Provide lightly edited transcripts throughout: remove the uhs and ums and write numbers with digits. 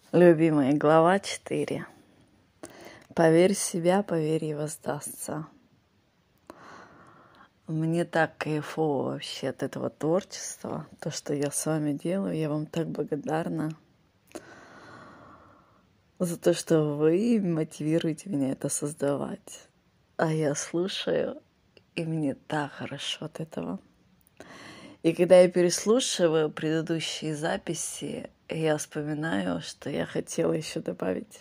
Любимая глава 4. Поверь в себя, поверь, и воздастся. Мне так кайфово вообще от этого творчества, то, что я с вами делаю. Я вам так благодарна за то, что вы мотивируете меня это создавать. А я слушаю, и мне так хорошо от этого. И когда я переслушиваю предыдущие записи, я вспоминаю, что я хотела еще добавить.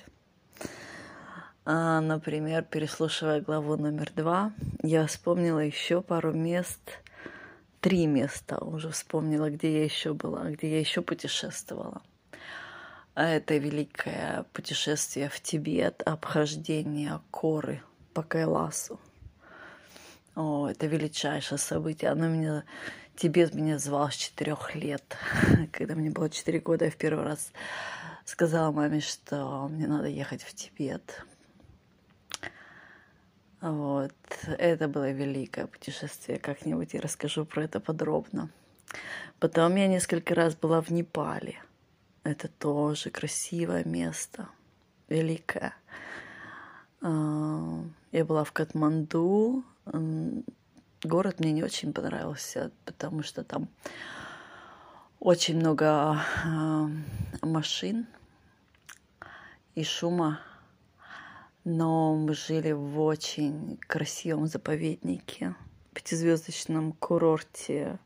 Например, переслушивая главу номер 2, я вспомнила еще пару мест, 3 места уже вспомнила, где я еще была, где я еще путешествовала. А это великое путешествие в Тибет, обхождение Коры по Кайласу. Это величайшее событие. Тибет меня звал с 4 лет. Когда мне было 4 года, я в первый раз сказала маме, что мне надо ехать в Тибет. Это было великое путешествие. Как-нибудь я расскажу про это подробно. Потом я несколько раз была в Непале. Это тоже красивое место, великое. Я была в Катманду. Город мне не очень понравился, потому что там очень много машин и шума. Но мы жили в очень красивом заповеднике, 5-звездочном курорте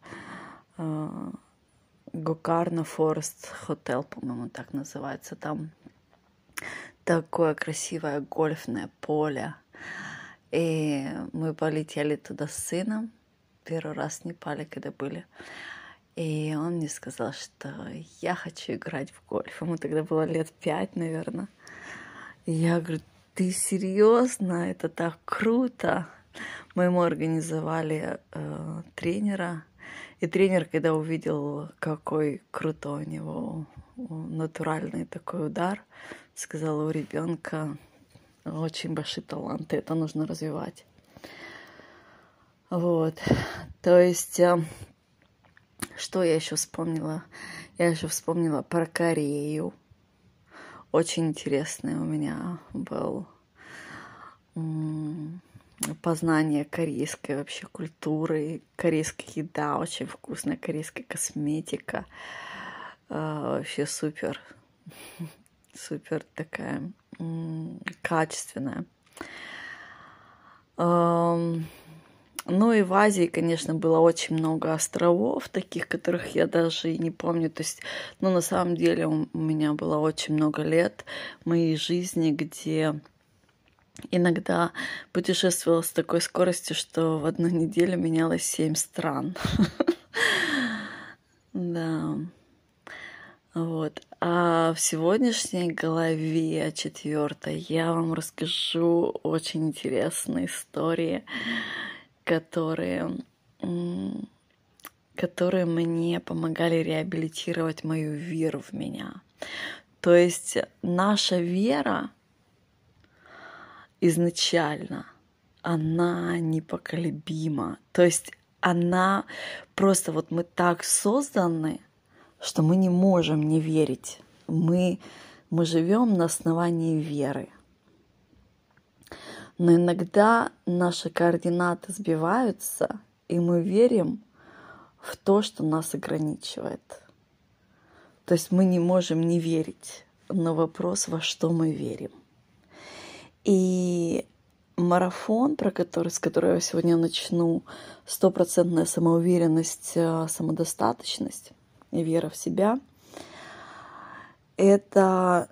Гокарна Форест Хотел, по-моему, так называется. Там такое красивое гольфное поле. И мы полетели туда с сыном. Первый раз в Непале, когда были. И он мне сказал, что я хочу играть в гольф. Ему тогда было лет 5, наверное. И я говорю: ты серьезно? Это так круто! Мы ему организовали тренера. И тренер, когда увидел, какой крутой у него натуральный такой удар, сказал: у ребенка очень большие таланты, это нужно развивать. То есть, что я еще вспомнила? Я еще вспомнила про Корею. Очень интересный у меня был познание корейской вообще культуры, корейская еда, очень вкусная корейская косметика. Вообще супер такая качественная. Ну и в Азии, конечно, было очень много островов, таких, которых я даже и не помню. То есть, на самом деле у меня было очень много лет моей жизни, где иногда путешествовала с такой скоростью, что в одну неделю менялось 7 стран. Да. А в сегодняшней главе 4 я вам расскажу очень интересные истории, которые мне помогали реабилитировать мою веру в меня. То есть наша вера изначально, она непоколебима. То есть она просто мы так созданы, что мы не можем не верить. Мы живем на основании веры. Но иногда наши координаты сбиваются, и мы верим в то, что нас ограничивает. То есть мы не можем не верить на вопрос, во что мы верим. И марафон, с которого я сегодня начну, 100% самоуверенность, самодостаточность и вера в себя, это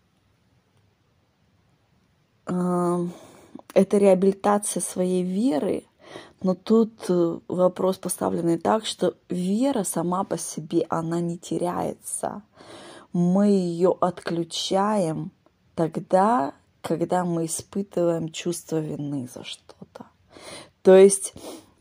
реабилитация своей веры, но тут вопрос поставленный так, что вера сама по себе, она не теряется. Мы ее отключаем тогда, когда мы испытываем чувство вины за что-то. То есть,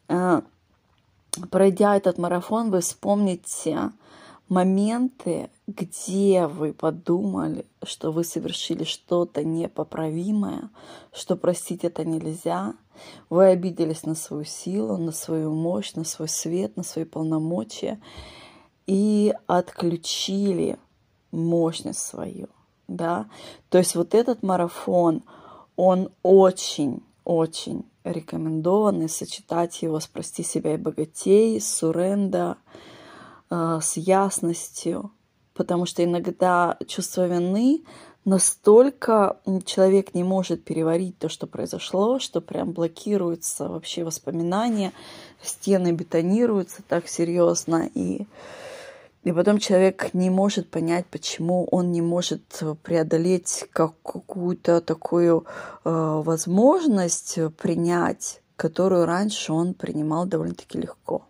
пройдя этот марафон, вы вспомните моменты, где вы подумали, что вы совершили что-то непоправимое, что простить это нельзя. Вы обиделись на свою силу, на свою мощь, на свой свет, на свои полномочия и отключили мощность свою. да. То есть вот этот марафон, он очень рекомендованный, сочетать его с «Прости себя и богатей», с суренда, с ясностью, потому что иногда чувство вины настолько человек не может переварить то, что произошло, что прям блокируются вообще воспоминания, стены бетонируются так серьезно, и потом человек не может понять, почему он не может преодолеть какую-то такую возможность принять, которую раньше он принимал довольно-таки легко.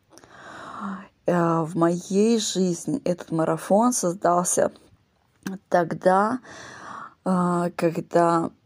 В моей жизни этот марафон создался тогда, когда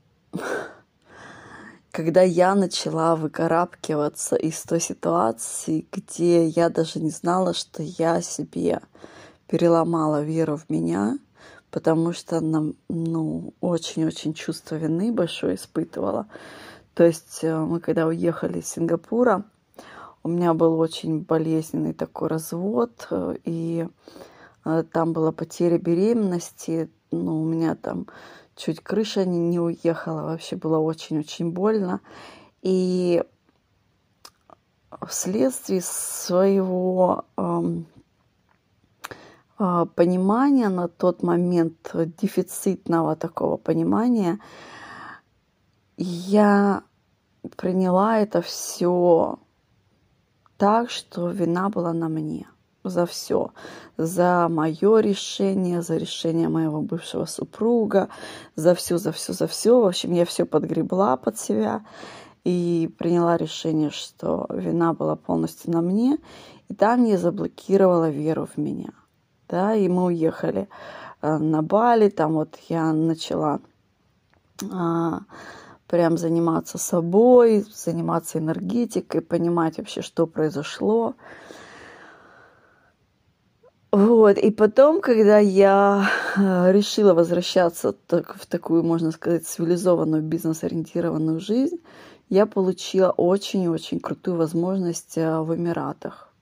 я начала выкарабкиваться из той ситуации, где я даже не знала, что я себе переломала веру в меня, потому что очень-очень чувство вины большое испытывала. То есть мы когда уехали из Сингапура, у меня был очень болезненный такой развод, и там была потеря беременности, у меня там чуть крыша не уехала, вообще было очень-очень больно. И вследствие своего понимания на тот момент, дефицитного такого понимания, я приняла это все так, что вина была на мне за все. За мое решение, за решение моего бывшего супруга, за все. В общем, я все подгребла под себя и приняла решение, что вина была полностью на мне. И там я заблокировала веру в меня. Да, и мы уехали на Бали. Там вот я начала прям заниматься собой, заниматься энергетикой, понимать вообще, что произошло. Вот, и потом, когда я решила возвращаться в такую, можно сказать, цивилизованную, бизнес-ориентированную жизнь, я получила очень-очень крутую возможность в Эмиратах.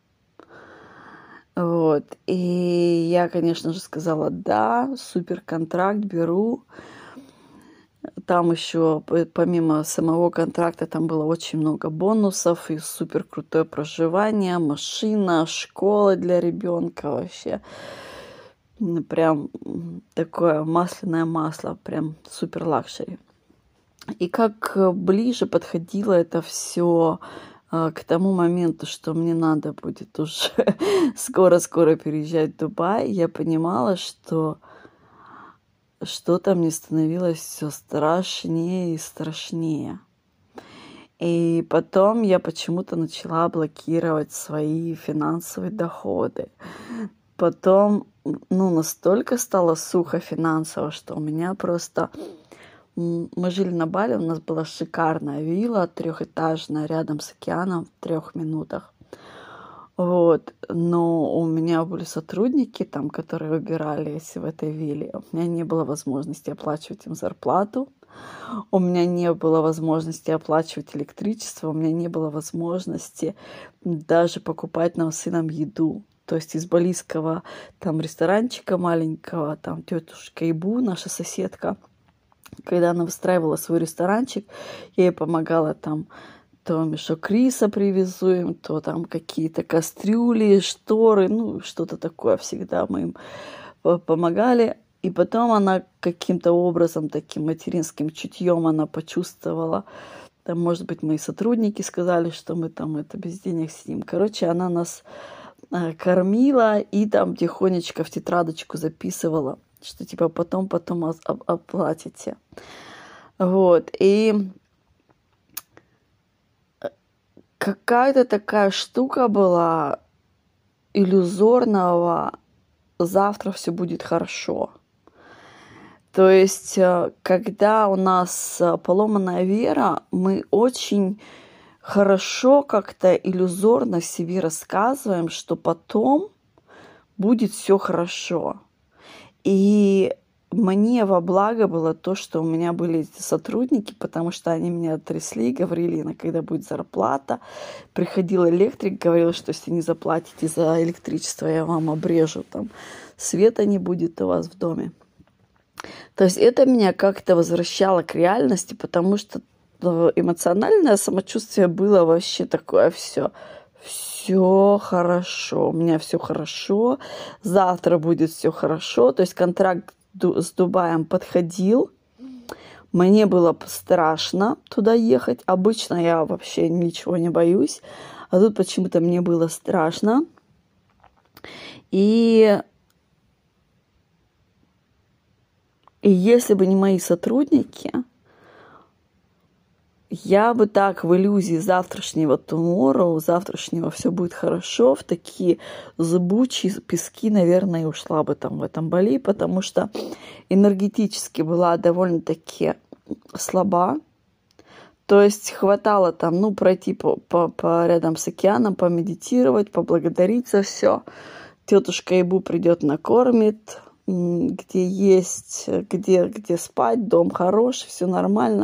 Вот, и я, конечно же, сказала, да, супер контракт беру. Там еще, помимо самого контракта, там было очень много бонусов и супер крутое проживание, машина, школа для ребенка вообще. Прям такое масляное масло, прям супер лакшери. И как ближе подходило это все к тому моменту, что мне надо будет уже скоро-скоро переезжать в Дубай, я понимала, что что-то мне становилось все страшнее и страшнее. И потом я почему-то начала блокировать свои финансовые доходы. Потом, настолько стало сухо финансово, что у меня просто... Мы жили на Бали, у нас была шикарная вилла, 3-этажная, рядом с океаном, в 3 минутах. Вот, но у меня были сотрудники там, которые убирались в этой вилле. У меня не было возможности оплачивать им зарплату. У меня не было возможности оплачивать электричество. У меня не было возможности даже покупать нам с сыном еду. То есть из балийского там ресторанчика маленького, там тетушка Ибу, наша соседка, когда она выстраивала свой ресторанчик, я ей помогала там, то мешок риса привезу им, то там какие-то кастрюли, шторы, что-то такое всегда мы им помогали. И потом она каким-то образом, таким материнским чутьем она почувствовала, там, может быть, мои сотрудники сказали, что мы там это без денег сидим. Короче, она нас кормила и там тихонечко в тетрадочку записывала, что типа потом оплатите. Вот, и какая-то такая штука была иллюзорного «завтра все будет хорошо». То есть, когда у нас поломанная вера, мы очень хорошо как-то иллюзорно себе рассказываем, что потом будет все хорошо. И мне во благо было то, что у меня были эти сотрудники, потому что они меня трясли, говорили, когда будет зарплата. Приходил электрик, говорил, что если не заплатите за электричество, я вам обрежу, там света не будет у вас в доме. То есть это меня как-то возвращало к реальности, потому что эмоциональное самочувствие было вообще такое все хорошо, у меня все хорошо, завтра будет все хорошо. То есть контракт с Дубаем подходил, мне было страшно туда ехать. Обычно я вообще ничего не боюсь, а тут почему-то мне было страшно. И если бы не мои сотрудники, я бы так в иллюзии завтрашнего tomorrow, завтрашнего все будет хорошо, в такие зыбучие пески, наверное, и ушла бы там в этом Бали, потому что энергетически была довольно-таки слаба. То есть хватало там, пройти по рядом с океаном, помедитировать, поблагодарить за все. Тетушка Ибу придет, накормит, где есть, где спать, дом хороший, все нормально.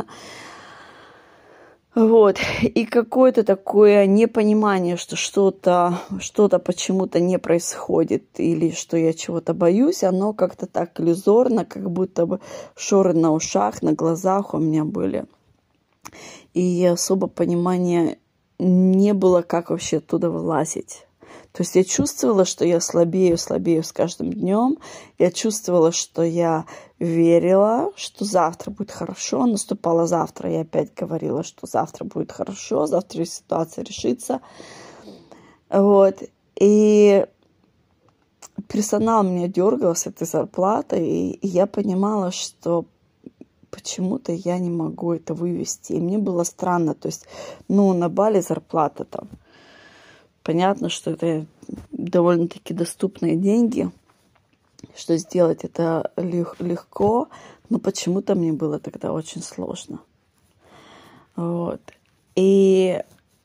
Вот. И какое-то такое непонимание, что что-то почему-то не происходит или что я чего-то боюсь, оно как-то так иллюзорно, как будто бы шоры на ушах, на глазах у меня были. И особо понимания не было, как вообще оттуда вылазить. То есть я чувствовала, что я слабею с каждым днем. Я чувствовала, что я верила, что завтра будет хорошо. Наступало завтра, я опять говорила, что завтра будет хорошо, завтра ситуация решится. Вот. И персонал меня дергал с этой зарплатой, и я понимала, что почему-то я не могу это вывести. И мне было странно. То есть, на Бали зарплата там. Понятно, что это довольно-таки доступные деньги, что сделать это легко, но почему-то мне было тогда очень сложно. Вот. И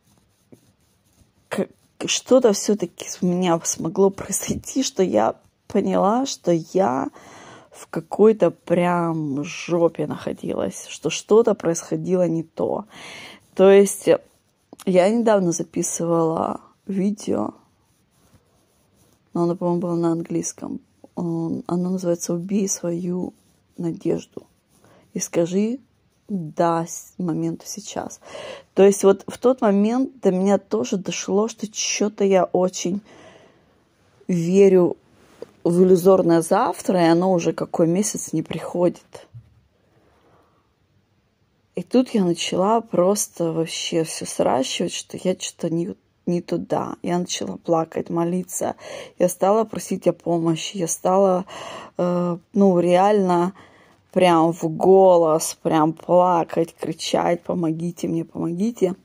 что-то все-таки у меня смогло произойти, что я поняла, что я в какой-то прям жопе находилась, что что-то происходило не то. То есть я недавно записывала видео, но оно, по-моему, было на английском. Оно называется «Убей свою надежду и скажи да моменту сейчас». То есть вот в тот момент до меня тоже дошло, что что-то я очень верю в иллюзорное завтра, и оно уже какой месяц не приходит. И тут я начала просто вообще все сращивать, что я что-то не туда. Я начала плакать, молиться. Я стала просить о помощи. Я стала, реально прям в голос, прям плакать, кричать: помогите мне, помогите.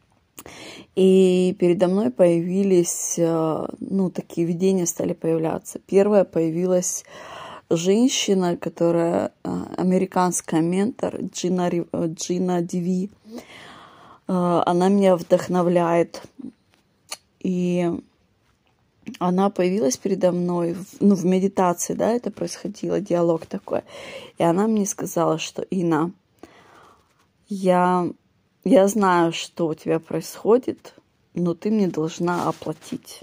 И передо мной появились, такие видения стали появляться. Первая появилась женщина, которая американская ментор, Джина Диви. Она меня вдохновляет. И она появилась передо мной, в медитации, да, это происходило, диалог такой. И она мне сказала, что: Инна, я знаю, что у тебя происходит, но ты мне должна оплатить.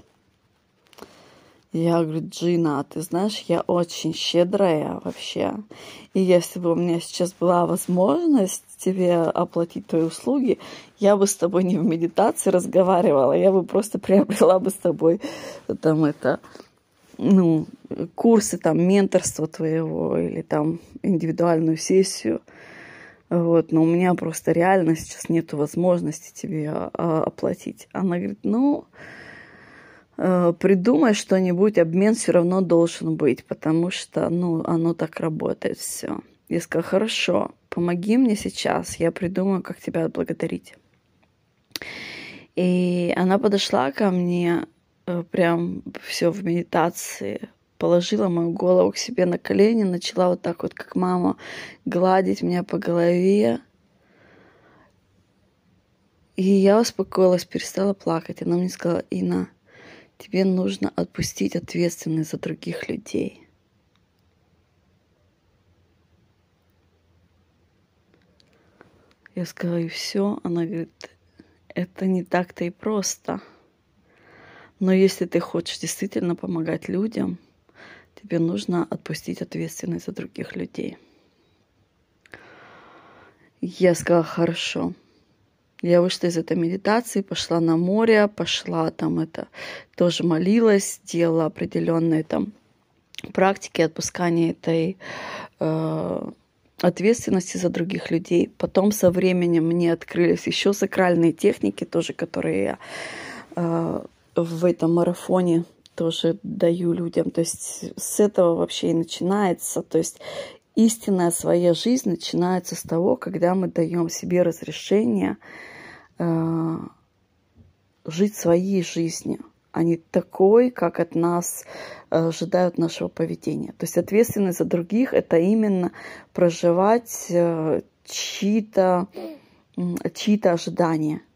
Я говорю: Джина, ты знаешь, я очень щедрая вообще. И если бы у меня сейчас была возможность тебе оплатить твои услуги, я бы с тобой не в медитации разговаривала, я бы просто приобрела бы с тобой там курсы там менторства твоего или там индивидуальную сессию. Вот, но у меня просто реально сейчас нету возможности тебе оплатить. Она говорит: придумай что-нибудь, обмен все равно должен быть, потому что, оно так работает все. Я сказала: хорошо, помоги мне сейчас, я придумаю, как тебя отблагодарить. И она подошла ко мне, прям все в медитации, положила мою голову к себе на колени, начала вот так вот, как мама, гладить меня по голове. И я успокоилась, перестала плакать. Она мне сказала: Инна, тебе нужно отпустить ответственность за других людей. Я сказала: и все. Она говорит: это не так-то и просто. Но если ты хочешь действительно помогать людям, ты тебе нужно отпустить ответственность за других людей. Я сказала, хорошо. Я вышла из этой медитации, пошла на море, пошла там тоже молилась, делала определенные там практики отпускания этой ответственности за других людей. Потом со временем мне открылись еще сакральные техники, тоже, которые я в этом марафоне тоже даю людям. То есть с этого вообще и начинается. То есть истинная своя жизнь начинается с того, когда мы даем себе разрешение жить своей жизнью, а не такой, как от нас ожидают нашего поведения. То есть ответственность за других — это именно проживать чьи-то ожидания.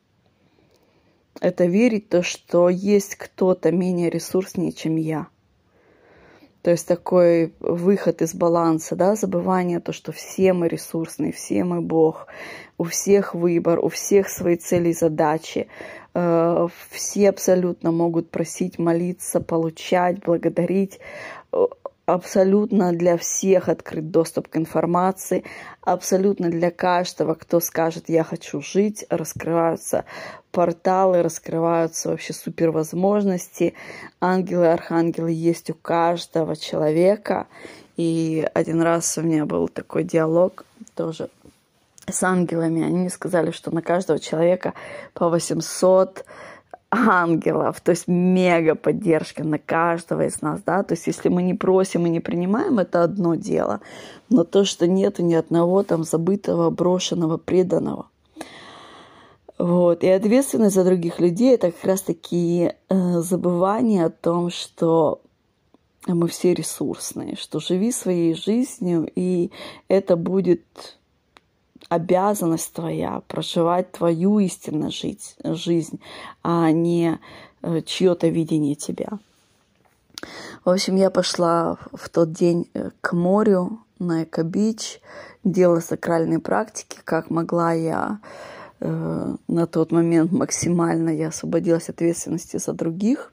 Это верить в то, что есть кто-то менее ресурснее, чем я. То есть такой выход из баланса, да, забывание то, что все мы ресурсные, все мы Бог, у всех выбор, у всех свои цели и задачи. Все абсолютно могут просить, молиться, получать, благодарить. Абсолютно для всех открыт доступ к информации. Абсолютно для каждого, кто скажет «я хочу жить», раскрываются порталы, раскрываются вообще супервозможности. Ангелы, архангелы есть у каждого человека. И один раз у меня был такой диалог тоже с ангелами. Они мне сказали, что на каждого человека по 800 ангелов, то есть мега поддержка на каждого из нас, да, то есть если мы не просим и не принимаем, это одно дело, но то, что нет ни одного там забытого, брошенного, преданного. Вот. И ответственность за других людей — это как раз-таки забывание о том, что мы все ресурсные, что живи своей жизнью, и это будет обязанность твоя проживать твою истинную жизнь, а не чье-то видение тебя. В общем, я пошла в тот день к морю на Эко-Бич, делала сакральные практики, как могла я на тот момент максимально я освободилась от ответственности за других.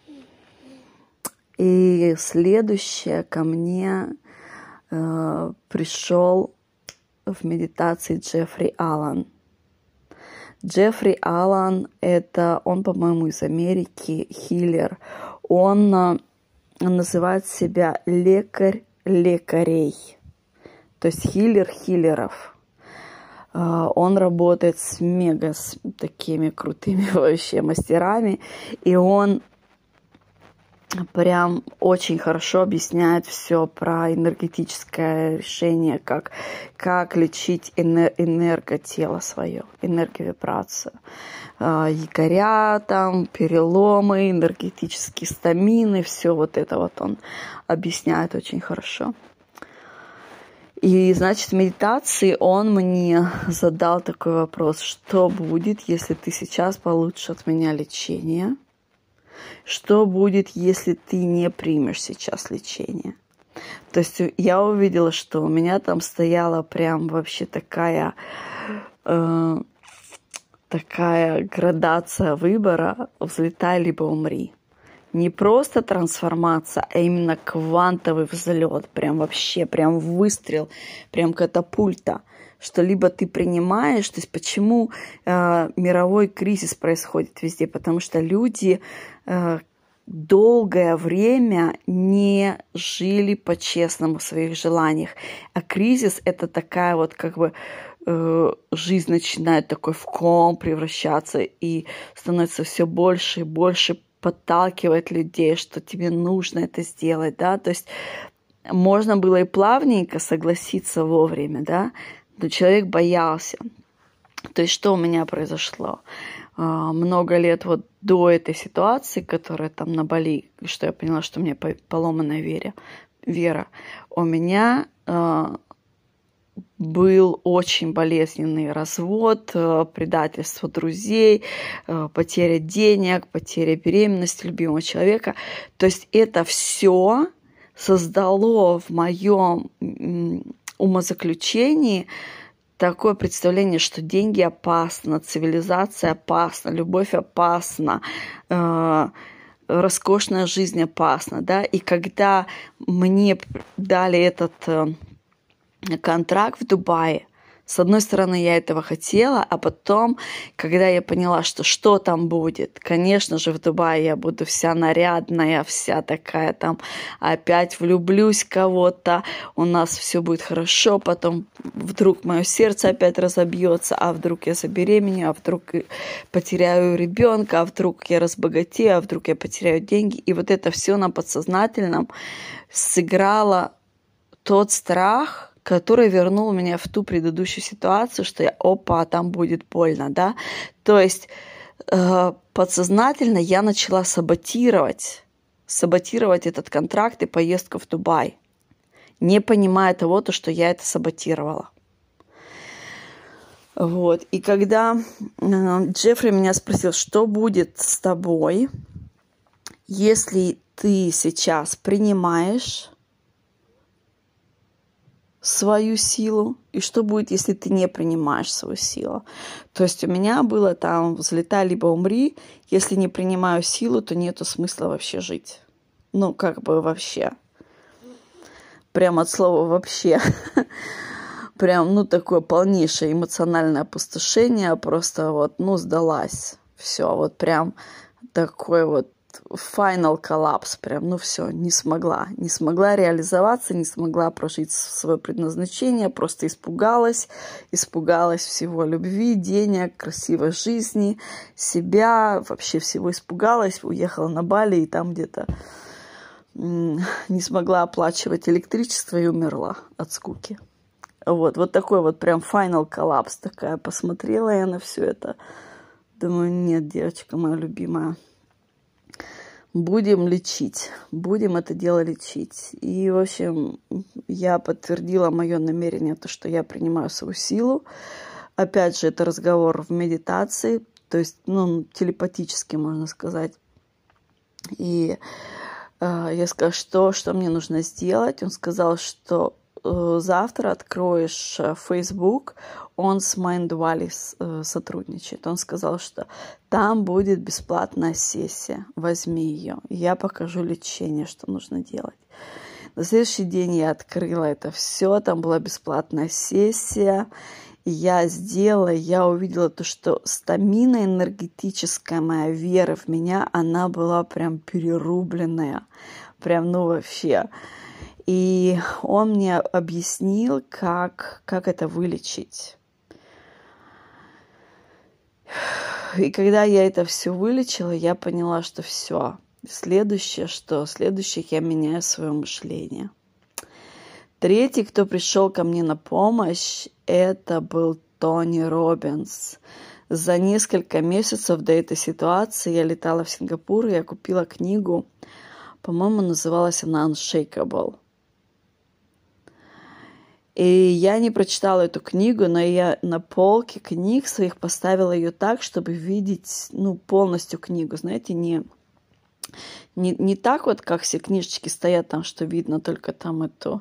И следующее ко мне пришел в медитации Джеффри Аллен. Джеффри Аллен он, по-моему, из Америки, хиллер. Он называет себя лекарь лекарей, то есть хиллер хиллеров. Он работает с такими крутыми вообще мастерами, и он прям очень хорошо объясняет все про энергетическое решение, как лечить энерготело свое, энерговибрацию. Якоря, там, переломы, энергетические стамины, все вот это вот он объясняет очень хорошо. И, значит, в медитации он мне задал такой вопрос: что будет, если ты сейчас получишь от меня лечение? Что будет, если ты не примешь сейчас лечение? То есть я увидела, что у меня там стояла прям вообще такая градация выбора: взлетай либо умри. Не просто трансформация, а именно квантовый взлет, прям вообще, прям выстрел, прям катапульта. Что либо ты принимаешь, то есть почему мировой кризис происходит везде? Потому что люди долгое время не жили по-честному в своих желаниях. А кризис — это такая вот как бы жизнь начинает такой в ком превращаться и становится все больше и больше подталкивать людей, что тебе нужно это сделать, да, то есть можно было и плавненько согласиться вовремя, да, но человек боялся. То есть что у меня произошло? Много лет вот до этой ситуации, которая там на Бали, что я поняла, что у меня поломанная вера, у меня был очень болезненный развод, предательство друзей, потеря денег, потеря беременности любимого человека. То есть это все создало в моем умозаключении такое представление, что деньги опасны, цивилизация опасна, любовь опасна, роскошная жизнь опасна, да, и когда мне дали этот контракт в Дубае, с одной стороны, я этого хотела, а потом, когда я поняла, что там будет, конечно же, в Дубае я буду вся нарядная, вся такая там, опять влюблюсь в кого-то, у нас все будет хорошо, потом вдруг мое сердце опять разобьется, а вдруг я забеременею, а вдруг потеряю ребенка, а вдруг я разбогатею, а вдруг я потеряю деньги. И вот это все на подсознательном сыграло тот страх, который вернул меня в ту предыдущую ситуацию, что я, опа, там будет больно, да. То есть подсознательно я начала саботировать этот контракт и поездку в Дубай, не понимая того, что я это саботировала. Вот. И когда Джеффри меня спросил, что будет с тобой, если ты сейчас принимаешь свою силу, и что будет, если ты не принимаешь свою силу. То есть у меня было там взлетай либо умри, если не принимаю силу, то нету смысла вообще жить. Ну, как бы вообще. Прям от слова вообще. Прям, ну, такое полнейшее эмоциональное опустошение, просто вот, ну, сдалась. Все, вот прям такой вот final коллапс, прям, ну все, не смогла реализоваться, не смогла прожить свое предназначение, просто испугалась всего, любви, денег, красивой жизни, себя, вообще всего испугалась, уехала на Бали и там где-то не смогла оплачивать электричество и умерла от скуки. Вот такой вот прям final коллапс такая, посмотрела я на все это, думаю, нет, девочка моя любимая, будем лечить, будем это дело лечить. И, в общем, я подтвердила мое намерение, то, что я принимаю свою силу. Опять же, это разговор в медитации, то есть, ну, телепатически, можно сказать. И я сказала, что мне нужно сделать. Он сказал, что завтра откроешь Facebook, он с Mindvalley сотрудничает. Он сказал, что там будет бесплатная сессия, возьми ее. Я покажу лечение, что нужно делать. На следующий день я открыла это все, там была бесплатная сессия. Я сделала, я увидела то, что стамина энергетическая моя вера в меня, она была прям перерубленная, прям, ну вообще. И он мне объяснил, как это вылечить. И когда я это все вылечила, я поняла, что все. Следующее я меняю свое мышление. Третий, кто пришел ко мне на помощь, это был Тони Роббинс. За несколько месяцев до этой ситуации я летала в Сингапур, и я купила книгу, по-моему, называлась она Unshakable. И я не прочитала эту книгу, но я на полке книг своих поставила ее так, чтобы видеть, ну, полностью книгу. Знаете, не так вот, как все книжечки стоят там, что видно только там это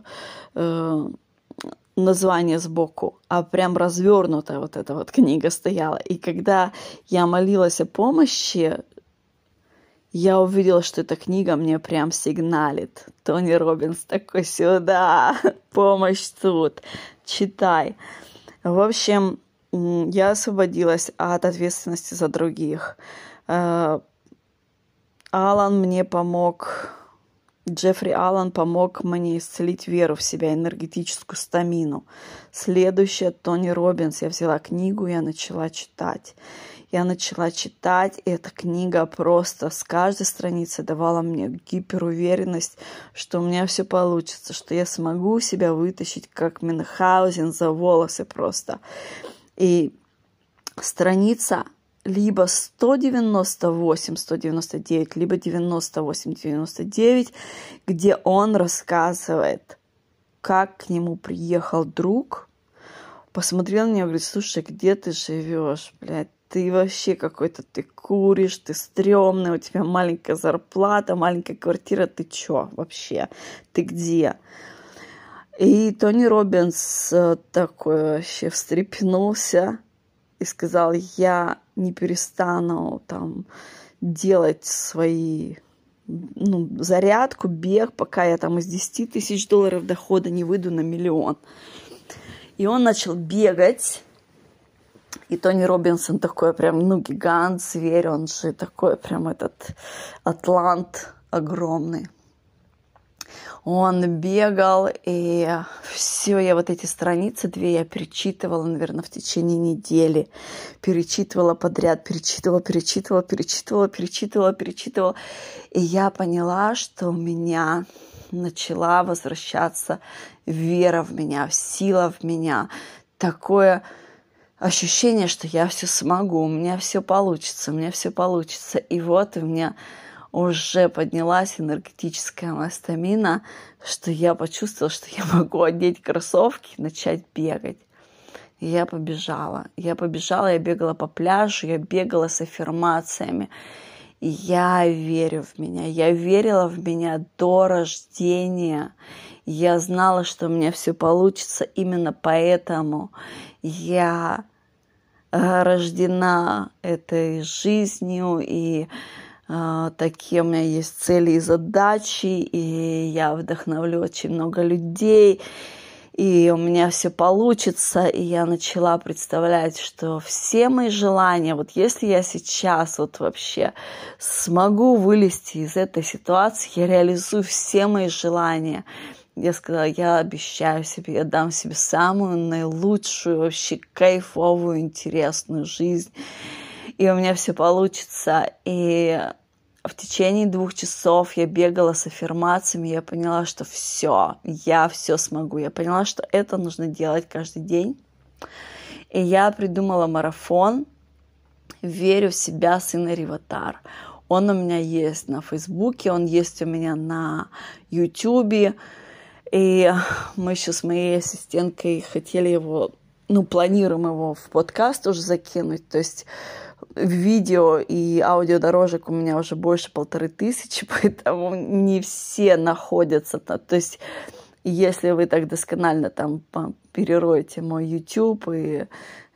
название сбоку, а прям развернутая вот эта вот книга стояла. И когда я молилась о помощи, я увидела, что эта книга мне прям сигналит. Тони Роббинс такой: сюда, помощь тут, читай. В общем, я освободилась от ответственности за других. Алан мне помог, Джеффри Аллен помог мне исцелить веру в себя, энергетическую стамину. Следующее, Тони Роббинс. Я взяла книгу, я начала читать. И эта книга просто с каждой страницы давала мне гиперуверенность, что у меня все получится, что я смогу себя вытащить, как Мюнхгаузен, за волосы просто. И страница либо 198, 199, либо 98, 99, где он рассказывает, как к нему приехал друг, посмотрел на меня и говорит: слушай, где ты живешь, блядь? Ты вообще какой-то, ты куришь, ты стрёмный, у тебя маленькая зарплата, маленькая квартира, ты чё вообще? Ты где? И Тони Роббинс такой вообще встрепенулся и сказал: я не перестану там делать свои зарядку, бег, пока я там из 10 тысяч долларов дохода не выйду на 1 миллион. И он начал бегать. И Тони Робинсон такой прям, гигант, зверь, он же такой прям этот атлант огромный. Он бегал, и все, я вот эти страницы 2 я перечитывала, наверное, в течение недели. Перечитывала подряд, перечитывала. И я поняла, что у меня начала возвращаться вера в меня, сила в меня. Такое ощущение, что я все смогу, у меня все получится. И вот у меня уже поднялась энергетическая моя стамина, что я почувствовала, что я могу одеть кроссовки и начать бегать. И я побежала, я бегала по пляжу, я бегала с аффирмациями. И я верю в меня, я верила в меня до рождения. Я знала, что у меня все получится, именно поэтому я рождена этой жизнью, и такие у меня есть цели и задачи, и я вдохновлю очень много людей, и у меня все получится. И я начала представлять, что все мои желания, вот если я сейчас вот вообще смогу вылезти из этой ситуации, я реализую все мои желания. Я сказала, я обещаю себе, я дам себе самую наилучшую, вообще кайфовую, интересную жизнь. И у меня все получится. И в течение 2 часов я бегала с аффирмациями, я поняла, что все, я все смогу. Я поняла, что это нужно делать каждый день. И я придумала марафон «Верю в себя» с Инной Риватар. Он у меня есть на Фейсбуке, он есть у меня на Ютубе. И мы еще с моей ассистенткой хотели его, планируем его в подкаст уже закинуть. То есть видео и аудиодорожек у меня уже больше 1500, поэтому не все находятся. То есть если вы так досконально там перероете мой YouTube и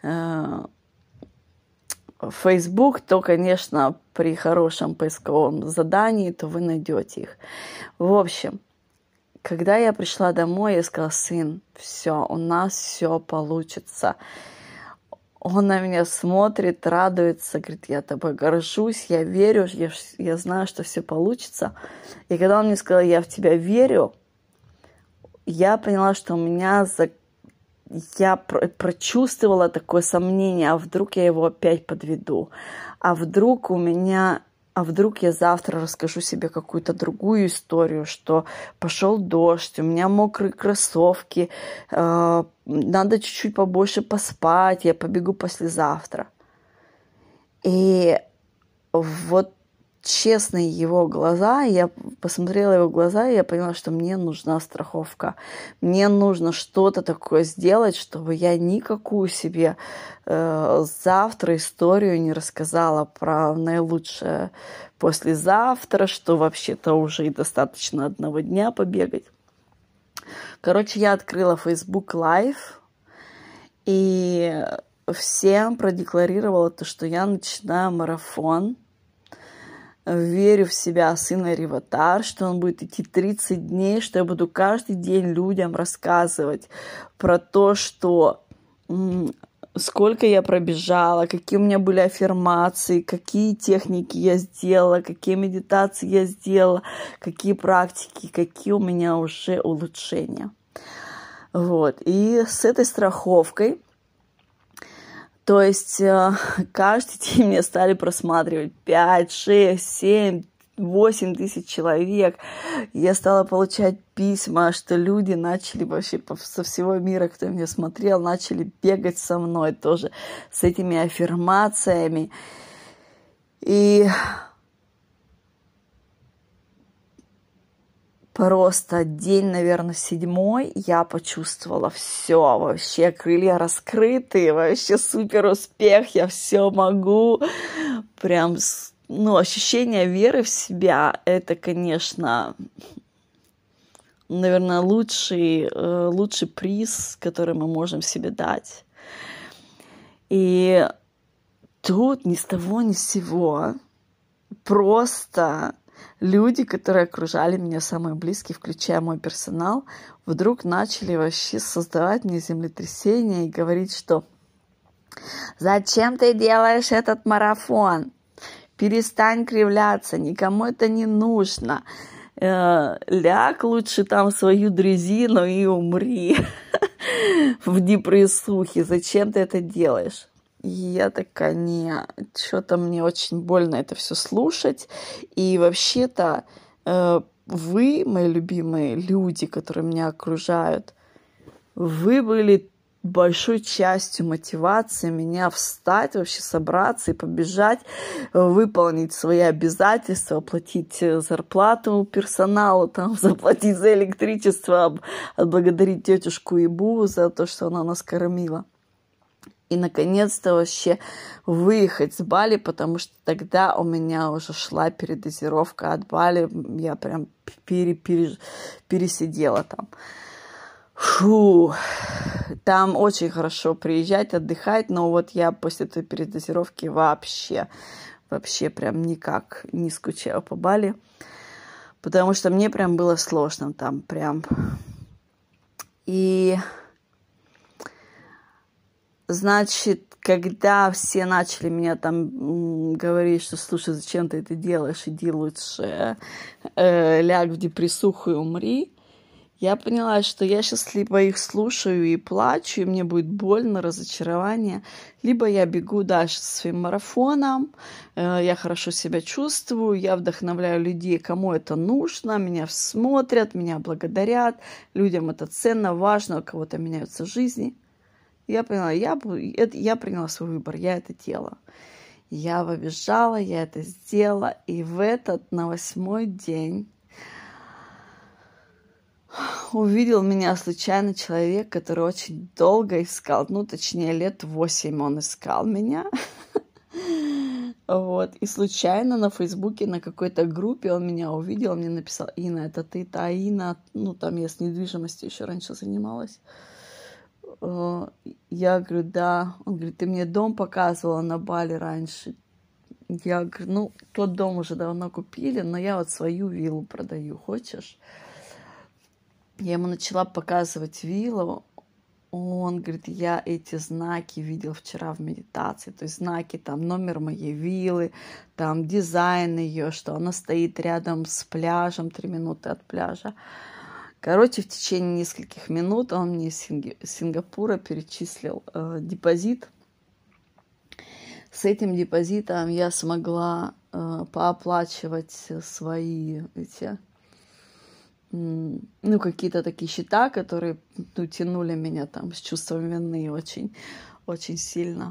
Facebook, то, конечно, при хорошем поисковом задании, то вы найдете их. В общем, когда я пришла домой, я сказала: сын, все, у нас все получится. Он на меня смотрит, радуется, говорит: я тобой горжусь, я верю, я знаю, что все получится. И когда он мне сказал: я в тебя верю, я поняла, что у меня я прочувствовала такое сомнение, а вдруг я его опять подведу, а вдруг я завтра расскажу себе какую-то другую историю, что пошел дождь, у меня мокрые кроссовки, надо чуть-чуть побольше поспать, я побегу послезавтра. И вот честные его глаза, я посмотрела его глаза, и я поняла, что мне нужна страховка. Мне нужно что-то такое сделать, чтобы я никакую себе завтра историю не рассказала про наилучшее послезавтра, что вообще-то уже и достаточно 1 дня побегать. Короче, я открыла Facebook Live и всем продекларировала то, что я начинаю марафон «Верю в себя» с Инной Риватар, что он будет идти 30 дней, что я буду каждый день людям рассказывать про то, что сколько я пробежала, какие у меня были аффирмации, какие техники я сделала, какие медитации я сделала, какие практики, какие у меня уже улучшения. Вот. И с этой страховкой, то есть каждый день мне стали просматривать 5, 6, 7, 8 тысяч человек. Я стала получать письма, что люди начали вообще со всего мира, кто меня смотрел, начали бегать со мной тоже с этими аффирмациями. И просто день, наверное, 7 я почувствовала все, вообще крылья раскрыты, вообще супер успех, я все могу. Прям, ощущение веры в себя, это, конечно, наверное, лучший приз, который мы можем себе дать. И тут ни с того ни с сего просто люди, которые окружали меня, самые близкие, включая мой персонал, вдруг начали вообще создавать мне землетрясение и говорить, что «Зачем ты делаешь этот марафон? Перестань кривляться, никому это не нужно. Ляг лучше там в свою дрезину и умри в депрессухе. Зачем ты это делаешь?» И я такая, не, что-то мне очень больно это все слушать. И вообще-то вы, мои любимые люди, которые меня окружают, вы были большой частью мотивации меня встать, вообще собраться и побежать, выполнить свои обязательства, оплатить зарплату персоналу, там, заплатить за электричество, отблагодарить тетушку Ибу за то, что она нас кормила. И, наконец-то, вообще выехать с Бали, потому что тогда у меня уже шла передозировка от Бали. Я прям пересидела там. Фу, там очень хорошо приезжать, отдыхать, но вот я после этой передозировки вообще прям никак не скучаю по Бали, потому что мне прям было сложно там прям. И значит, когда все начали меня там говорить, что слушай, зачем ты это делаешь, иди лучше ляг в депрессуху и умри, я поняла, что я сейчас либо их слушаю и плачу, и мне будет больно, разочарование, либо я бегу дальше со своим марафоном, я хорошо себя чувствую, я вдохновляю людей, кому это нужно, меня смотрят, меня благодарят, людям это ценно, важно, у кого-то меняются жизни. Я поняла, я приняла свой выбор, я это делала. Я побежала, я это сделала, и в этот, на 8-й день, увидел меня случайно человек, который очень долго искал, ну, точнее, лет 8 он искал меня. Вот, и случайно на Фейсбуке, на какой-то группе он меня увидел, мне написал: «Инна, это ты, та Инна?» Ну, там я с недвижимостью еще раньше занималась. Я говорю, да. Он говорит, ты мне дом показывала на Бали раньше. Я говорю, ну, тот дом уже давно купили, но я вот свою виллу продаю, хочешь? Я ему начала показывать виллу. Он говорит, я эти знаки видел вчера в медитации. То есть знаки, там, номер моей виллы, там, дизайн ее, что она стоит рядом с пляжем, 3 минуты от пляжа. Короче, в течение нескольких минут он мне из Сингапура перечислил депозит. С этим депозитом я смогла пооплачивать свои эти, ну, какие-то такие счета, которые, ну, тянули меня там с чувством вины очень, очень сильно.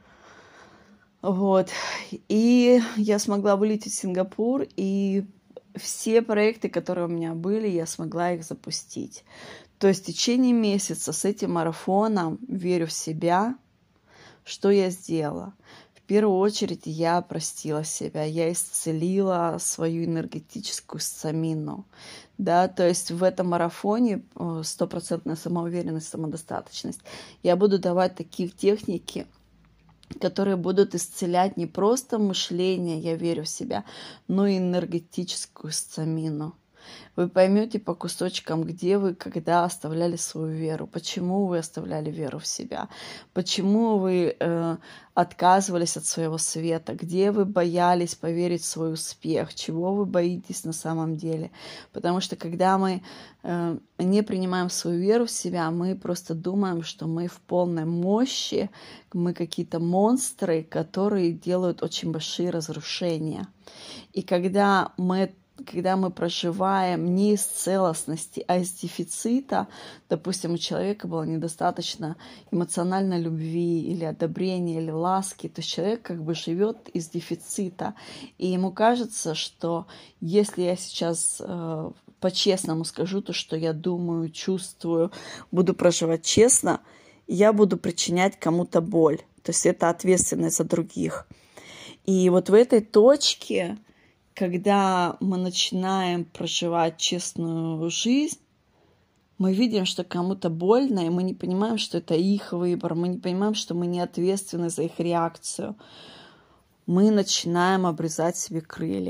Вот. И я смогла вылететь в Сингапур, и все проекты, которые у меня были, я смогла их запустить. То есть в течение месяца с этим марафоном «Верю в себя», что я сделала? В первую очередь я простила себя, я исцелила свою энергетическую стамину. Да, то есть в этом марафоне 100% самоуверенность, самодостаточность. Я буду давать такие техники, которые будут исцелять не просто мышление, я верю в себя, но и энергетическую стамину. Вы поймете по кусочкам, где вы, когда оставляли свою веру, почему вы оставляли веру в себя, почему вы отказывались от своего света, где вы боялись поверить в свой успех, чего вы боитесь на самом деле. Потому что когда мы не принимаем свою веру в себя, мы просто думаем, что мы в полной мощи, мы какие-то монстры, которые делают очень большие разрушения. И когда мы проживаем не из целостности, а из дефицита, допустим, у человека было недостаточно эмоциональной любви или одобрения, или ласки, то человек как бы живет из дефицита. И ему кажется, что если я сейчас по-честному скажу то, что я думаю, чувствую, буду проживать честно, я буду причинять кому-то боль. То есть это ответственность за других. И вот в этой точке, когда мы начинаем проживать честную жизнь, мы видим, что кому-то больно, и мы не понимаем, что это их выбор, мы не понимаем, что мы не ответственны за их реакцию. Мы начинаем обрезать себе крылья.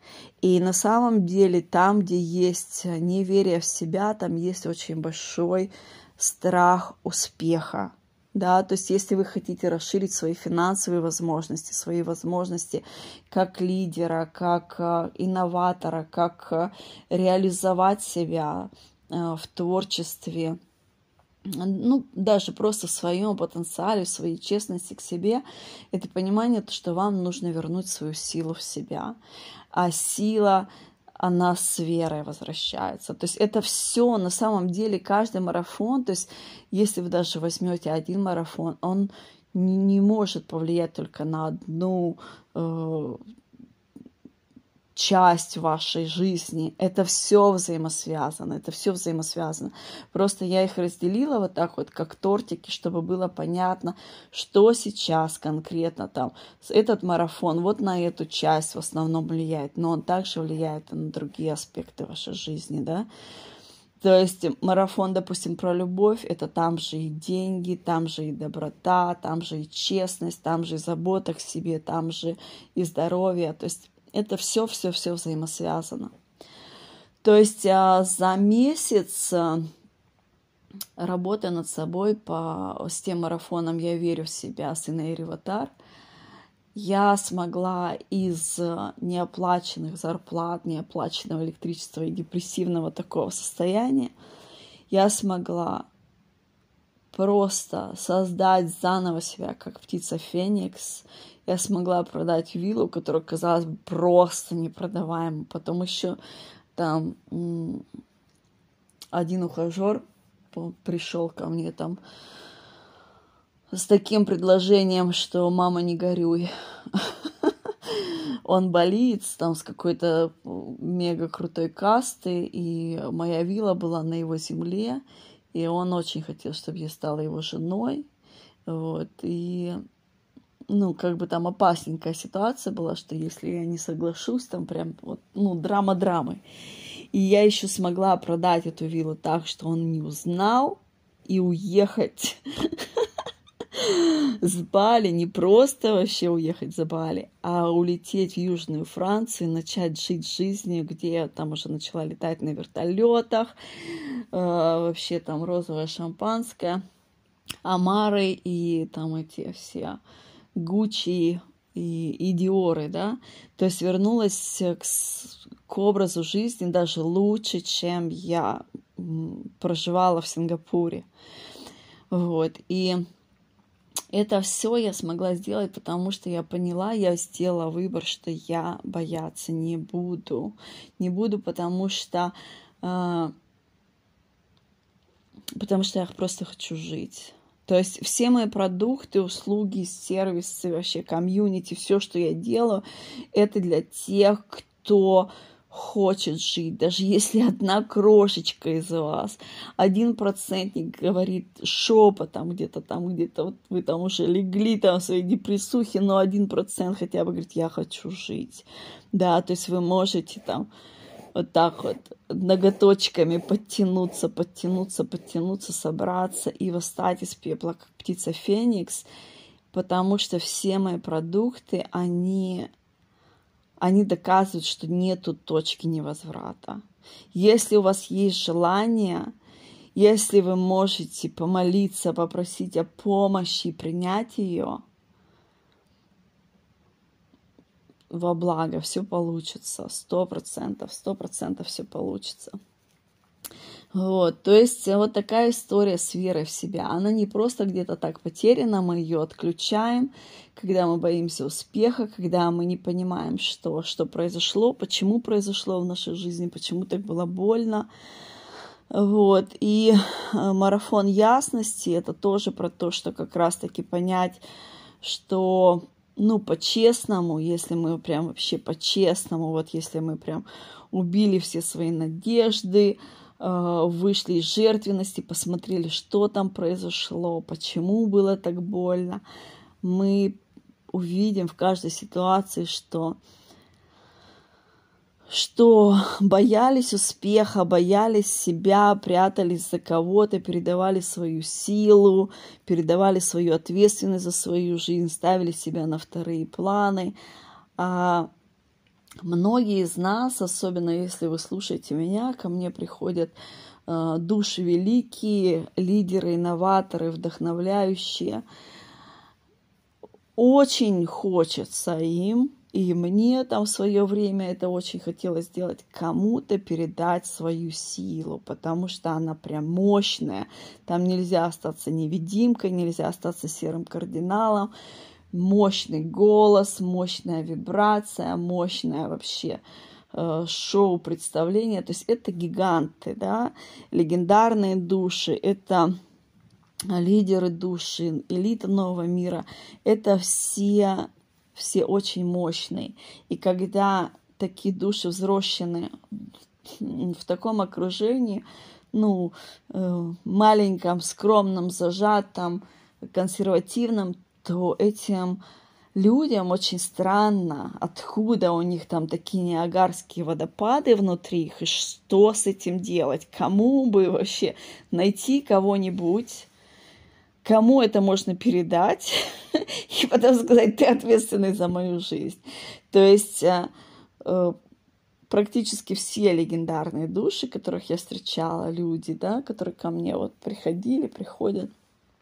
И на самом деле там, где есть неверие в себя, там есть очень большой страх успеха. Да, то есть если вы хотите расширить свои финансовые возможности, свои возможности как лидера, как инноватора, как реализовать себя в творчестве, ну, даже просто в своем потенциале, в своей честности к себе, это понимание, что вам нужно вернуть свою силу в себя. А сила, она с верой возвращается. То есть это все на самом деле, каждый марафон, то есть если вы даже возьмете один марафон, он не может повлиять только на одну часть вашей жизни. Это все взаимосвязано, это все взаимосвязано. Просто я их разделила вот так вот, как тортики, чтобы было понятно, что сейчас конкретно там. Этот марафон вот на эту часть в основном влияет, но он также влияет и на другие аспекты вашей жизни, да. То есть марафон, допустим, про любовь, это там же и деньги, там же и доброта, там же и честность, там же и забота к себе, там же и здоровье. То есть это все взаимосвязано. То есть за месяц работая над собой с тем марафоном «Я верю в себя» с Инной Риватар, я смогла из неоплаченных зарплат, неоплаченного электричества и депрессивного такого состояния, я смогла просто создать заново себя, как птица Феникс. Я смогла продать виллу, которая казалась бы просто непродаваемой. Потом еще там один ухажер пришел ко мне там с таким предложением, что мама, не горюй. Он болеет там с какой-то мега крутой касты, и моя вилла была на его земле, и он очень хотел, чтобы я стала его женой. Вот, и ну, как бы там опасненькая ситуация была, что если я не соглашусь, там прям вот, ну, драма драмы. И я еще смогла продать эту виллу так, что он не узнал, и уехать с Бали, не просто вообще уехать за Бали, а улететь в Южную Францию, начать жить жизнью, где я там уже начала летать на вертолетах, вообще там розовое шампанское, омары и там эти все Гуччи и Диоры, да, то есть вернулась к образу жизни даже лучше, чем я проживала в Сингапуре, вот, и это все я смогла сделать, потому что я поняла, я сделала выбор, что я бояться не буду, потому что я просто хочу жить. То есть все мои продукты, услуги, сервисы, вообще комьюнити, все, что я делаю, это для тех, кто хочет жить. Даже если одна крошечка из вас, 1% говорит шепотом где-то, вот вы там уже легли там в своей депрессухе, но 1% хотя бы говорит, я хочу жить. Да, то есть вы можете там вот так вот ноготочками подтянуться, собраться и восстать из пепла, как птица Феникс, потому что все мои продукты, они доказывают, что нету точки невозврата. Если у вас есть желание, если вы можете помолиться, попросить о помощи и принять ее, во благо, все получится, 100% все получится. Вот, то есть вот такая история с верой в себя. Она не просто где-то так потеряна, мы ее отключаем, когда мы боимся успеха, когда мы не понимаем, что произошло, почему произошло в нашей жизни, почему так было больно. Вот, и марафон ясности — это тоже про то, что как раз-таки понять, что по-честному, если мы прям вообще по-честному, вот если мы прям убили все свои надежды, вышли из жертвенности, посмотрели, что там произошло, почему было так больно, мы увидим в каждой ситуации, что боялись успеха, боялись себя, прятались за кого-то, передавали свою силу, передавали свою ответственность за свою жизнь, ставили себя на вторые планы. Многие из нас, особенно если вы слушаете меня, ко мне приходят души великие, лидеры, инноваторы, вдохновляющие. Очень хочется им, и мне там в свое время это очень хотелось сделать, кому-то передать свою силу, потому что она прям мощная. Там нельзя остаться невидимкой, нельзя остаться серым кардиналом. Мощный голос, мощная вибрация, мощное вообще шоу, представление. То есть это гиганты, да, легендарные души, это лидеры души, элита нового мира. Это все очень мощные. И когда такие души взрослены в таком окружении, маленьком, скромном, зажатом, консервативном, то этим людям очень странно, откуда у них там такие ниагарские водопады внутри их, и что с этим делать, кому бы вообще найти кого-нибудь, кому это можно передать, и потом сказать, ты ответственный за мою жизнь. То есть практически все легендарные души, которых я встречала, люди, да, которые ко мне вот приходят,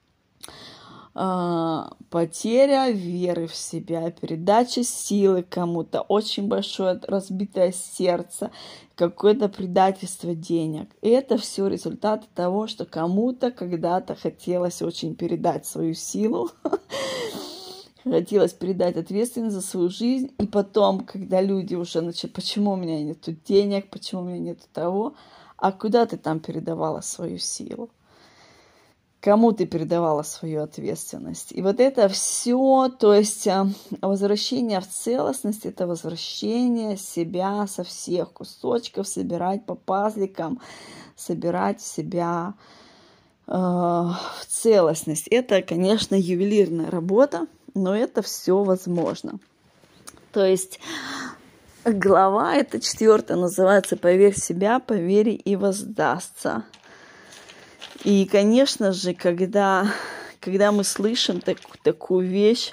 потеря веры в себя, передача силы кому-то, очень большое разбитое сердце, какое-то предательство денег. И это все результаты того, что кому-то когда-то хотелось очень передать свою силу, хотелось передать ответственность за свою жизнь. И потом, когда люди уже начали, почему у меня нет денег, почему у меня нет того, а куда ты там передавала свою силу? Кому ты передавала свою ответственность. И вот это все, то есть возвращение в целостность, это возвращение себя со всех кусочков, собирать по пазликам, собирать себя в целостность. Это, конечно, ювелирная работа, но это все возможно. То есть глава эта 4 называется «Поверь в себя, поверь и воздастся». И, конечно же, когда мы слышим такую вещь,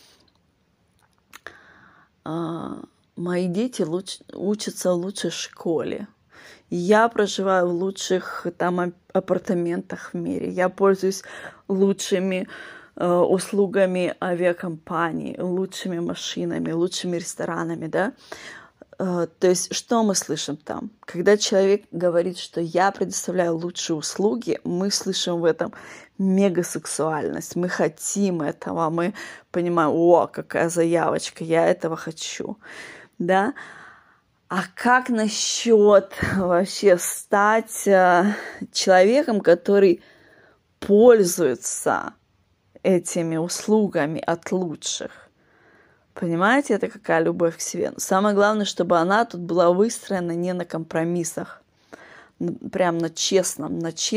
мои дети учатся в лучшей школе, я проживаю в лучших там апартаментах в мире, я пользуюсь лучшими услугами авиакомпаний, лучшими машинами, лучшими ресторанами, да. То есть, что мы слышим там? Когда человек говорит, что я предоставляю лучшие услуги, мы слышим в этом мегасексуальность. Мы хотим этого, мы понимаем, о, какая заявочка, я этого хочу. Да? А как насчет вообще стать человеком, который пользуется этими услугами от лучших? Понимаете, это какая любовь к себе. Самое главное, чтобы она тут была выстроена не на компромиссах, прям на честном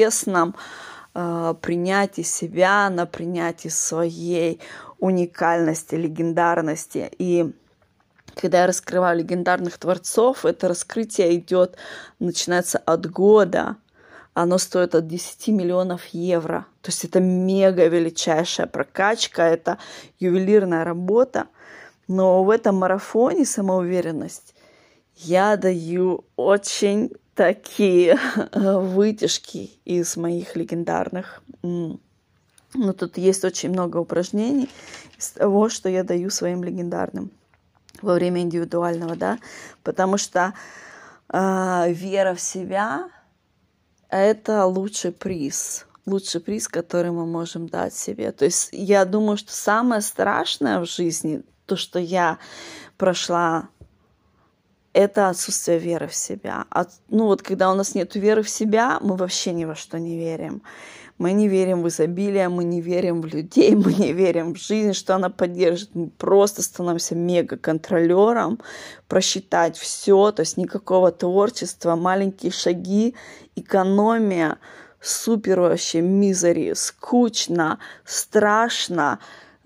принятии себя, на принятии своей уникальности, легендарности. И когда я раскрываю легендарных творцов, это раскрытие начинается от года. Оно стоит от 10 миллионов евро. То есть это мега величайшая прокачка, это ювелирная работа. Но в этом марафоне самоуверенность я даю очень такие вытяжки из моих легендарных. Но тут есть очень много упражнений из того, что я даю своим легендарным во время индивидуального, да, потому что вера в себя – это лучший приз, который мы можем дать себе. То есть я думаю, что самое страшное в жизни – то, что я прошла, это отсутствие веры в себя. Когда у нас нет веры в себя, мы вообще ни во что не верим. Мы не верим в изобилие, мы не верим в людей, мы не верим в жизнь, что она поддержит. Мы просто становимся мега-контролером, просчитать все, то есть никакого творчества, маленькие шаги, экономия, супер вообще мизери, скучно, страшно,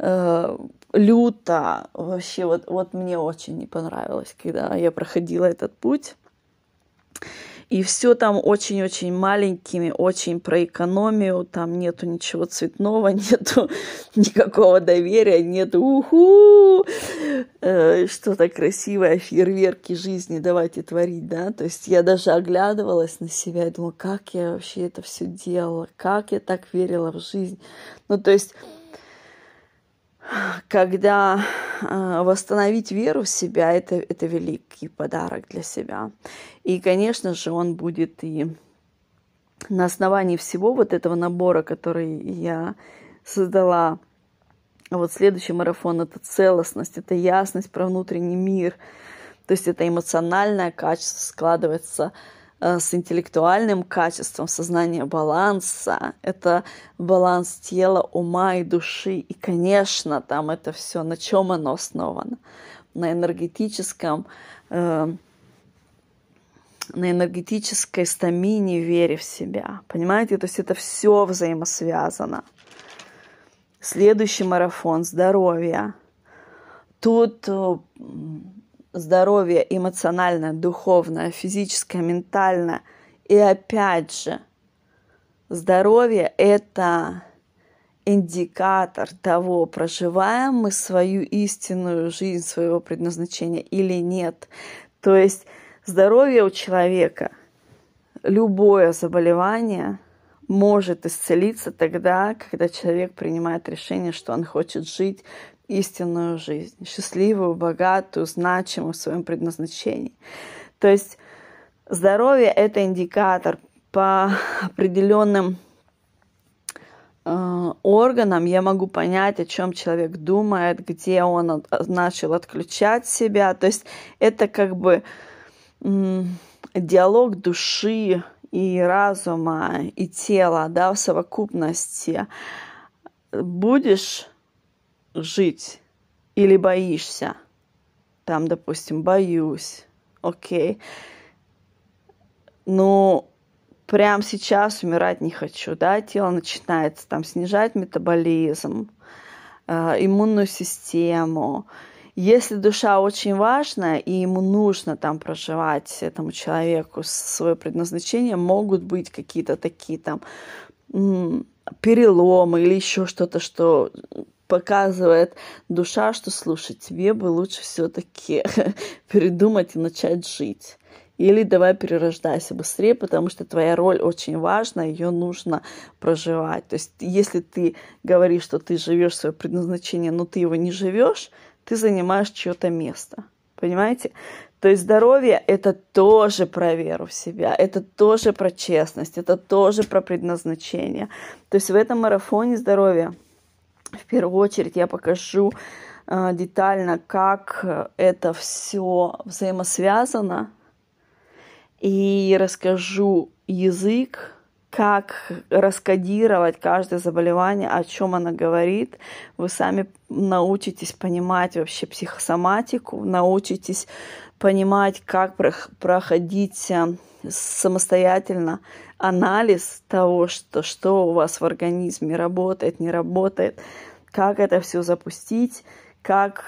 люто. Вообще, вот мне очень не понравилось, когда я проходила этот путь. И все там очень-очень маленькими, очень про экономию, там нету ничего цветного, нету никакого доверия, нету что-то красивое, фейерверки жизни давайте творить, да. То есть я даже оглядывалась на себя и думала, как я вообще это все делала, как я так верила в жизнь. Ну, то есть когда восстановить веру в себя, это великий подарок для себя. И, конечно же, он будет и на основании всего вот этого набора, который я создала. Вот следующий марафон — это целостность, это ясность про внутренний мир. То есть это эмоциональное качество складывается с интеллектуальным качеством сознания баланса. Это баланс тела, ума и души. И, конечно, там это все, на чем оно основано? На энергетической стамине, вере в себя. Понимаете? То есть это все взаимосвязано. Следующий марафон — здоровье. Тут здоровье эмоциональное, духовное, физическое, ментальное. И опять же, здоровье — это индикатор того, проживаем мы свою истинную жизнь, своего предназначения или нет. То есть здоровье у человека, любое заболевание может исцелиться тогда, когда человек принимает решение, что он хочет жить истинную жизнь, счастливую, богатую, значимую в своем предназначении. То есть здоровье — это индикатор. По определенным органам я могу понять, о чем человек думает, где он начал отключать себя. То есть это как бы диалог души и разума, и тела, да, в совокупности. Будешь жить или боишься? Там, допустим, боюсь. Окей. Ну, прямо сейчас умирать не хочу, да, тело начинает там снижать метаболизм, иммунную систему. Если душа очень важная, и ему нужно там проживать, этому человеку, свое предназначение, могут быть какие-то такие там переломы или еще что-то, что показывает душа, что, слушай, тебе бы лучше все-таки передумать и начать жить. Или давай перерождайся быстрее, потому что твоя роль очень важна, ее нужно проживать. То есть если ты говоришь, что ты живешь свое предназначение, но ты его не живешь, ты занимаешь чье-то место. Понимаете? То есть здоровье — это тоже про веру в себя, это тоже про честность, это тоже про предназначение. То есть в этом марафоне здоровья в первую очередь я покажу детально, как это все взаимосвязано, и расскажу язык, как раскодировать каждое заболевание, о чем оно говорит. Вы сами научитесь понимать вообще психосоматику, научитесь понимать, как проходить самостоятельно анализ того, что у вас в организме работает, не работает, как это все запустить, как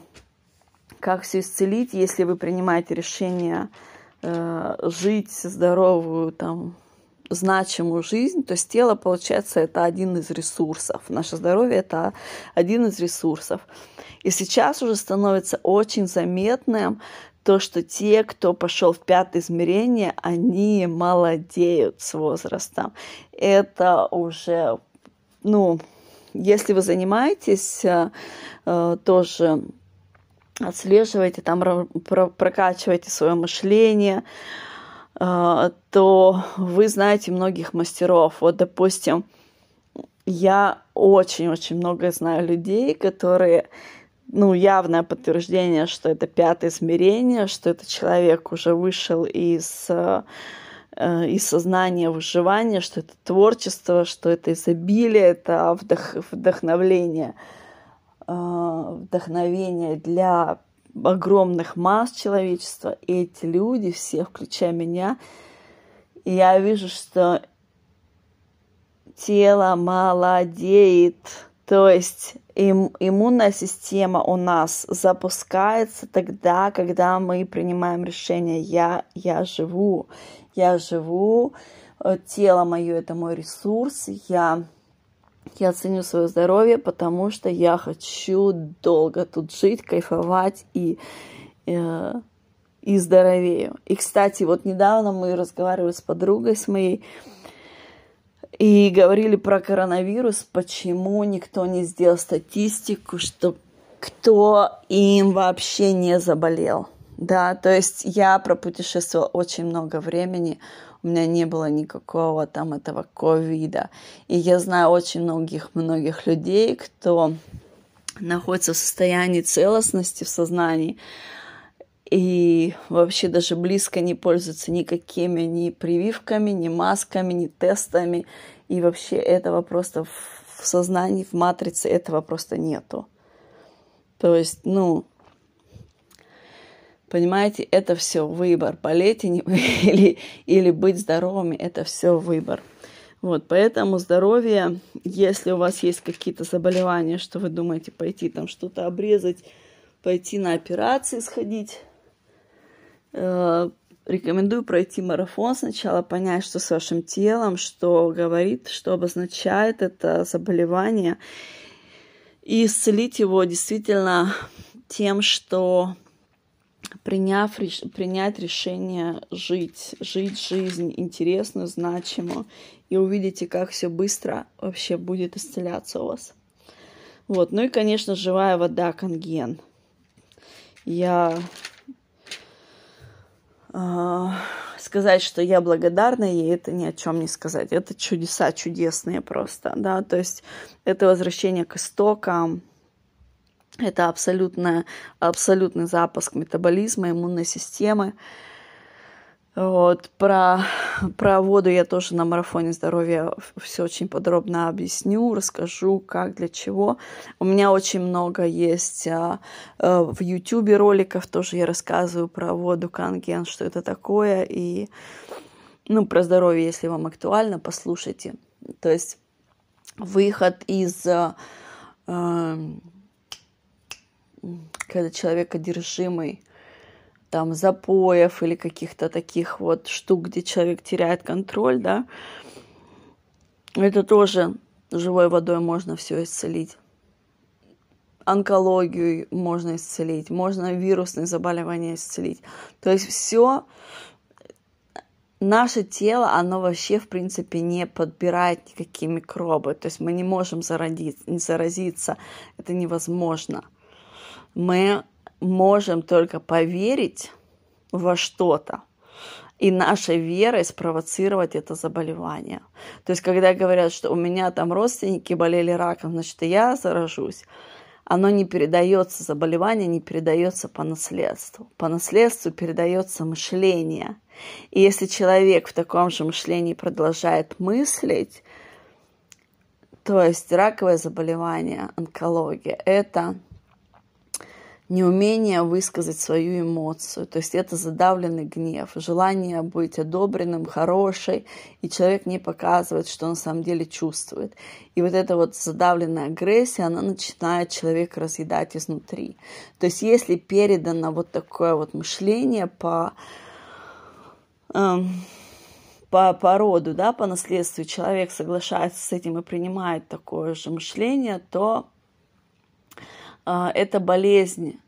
все исцелить, если вы принимаете решение жить здоровую, там, значимую жизнь. То есть тело, получается, это один из ресурсов. Наше здоровье — это один из ресурсов. И сейчас уже становится очень заметным то, что те, кто пошел в 5-е измерение, они молодеют с возрастом. Это уже, если вы занимаетесь тоже, отслеживаете, там прокачиваете свое мышление, то вы знаете многих мастеров. Вот, допустим, я очень-очень много знаю людей, которые, явное подтверждение, что это 5-е измерение, что этот человек уже вышел из сознания выживания, что это творчество, что это изобилие, это вдохновение для огромных масс человечества. И эти люди, все, включая меня, и я вижу, что тело молодеет. То есть иммунная система у нас запускается тогда, когда мы принимаем решение: я живу, я живу, тело мое – это мой ресурс, я ценю свое здоровье, потому что я хочу долго тут жить, кайфовать и здоровею. И, кстати, вот недавно мы разговаривали с подругой с моей и говорили про коронавирус, почему никто не сделал статистику, что кто им вообще не заболел. Да, то есть я пропутешествовала очень много времени, у меня не было никакого там этого ковида. И я знаю очень многих людей, кто находится в состоянии целостности в сознании и вообще даже близко не пользуется никакими ни прививками, ни масками, ни тестами. И вообще этого просто в сознании, в матрице этого просто нету. То есть, понимаете, это все выбор. Болеть или быть здоровыми, это все выбор. Вот, поэтому здоровье, если у вас есть какие-то заболевания, что вы думаете пойти там что-то обрезать, пойти на операции сходить, рекомендую пройти марафон сначала, понять, что с вашим телом, что говорит, что обозначает это заболевание, и исцелить его действительно тем, что принять решение жить жизнь интересную, значимую, и увидите, как все быстро вообще будет исцеляться у вас. Вот. Ну и, конечно, живая вода Канген. Сказать, что я благодарна ей, это ни о чем не сказать. Это чудеса чудесные просто, да, то есть это возвращение к истокам, это абсолютный запуск метаболизма, иммунной системы. Вот. Про воду я тоже на марафоне здоровья все очень подробно объясню, расскажу, как, для чего. У меня очень много есть в YouTube роликов, тоже я рассказываю про воду Канген, что это такое, и про здоровье, если вам актуально, послушайте. То есть выход из когда человек одержимый там запоев или каких-то таких вот штук, где человек теряет контроль, да, это тоже живой водой можно все исцелить. Онкологию можно исцелить, можно вирусные заболевания исцелить. То есть все наше тело, оно вообще, в принципе, не подбирает никакие микробы. То есть мы не можем заразиться, это невозможно. Мы можем только поверить во что-то, и нашей верой спровоцировать это заболевание. То есть, когда говорят, что у меня там родственники болели раком, значит, и я заражусь, оно не передается, заболевание не передается по наследству. По наследству передается мышление. И если человек в таком же мышлении продолжает мыслить, то есть раковое заболевание, онкология, это неумение высказать свою эмоцию, то есть это задавленный гнев, желание быть одобренным, хорошей, и человек не показывает, что на самом деле чувствует. И вот эта вот задавленная агрессия, она начинает человека разъедать изнутри. То есть если передано вот такое вот мышление по роду, да, по наследству, человек соглашается с этим и принимает такое же мышление, то это болезнь,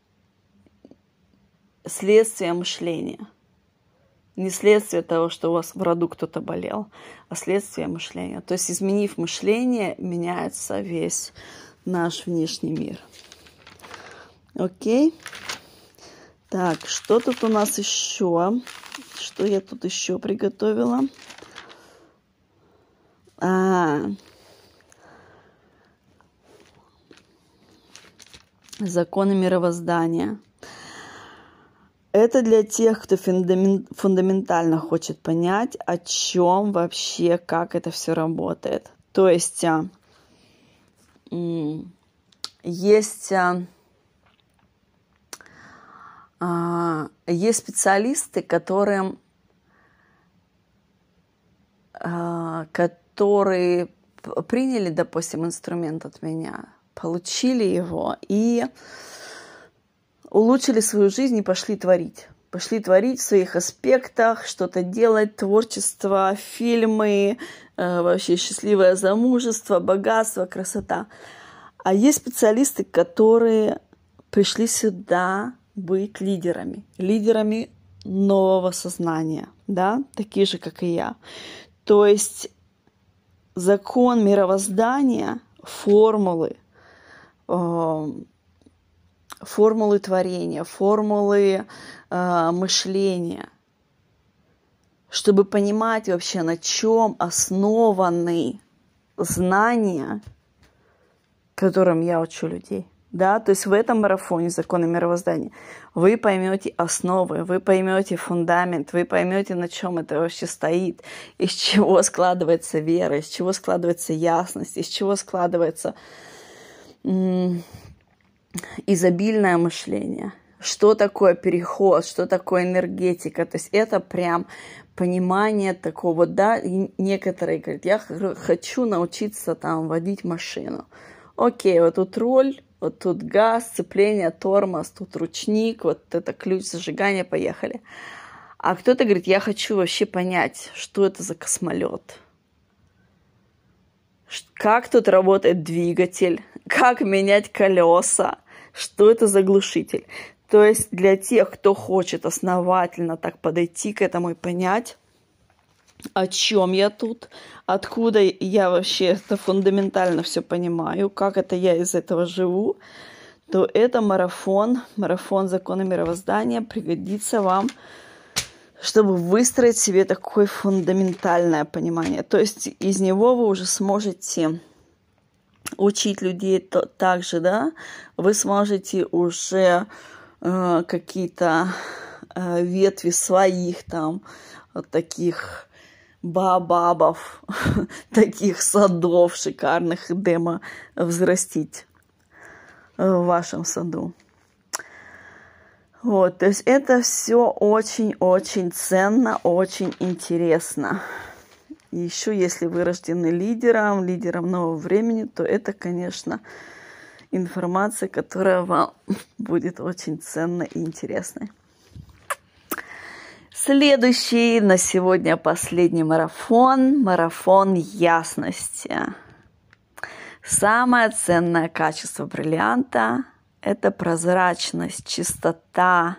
следствие мышления. Не следствие того, что у вас в роду кто-то болел, а следствие мышления. То есть, изменив мышление, меняется весь наш внешний мир. Окей? Так, что тут у нас еще? Что я тут еще приготовила? Законы мировоздания. Это для тех, кто фундаментально хочет понять, о чем вообще, как это все работает. То есть есть специалисты, которые приняли, допустим, инструмент от меня, получили его и улучшили свою жизнь и пошли творить. пошли творить в своих аспектах, что-то делать, творчество, фильмы, вообще счастливое замужество, богатство, красота. А есть специалисты, которые пришли сюда быть лидерами нового сознания, да, такие же, как и я. То есть закон мировоздания, формулы творения, формулы мышления, чтобы понимать вообще, на чем основаны знания, которым я учу людей. Да? То есть в этом марафоне «Законы мировоздания» вы поймете основы, вы поймете фундамент, вы поймете, на чем это вообще стоит, из чего складывается вера, из чего складывается ясность, из чего складывается изобильное мышление. Что такое переход, что такое энергетика. То есть это прям понимание такого, да, и некоторые говорят, я хочу научиться там водить машину. Окей, вот тут руль, вот тут газ, сцепление, тормоз, тут ручник, вот это ключ зажигания, поехали. А кто-то говорит, я хочу вообще понять, что это за космолет. Как тут работает двигатель, как менять колеса, что это за глушитель. То есть для тех, кто хочет основательно так подойти к этому и понять, о чем я тут, откуда я вообще это фундаментально все понимаю, как это я из этого живу, то это марафон «Законы мировоздания» пригодится вам, чтобы выстроить себе такое фундаментальное понимание. То есть из него вы уже сможете учить людей так же, да, вы сможете уже какие-то ветви своих там таких баобабов, таких садов шикарных демо взрастить в вашем саду. Вот, то есть это все очень-очень ценно, очень интересно. И еще если вы рождены лидером нового времени, то это, конечно, информация, которая вам будет очень ценной и интересной. Следующий на сегодня последний марафон ясности. Самое ценное качество бриллианта – это прозрачность, чистота.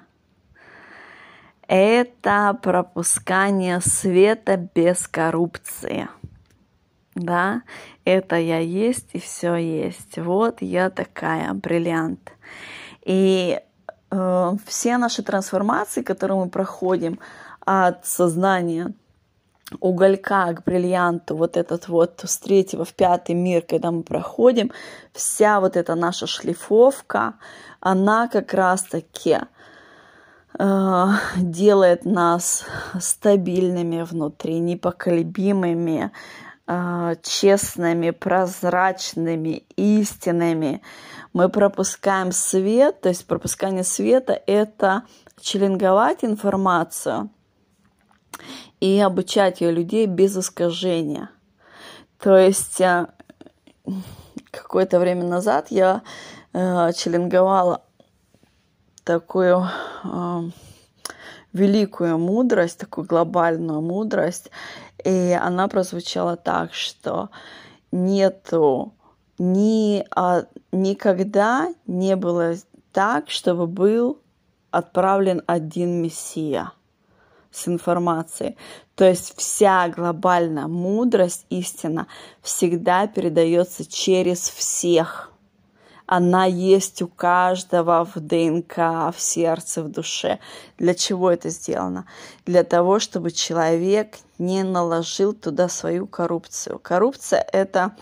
Это пропускание света без коррупции. Да, это я есть и все есть. Вот я такая, бриллиант. И все наши трансформации, которые мы проходим от сознания уголька к бриллианту, вот этот вот с 3-го в 5-й мир, когда мы проходим, вся вот эта наша шлифовка, она как раз-таки делает нас стабильными внутри, непоколебимыми, честными, прозрачными, истинными. Мы пропускаем свет, то есть пропускание света – это челленговать информацию и обучать ее людей без искажения. То есть какое-то время назад я челленговала такую великую мудрость, такую глобальную мудрость, и она прозвучала так, что никогда не было так, чтобы был отправлен один мессия с информацией. То есть вся глобальная мудрость, истина всегда передается через всех. Она есть у каждого в ДНК, в сердце, в душе. Для чего это сделано? Для того, чтобы человек не наложил туда свою коррупцию. Коррупция – это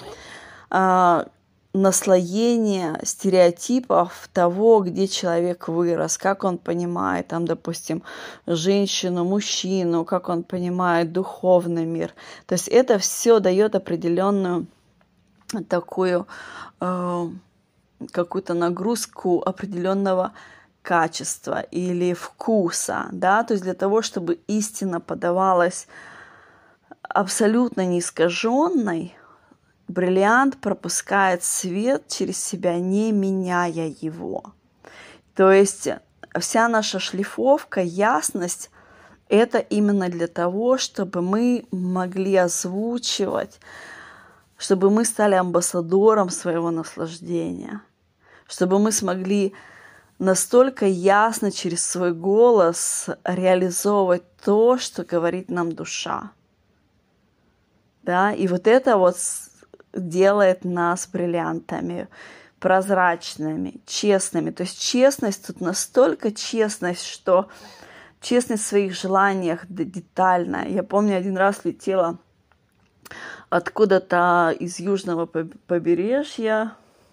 наслоение стереотипов того, где человек вырос, как он понимает, там, допустим, женщину, мужчину, как он понимает духовный мир. То есть это все дает определенную такую какую-то нагрузку определенного качества или вкуса, да, то есть для того, чтобы истина подавалась абсолютно неискаженной, бриллиант пропускает свет через себя, не меняя его. То есть вся наша шлифовка, ясность, это именно для того, чтобы мы могли озвучивать, чтобы мы стали амбассадором своего наслаждения, чтобы мы смогли настолько ясно через свой голос реализовывать то, что говорит нам душа. Да? И вот это вот делает нас бриллиантами, прозрачными, честными. То есть честность тут настолько честность, что честность в своих желаниях детальная. Я помню, один раз летела откуда-то из южного побережья,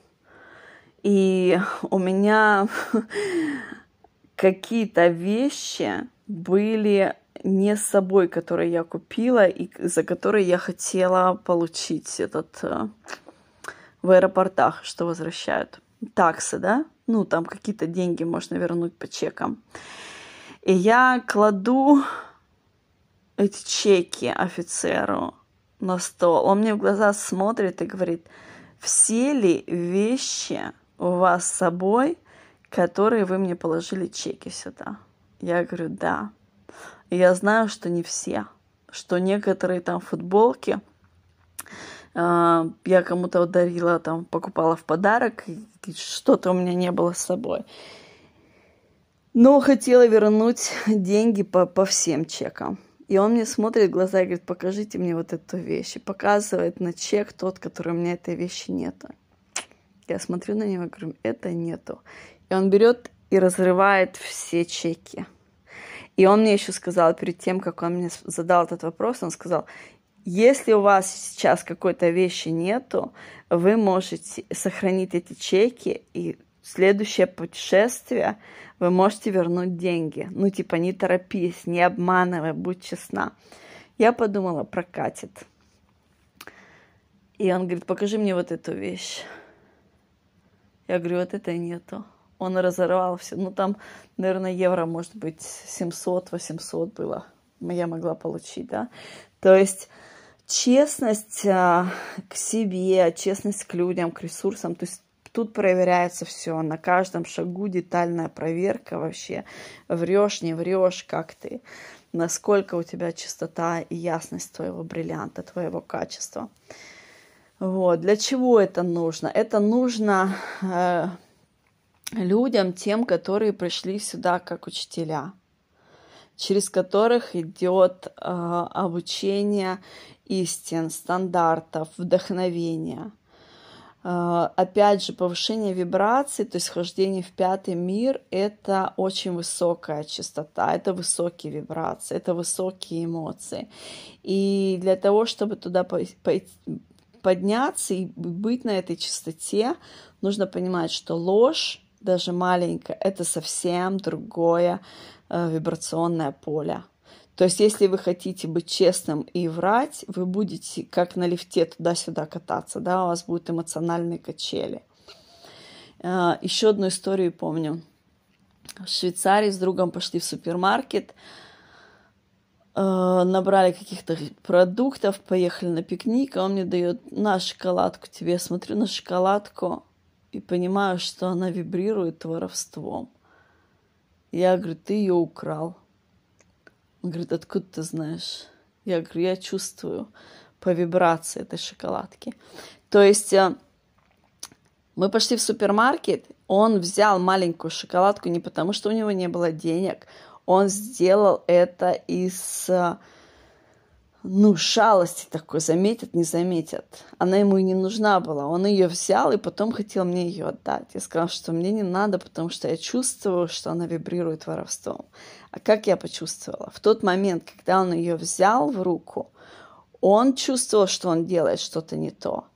и у меня какие-то вещи были не с собой, которые я купила и за которые я хотела получить в аэропортах, что возвращают. Таксы, да? Ну, там какие-то деньги можно вернуть по чекам. И я кладу эти чеки офицеру на стол. Он мне в глаза смотрит и говорит: все ли вещи у вас с собой, которые вы мне положили чеки сюда? Я говорю: да. И я знаю, что не все, что некоторые там футболки я кому-то дарила, там покупала в подарок, и что-то у меня не было с собой. Но хотела вернуть деньги по всем чекам. И он мне смотрит в глаза и говорит: покажите мне вот эту вещь. И показывает на чек тот, который у меня этой вещи нету. Я смотрю на него и говорю: это нету. И он берет и разрывает все чеки. И он мне еще сказал, перед тем, как он мне задал этот вопрос, он сказал: если у вас сейчас какой-то вещи нету, вы можете сохранить эти чеки, и в следующее путешествие вы можете вернуть деньги. Ну, типа, не торопись, не обманывай, будь честна. Я подумала: прокатит. И он говорит: покажи мне вот эту вещь. Я говорю: вот это нету. Он разорвал все. Ну, там, наверное, евро, может быть, 700-800 было. Я могла получить, да. То есть честность к себе, честность к людям, к ресурсам. То есть тут проверяется все. На каждом шагу детальная проверка вообще. Врешь, не врешь, как ты. Насколько у тебя чистота и ясность твоего бриллианта, твоего качества. Вот. Для чего это нужно? Это нужно людям, тем, которые пришли сюда как учителя, через которых идет обучение истин, стандартов, вдохновения. Опять же, повышение вибраций, то есть вхождение в 5-й мир, это очень высокая частота, это высокие вибрации, это высокие эмоции. И для того, чтобы туда подняться и быть на этой частоте, нужно понимать, что ложь, даже маленькая, это совсем другое вибрационное поле. То есть, если вы хотите быть честным и врать, вы будете как на лифте туда-сюда кататься, да, у вас будут эмоциональные качели. Еще одну историю помню. В Швейцарии с другом пошли в супермаркет, набрали каких-то продуктов, поехали на пикник, а он мне дает: на шоколадку тебе. Я смотрю на шоколадку и понимаю, что она вибрирует воровством. Я говорю: ты ее украл. Он говорит: откуда ты знаешь? Я говорю: я чувствую по вибрации этой шоколадки. То есть мы пошли в супермаркет, он взял маленькую шоколадку не потому, что у него не было денег, он сделал это из шалости такой, заметят, не заметят. Она ему и не нужна была. Он ее взял и потом хотел мне ее отдать. Я сказала, что мне не надо, потому что я чувствую, что она вибрирует воровством. А как я почувствовала? В тот момент, когда он ее взял в руку, он чувствовал, что он делает что-то не то.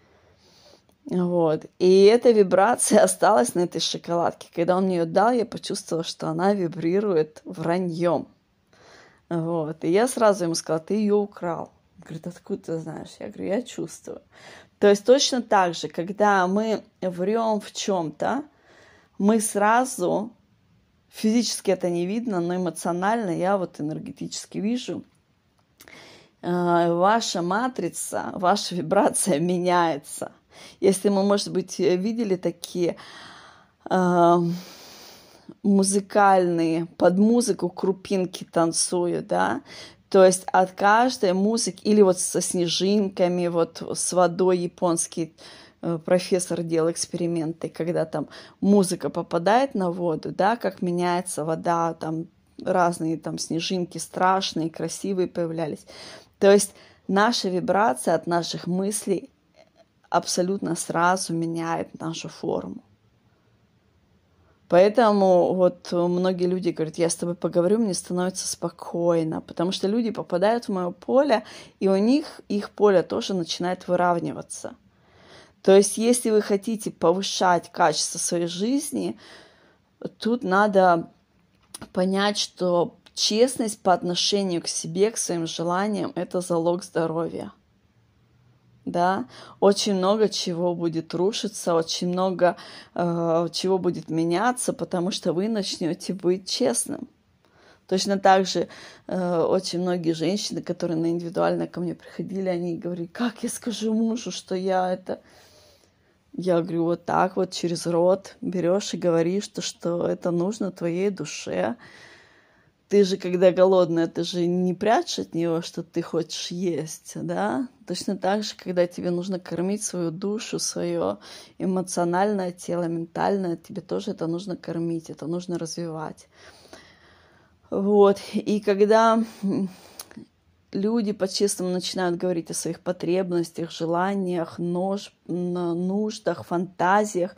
Вот. И эта вибрация осталась на этой шоколадке. Когда он мне ее дал, я почувствовала, что она вибрирует враньем. Вот. И я сразу ему сказала: ты ее украл. Он говорит: откуда ты знаешь? Я говорю: я чувствую. То есть точно так же, когда мы врем в чем-то, мы сразу, физически это не видно, но эмоционально я вот энергетически вижу, ваша матрица, ваша вибрация меняется. Если мы, может быть, видели такие музыкальные, под музыку крупинки танцую, да, то есть от каждой музыки, или вот со снежинками, вот с водой японский профессор делал эксперименты, когда там музыка попадает на воду, да, как меняется вода, там разные там снежинки страшные, красивые появлялись. То есть наша вибрация от наших мыслей абсолютно сразу меняет нашу форму. Поэтому вот многие люди говорят, я с тобой поговорю, мне становится спокойно, потому что люди попадают в мое поле, и у них их поле тоже начинает выравниваться. То есть если вы хотите повышать качество своей жизни, тут надо понять, что честность по отношению к себе, к своим желаниям – это залог здоровья. Да, очень много чего будет рушиться, очень много чего будет меняться, потому что вы начнете быть честным. Точно так же очень многие женщины, которые на индивидуально ко мне приходили, они говорили, как я скажу мужу, что я это... Я говорю, вот так вот через рот берешь и говоришь, что это нужно твоей душе. Ты же, когда голодная, ты же не прячешь от него, что ты хочешь есть, да? Точно так же, когда тебе нужно кормить свою душу, свое эмоциональное тело, ментальное, тебе тоже это нужно кормить, это нужно развивать. Вот. И когда люди по-честному начинают говорить о своих потребностях, желаниях, нуждах, фантазиях,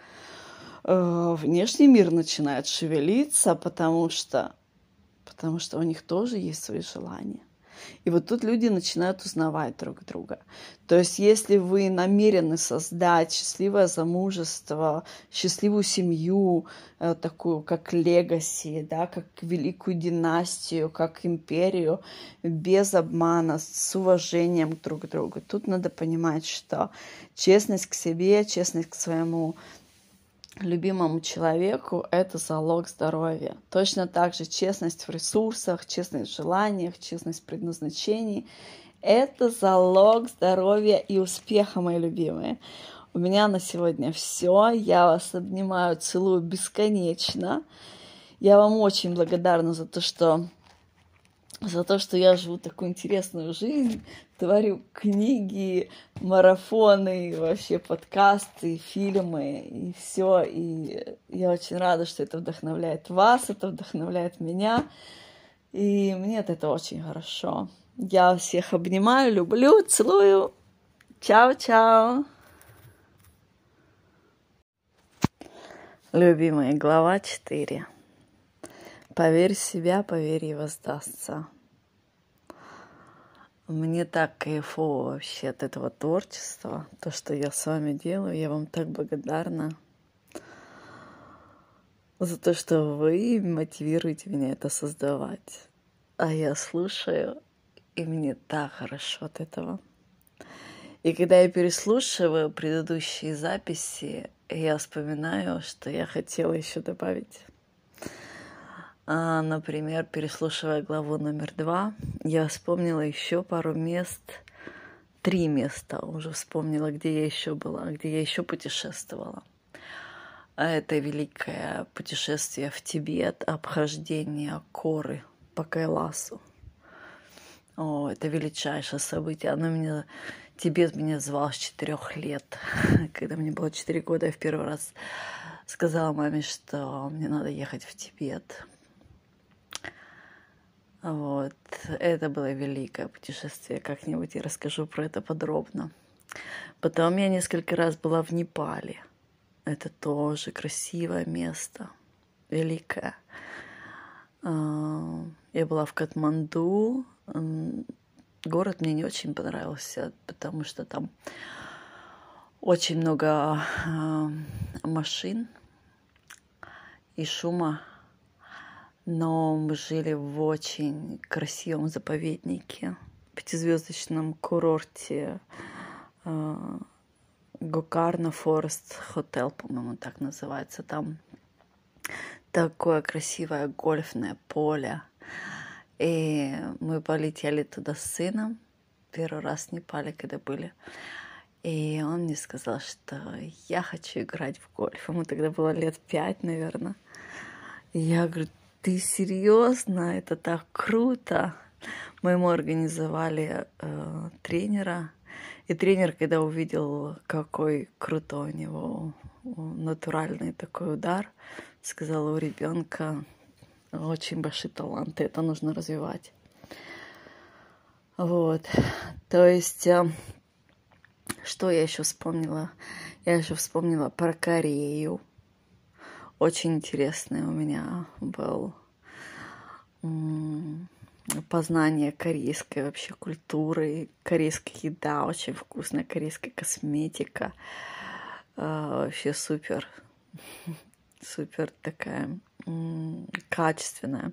внешний мир начинает шевелиться, потому что у них тоже есть свои желания. И вот тут люди начинают узнавать друг друга. То есть если вы намерены создать счастливое замужество, счастливую семью, такую как легаси, да, как великую династию, как империю, без обмана, с уважением друг к другу, тут надо понимать, что честность к себе, честность к своему любимому человеку – это залог здоровья. Точно так же честность в ресурсах, честность в желаниях, честность в предназначении – это залог здоровья и успеха, мои любимые. У меня на сегодня все. Я вас обнимаю, целую бесконечно. Я вам очень благодарна за то, что я живу такую интересную жизнь, творю книги, марафоны, вообще подкасты, фильмы и все. И я очень рада, что это вдохновляет вас, это вдохновляет меня. И мне от этого очень хорошо. Я всех обнимаю, люблю, целую. Чао-чао. Любимая глава 4. Поверь в себя, поверь и воздастся. Мне так кайфово вообще от этого творчества, то, что я с вами делаю. Я вам так благодарна за то, что вы мотивируете меня это создавать. А я слушаю, и мне так хорошо от этого. И когда я переслушиваю предыдущие записи, я вспоминаю, что я хотела еще добавить. Например, переслушивая главу номер 2, я вспомнила еще пару мест, 3 места уже вспомнила, где я еще была, где я еще путешествовала. Это великое путешествие в Тибет, обхождение Коры по Кайласу. Это величайшее событие. Тибет меня звал с 4 лет. Когда мне было 4 года, я в первый раз сказала маме, что мне надо ехать в Тибет. Вот. Это было великое путешествие. Как-нибудь я расскажу про это подробно. Потом я несколько раз была в Непале. Это тоже красивое место. Великое. Я была в Катманду. Город мне не очень понравился, потому что там очень много машин и шума. Но мы жили в очень красивом заповеднике, 5-звездочном курорте Гокарна Форест Хотел, по-моему, так называется. Там такое красивое гольфное поле. И мы полетели туда с сыном. Первый раз в Непале, когда были. И он мне сказал, что я хочу играть в гольф. Ему тогда было лет 5, наверное. Я говорю, ты серьезно? Это так круто. Мы ему организовали тренера. И тренер, когда увидел, какой крутой у него натуральный такой удар, сказал, у ребенка очень большие таланты, это нужно развивать. Вот. То есть, что я еще вспомнила? Я еще вспомнила про Корею. Очень интересный у меня был познание корейской вообще культуры, корейская еда, очень вкусная корейская косметика. Вообще супер, супер такая качественная.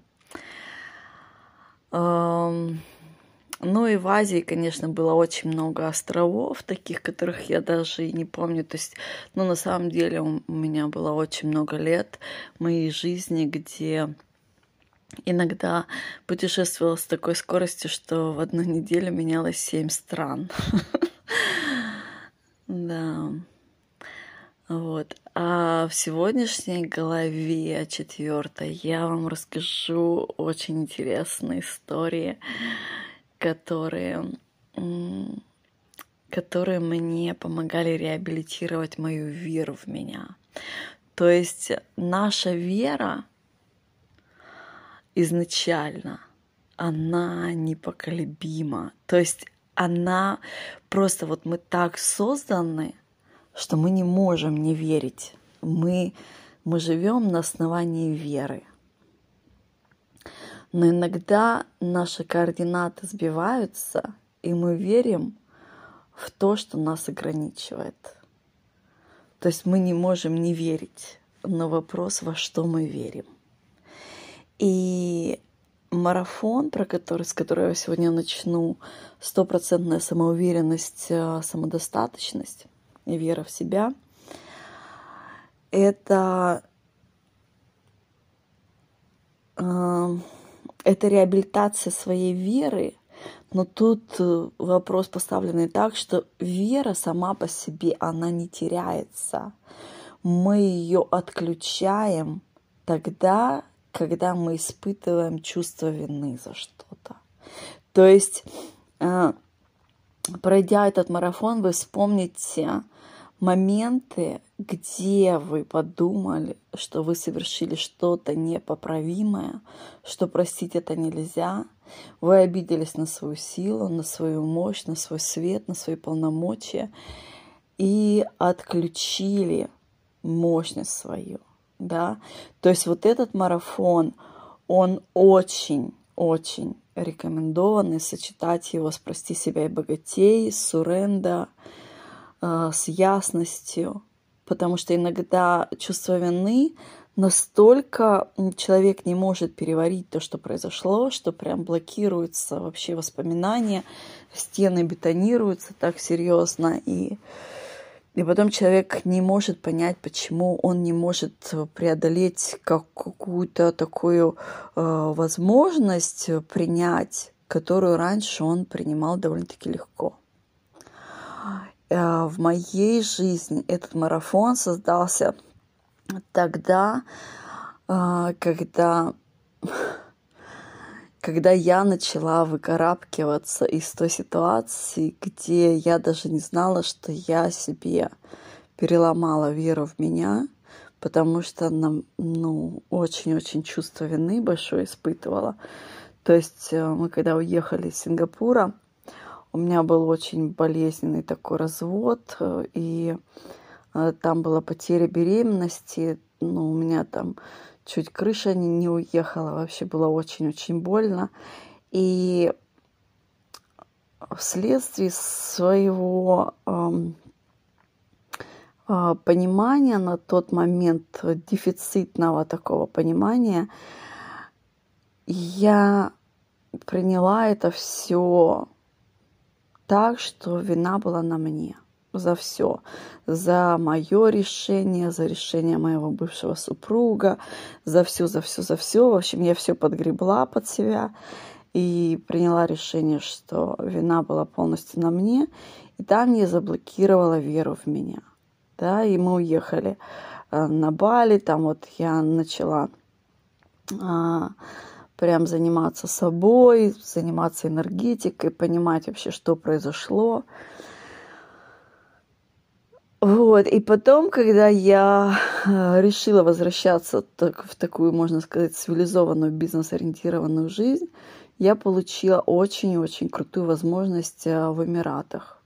Ну и в Азии, конечно, было очень много островов, таких, которых я даже и не помню. То есть, ну, на самом деле у меня было очень много лет моей жизни, где иногда путешествовала с такой скоростью, что в одну неделю менялось 7 стран. Да. Вот. А в сегодняшней главе 4 я вам расскажу очень интересные истории, которые мне помогали реабилитировать мою веру в меня. То есть наша вера изначально, она непоколебима. То есть она просто вот мы так созданы, что мы не можем не верить. Мы живем на основании веры. Но иногда наши координаты сбиваются, и мы верим в то, что нас ограничивает. То есть мы не можем не верить на вопрос, во что мы верим. И марафон, с которого я сегодня начну, 100% самоуверенность, самодостаточность и вера в себя, это реабилитация своей веры, но тут вопрос поставленный так, что вера сама по себе, она не теряется. Мы ее отключаем тогда, когда мы испытываем чувство вины за что-то. То есть, пройдя этот марафон, вы вспомните моменты, где вы подумали, что вы совершили что-то непоправимое, что простить это нельзя. Вы обиделись на свою силу, на свою мощь, на свой свет, на свои полномочия и отключили мощность свою. Да? То есть вот этот марафон, он очень-очень рекомендованный, сочетать его с «Прости себя и богатей», с суренда, с ясностью, потому что иногда чувство вины настолько человек не может переварить то, что произошло, что прям блокируются вообще воспоминания, стены бетонируются так серьезно, и потом человек не может понять, почему он не может преодолеть какую-то такую возможность принять, которую раньше он принимал довольно-таки легко. В моей жизни этот марафон создался тогда, когда я начала выкарабкиваться из той ситуации, где я даже не знала, что я себе переломала веру в меня, потому что очень-очень чувство вины большое испытывала. То есть мы когда уехали из Сингапура, у меня был очень болезненный такой развод, и там была потеря беременности, у меня там чуть крыша не уехала, вообще было очень-очень больно. И вследствие своего понимания на тот момент, дефицитного такого понимания, я приняла это все так, что вина была на мне за все. За мое решение, за решение моего бывшего супруга, за все. В общем, я все подгребла под себя и приняла решение, что вина была полностью на мне. И там я заблокировала веру в меня. Да, и мы уехали на Бали. Там вот я начала прям заниматься собой, заниматься энергетикой, понимать вообще, что произошло. Вот, и потом, когда я решила возвращаться в такую, можно сказать, цивилизованную, бизнес-ориентированную жизнь, я получила очень-очень крутую возможность в Эмиратах.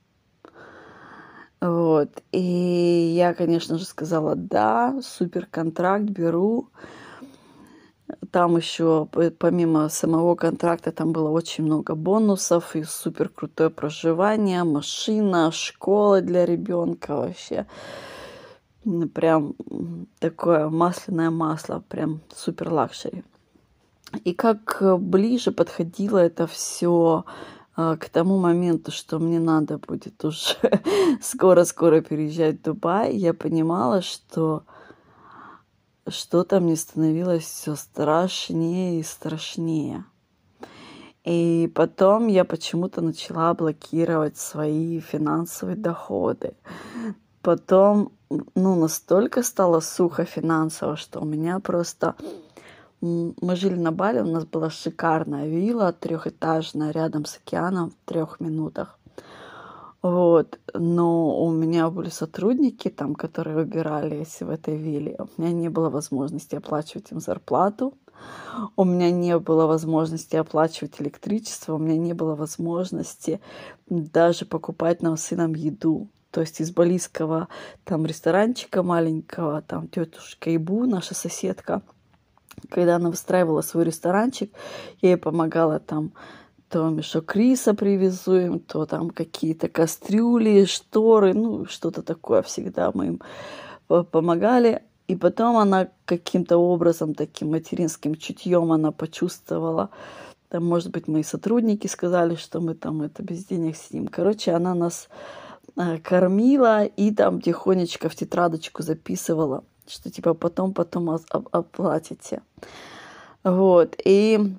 Вот, и я, конечно же, сказала, да, супер контракт беру. Там еще, помимо самого контракта, там было очень много бонусов и супер крутое проживание, машина, школа для ребенка вообще. Прям такое масляное масло, прям супер лакшери. И как ближе подходило это все к тому моменту, что мне надо будет уже скоро-скоро переезжать в Дубай, я понимала, что что-то мне становилось все страшнее и страшнее. И потом я почему-то начала блокировать свои финансовые доходы. Потом, настолько стало сухо финансово, что у меня просто... Мы жили на Бали, у нас была шикарная вилла, 3-этажная, рядом с океаном, в 3 минутах. Вот, но у меня были сотрудники там, которые выбирались в этой вилле. У меня не было возможности оплачивать им зарплату. У меня не было возможности оплачивать электричество. У меня не было возможности даже покупать нам с сыном еду. То есть из балийского там ресторанчика маленького, там тетушка Ибу, наша соседка, когда она выстраивала свой ресторанчик, я ей помогала там, то мешок риса привезу им, то там какие-то кастрюли, шторы, что-то такое всегда мы им помогали. И потом она каким-то образом, таким материнским чутьем она почувствовала, там, может быть, мои сотрудники сказали, что мы там это без денег сидим. Короче, она нас кормила и там тихонечко в тетрадочку записывала, что типа потом оплатите. Вот, и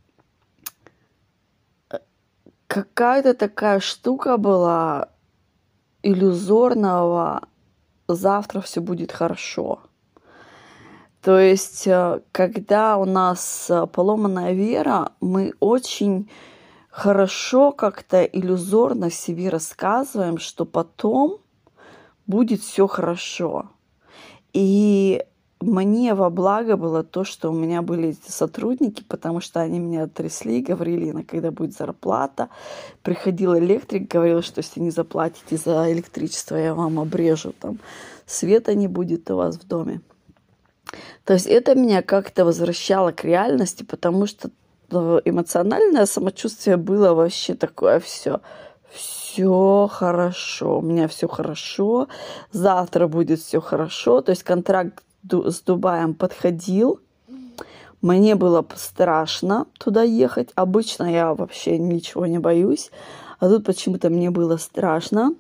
какая-то такая штука была иллюзорного «завтра все будет хорошо». То есть, когда у нас поломанная вера, мы очень хорошо как-то иллюзорно себе рассказываем, что потом будет все хорошо. И мне во благо было то, что у меня были эти сотрудники, потому что они меня трясли, говорили, когда будет зарплата. Приходил электрик, говорил, что если не заплатите за электричество, я вам обрежу, там света не будет у вас в доме. То есть это меня как-то возвращало к реальности, потому что эмоциональное самочувствие было вообще такое все хорошо, у меня все хорошо, завтра будет все хорошо. То есть контракт с Дубаем подходил, мне было страшно туда ехать. Обычно я вообще ничего не боюсь, а тут почему-то мне было страшно.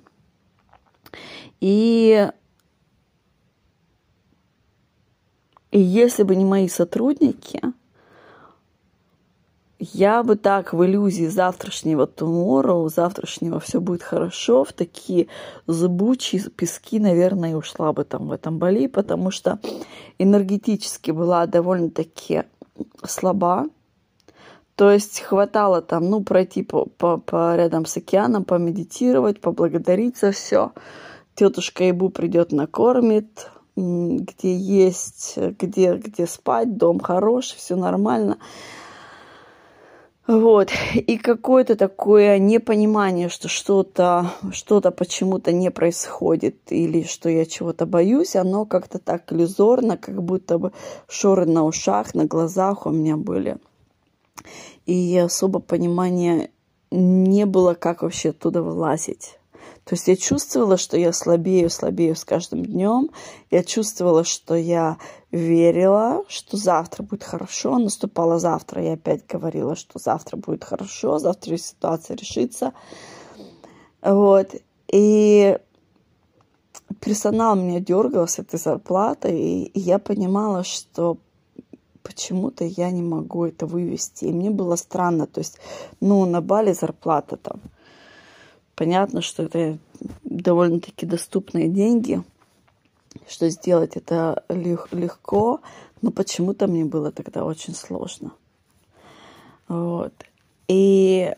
И если бы не мои сотрудники, я бы так в иллюзии завтрашнего tomorrow, завтрашнего все будет хорошо, в такие зыбучие пески, наверное, и ушла бы там в этом Бали, потому что энергетически была довольно-таки слаба. То есть хватало там, пройти по рядом с океаном, помедитировать, поблагодарить за все. Тетушка Ибу придет, накормит, где есть, где спать, дом хороший, все нормально. Вот, и какое-то такое непонимание, что что-то почему-то не происходит, или что я чего-то боюсь, оно как-то так иллюзорно, как будто бы шоры на ушах, на глазах у меня были. И особо понимания не было, как вообще оттуда вылазить. То есть я чувствовала, что я слабею с каждым днем. Я чувствовала, что я верила, что завтра будет хорошо. Наступало завтра, я опять говорила, что завтра будет хорошо, завтра ситуация решится. Вот. И персонал меня дергал с этой зарплатой, и я понимала, что почему-то я не могу это вывести. И мне было странно. То есть, на Бали зарплата там. Понятно, что это довольно-таки доступные деньги, что сделать это легко, Но почему-то мне было тогда очень сложно. Вот. И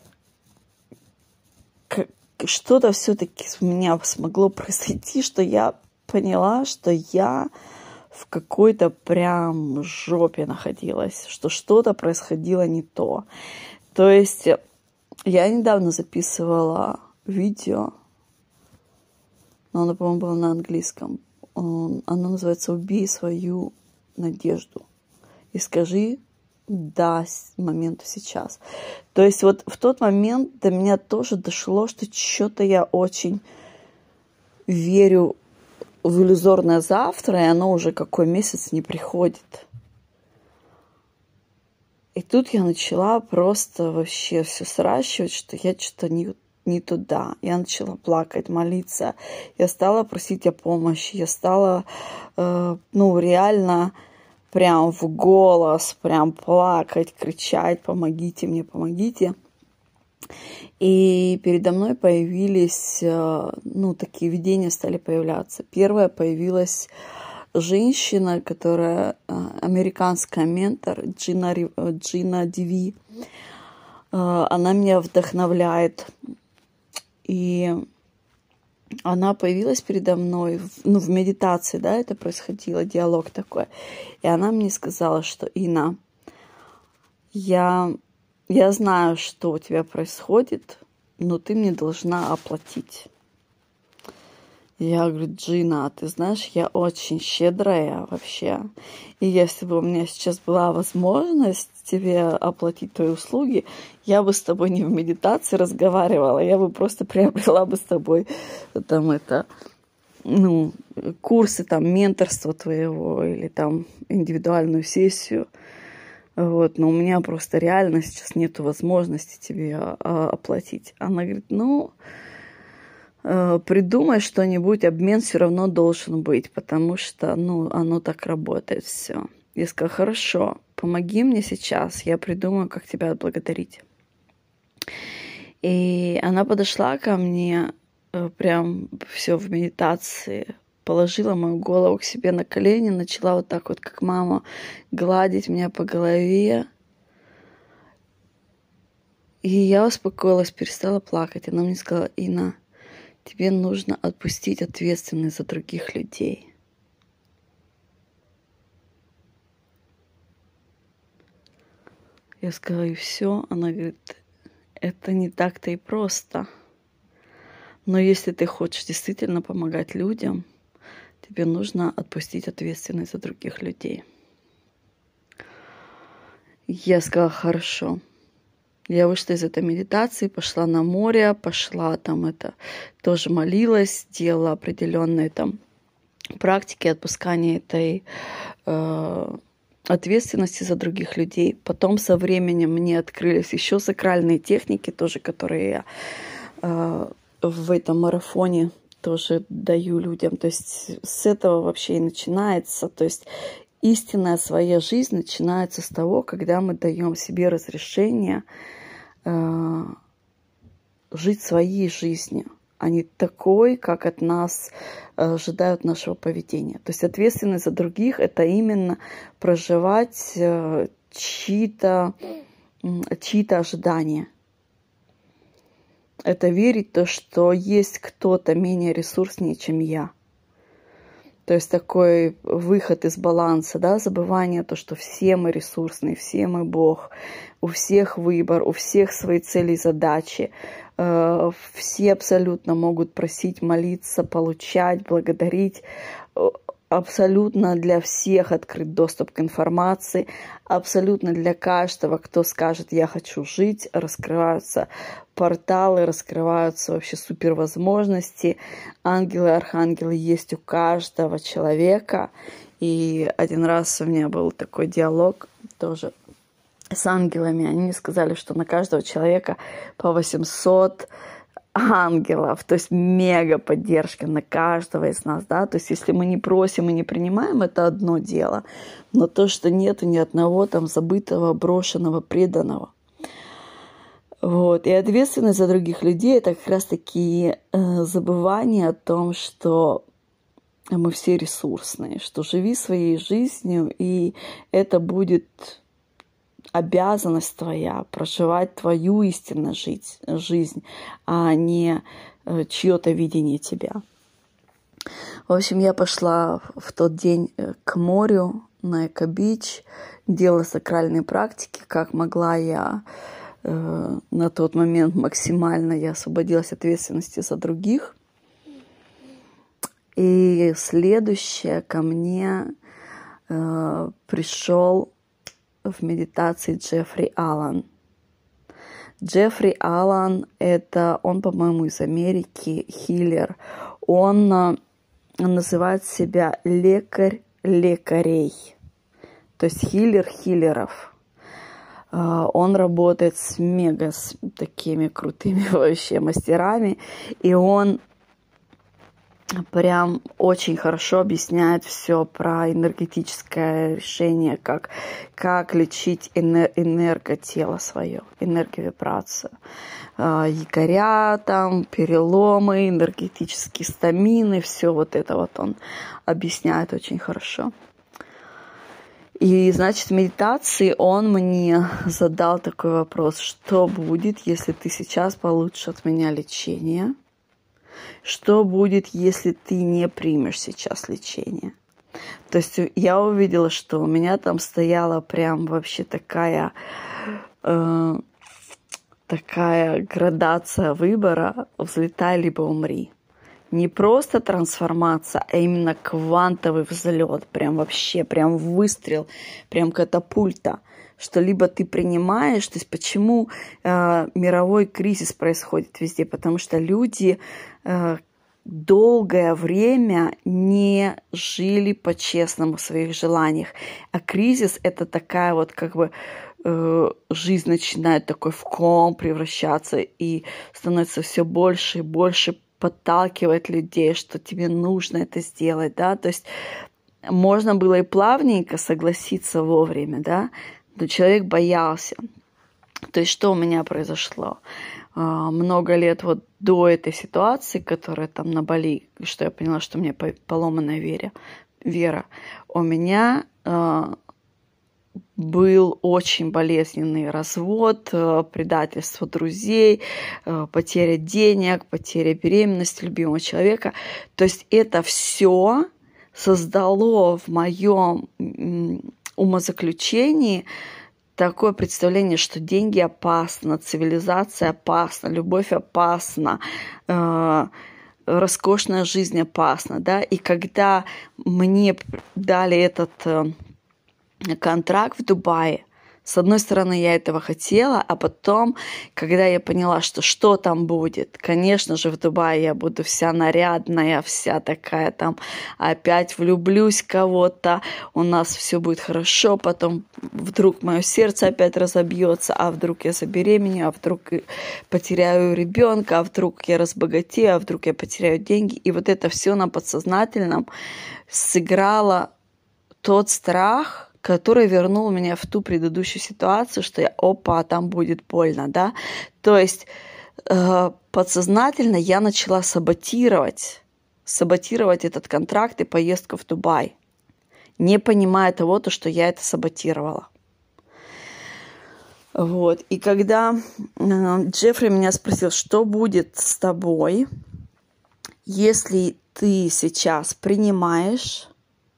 что-то все-таки у меня смогло произойти, что я поняла, что я в какой-то прям жопе находилась, что что-то происходило не то. То есть я недавно записывала видео, но оно, по-моему, было на английском. Оно называется «Убей свою надежду и скажи да моменту сейчас». То есть вот в тот момент до меня тоже дошло, что что-то я очень верю в иллюзорное завтра, и оно уже какой месяц не приходит. И тут я начала просто вообще все сращивать, что я что-то не туда. Я начала плакать, молиться. Я стала просить о помощи. Я стала, реально прям в голос, прям плакать, кричать: помогите мне, помогите. И передо мной появились, такие видения стали появляться. Первая появилась женщина, которая американская ментор, Джина Диви. Она меня вдохновляет. И она появилась передо мной, в медитации, да, это происходило, диалог такой. И она мне сказала, что: Инна, я знаю, что у тебя происходит, но ты мне должна оплатить. Я говорю: Джина, ты знаешь, я очень щедрая вообще. И если бы у меня сейчас была возможность тебе оплатить твои услуги, я бы с тобой не в медитации разговаривала, я бы просто приобрела бы с тобой курсы, менторства твоего или индивидуальную сессию. Вот, но у меня просто реально сейчас нету возможности тебе оплатить. Она говорит: придумай что-нибудь, обмен все равно должен быть, потому что, оно так работает все. Я сказала: хорошо, помоги мне сейчас, я придумаю, как тебя отблагодарить. И она подошла ко мне, прям все в медитации, положила мою голову к себе на колени, начала вот так вот, как мама, гладить меня по голове. И я успокоилась, перестала плакать. Она мне сказала: Инна, тебе нужно отпустить ответственность за других людей. Я сказала: и все. Она говорит: это не так-то и просто. Но если ты хочешь действительно помогать людям, тебе нужно отпустить ответственность за других людей. Я сказала: хорошо. Я вышла из этой медитации, пошла на море, пошла тоже молилась, делала определенные практики отпускания этой ответственности за других людей. Потом со временем мне открылись еще сакральные техники, тоже, которые я в этом марафоне тоже даю людям. То есть с этого вообще и начинается. То есть истинная своя жизнь начинается с того, когда мы даем себе разрешение жить своей жизнью, а не такой, как от нас ожидают нашего поведения. То есть ответственность за других — это именно проживать чьи-то ожидания. Это верить в то, что есть кто-то менее ресурснее, чем я. То есть такой выход из баланса, да, забывание то, что все мы ресурсные, все мы Бог, у всех выбор, у всех свои цели и задачи. Все абсолютно могут просить, молиться, получать, благодарить. Абсолютно для всех открыт доступ к информации. Абсолютно для каждого, кто скажет: я хочу жить, раскрываются порталы, раскрываются вообще супервозможности. Ангелы, архангелы есть у каждого человека. И один раз у меня был такой диалог тоже с ангелами. Они мне сказали, что на каждого человека по 800 ангелов, то есть мега поддержка на каждого из нас, да, то есть если мы не просим и не принимаем, это одно дело, но то, что нету ни одного забытого, брошенного, преданного. Вот. И ответственность за других людей — это как раз-таки забывание о том, что мы все ресурсные, что живи своей жизнью, и это будет обязанность твоя проживать твою истинную жизнь, а не чье-то видение тебя. В общем, я пошла в тот день к морю на Эко-Бич, делала сакральные практики, как могла я на тот момент максимально я освободилась от ответственности за других. И следующее ко мне пришел в медитации Джеффри Аллен. Джеффри Аллен он, по-моему, из Америки, хиллер. Он называет себя лекарь лекарей, то есть хиллер хиллеров. Он работает с такими крутыми вообще мастерами, и он прям очень хорошо объясняет все про энергетическое решение, как лечить энерготело свое, энерговибрацию. Якоря, там, переломы, энергетические стамины, все вот это вот он объясняет очень хорошо. И, значит, в медитации он мне задал такой вопрос: что будет, если ты сейчас получишь от меня лечение? Что будет, если ты не примешь сейчас лечение? То есть я увидела, что у меня там стояла прям вообще такая градация выбора: взлетай либо умри. Не просто трансформация, а именно квантовый взлет, прям вообще, прям выстрел, прям катапульта. Что либо ты принимаешь, то есть почему мировой кризис происходит везде? Потому что люди долгое время не жили по-честному в своих желаниях. А кризис — это такая вот как бы жизнь начинает такой в ком превращаться и становится все больше и больше подталкивать людей, что тебе нужно это сделать, да, то есть можно было и плавненько согласиться вовремя, да, но человек боялся. То есть что у меня произошло? Много лет вот до этой ситуации, которая там на Бали, что я поняла, что у меня поломанная вера, у меня был очень болезненный развод, предательство друзей, потеря денег, потеря беременности любимого человека. То есть это все создало в моем умозаключении такое представление, что деньги опасны, цивилизация опасна, любовь опасна, роскошная жизнь опасна, да. И когда мне дали этот контракт в Дубае, с одной стороны, я этого хотела, а потом, когда я поняла, что там будет, конечно же, в Дубае я буду вся нарядная, вся такая там, опять влюблюсь в кого-то, у нас все будет хорошо, потом вдруг мое сердце опять разобьется, а вдруг я забеременею, а вдруг потеряю ребенка, а вдруг я разбогатею, а вдруг я потеряю деньги. И вот это все на подсознательном сыграло тот страх, который вернул меня в ту предыдущую ситуацию, что там будет больно, да. То есть подсознательно я начала саботировать этот контракт и поездку в Дубай, не понимая того, что я это саботировала. Вот. И когда Джеффри меня спросил, что будет с тобой, если ты сейчас принимаешь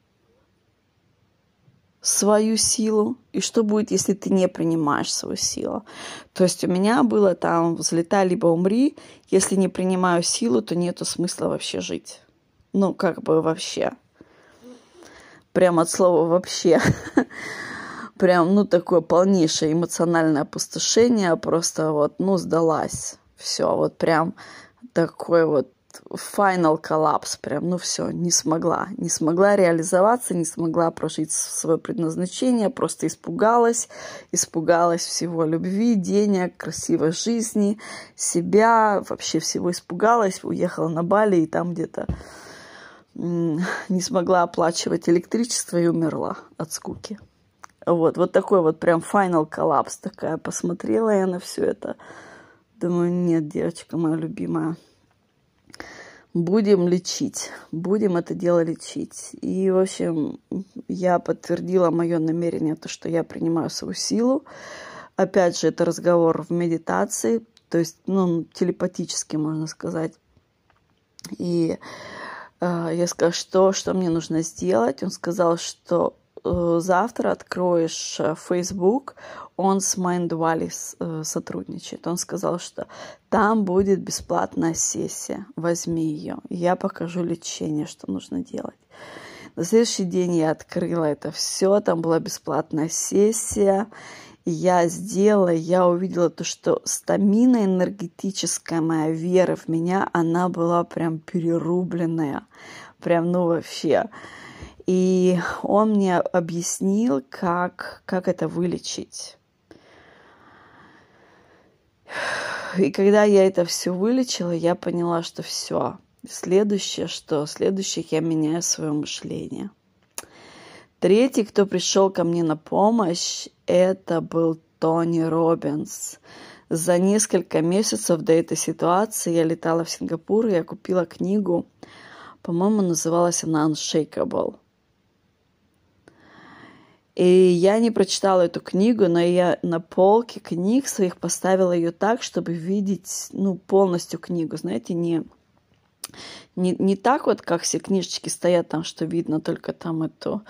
свою силу, и что будет, если ты не принимаешь свою силу. То есть у меня было там взлетай либо умри, если не принимаю силу, то нету смысла вообще жить. Ну, как бы вообще. Прям от слова вообще. Прям, такое полнейшее эмоциональное опустошение, просто вот, сдалась. Все, вот прям такой вот final коллапс, прям, все, не смогла реализоваться, не смогла прожить свое предназначение, просто испугалась всего: любви, денег, красивой жизни, себя, вообще всего испугалась, уехала на Бали и там где-то не смогла оплачивать электричество и умерла от скуки. Вот такой вот прям final коллапс такая. Посмотрела я на все это, думаю, нет, девочка моя любимая, будем лечить, будем это дело лечить. И, в общем, я подтвердила мое намерение, то, что я принимаю свою силу. Опять же, это разговор в медитации, то есть, телепатически, можно сказать. И я сказала, что мне нужно сделать. Он сказал, что завтра откроешь Facebook, он с Mindvalley сотрудничает. Он сказал, что там будет бесплатная сессия, возьми ее. Я покажу лечение, что нужно делать. На следующий день я открыла это все, там была бесплатная сессия. Я сделала, я увидела то, что стамина энергетическая моя, вера в меня, она была прям перерубленная, прям, вообще. И он мне объяснил, как это вылечить. И когда я это все вылечила, я поняла, что все. Следующее, я меняю свое мышление. Третий, кто пришел ко мне на помощь, это был Тони Роббинс. За несколько месяцев до этой ситуации я летала в Сингапур, и я купила книгу, по-моему, называлась она «Unshakable». И я не прочитала эту книгу, но я на полке книг своих поставила ее так, чтобы видеть, полностью книгу. Знаете, не так вот, как все книжечки стоят там, что видно только там это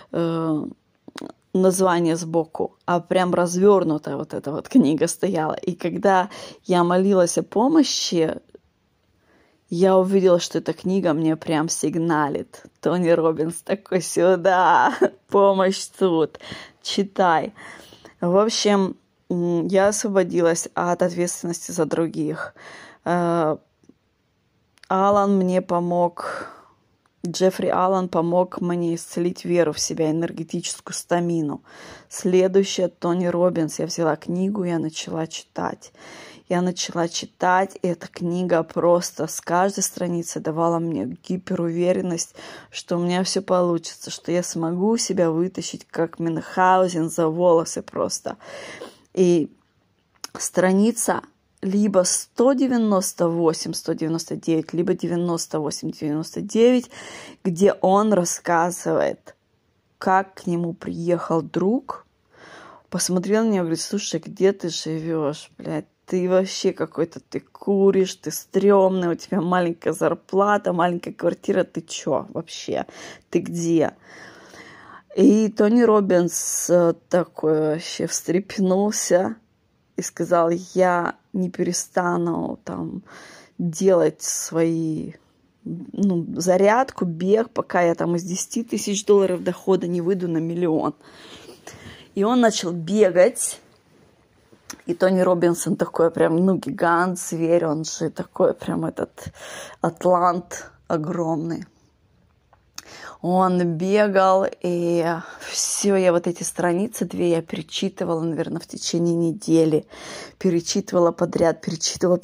название сбоку, а прям развернутая вот эта вот книга стояла. И когда я молилась о помощи, я увидела, что эта книга мне прям сигналит. Тони Роббинс такой: сюда, помощь тут, читай. В общем, я освободилась от ответственности за других. Алан мне помог, Джеффри Аллан помог мне исцелить веру в себя, энергетическую стамину. Следующее, Тони Роббинс. Я взяла книгу, я начала читать. И эта книга просто с каждой страницы давала мне гиперуверенность, что у меня все получится, что я смогу себя вытащить, как Мюнхгаузен, за волосы просто. И страница либо 198, 199, либо 98, 99, где он рассказывает, как к нему приехал друг, посмотрел на меня и говорит: слушай, где ты живешь, блядь? Ты вообще какой-то, ты куришь, ты стрёмный, у тебя маленькая зарплата, маленькая квартира, ты чё вообще? Ты где? И Тони Роббинс такой вообще встрепенулся и сказал: я не перестану там делать свои, зарядку, бег, пока я там из 10 тысяч долларов дохода не выйду на 1 миллион. И он начал бегать. И Тони Роббинс, он такой прям, гигант, зверь, он же такой прям этот атлант огромный. Он бегал, и все, я вот эти страницы 2 я перечитывала, наверное, в течение недели. Перечитывала подряд, перечитывала.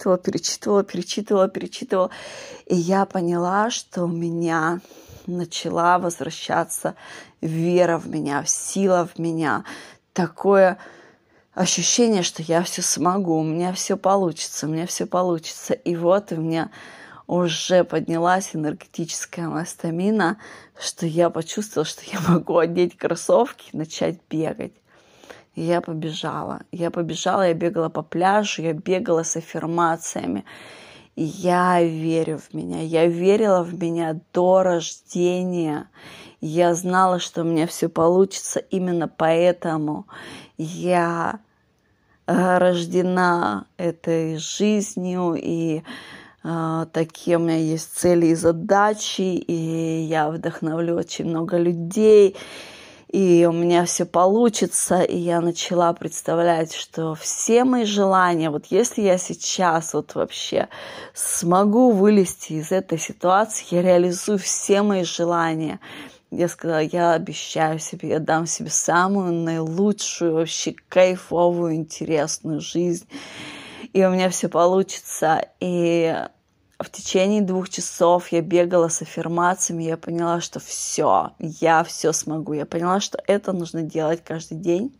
И я поняла, что у меня начала возвращаться вера в меня, сила в меня. Такое ощущение, что я все смогу, у меня все получится. И вот у меня уже поднялась энергетическая моя стамина, что я почувствовала, что я могу одеть кроссовки и начать бегать. И я побежала, я бегала по пляжу, я бегала с аффирмациями. И я верю в меня, я верила в меня до рождения. Я знала, что у меня все получится, именно поэтому я рождена этой жизнью, и такие у меня есть цели и задачи, и я вдохновлю очень много людей, и у меня все получится. И я начала представлять, что все мои желания, вот если я сейчас вот вообще смогу вылезти из этой ситуации, я реализую все мои желания. Я сказала: я обещаю себе, я дам себе самую наилучшую, вообще кайфовую, интересную жизнь. И у меня все получится. И в течение 2 часов я бегала с аффирмациями, я поняла, что все, я все смогу. Я поняла, что это нужно делать каждый день.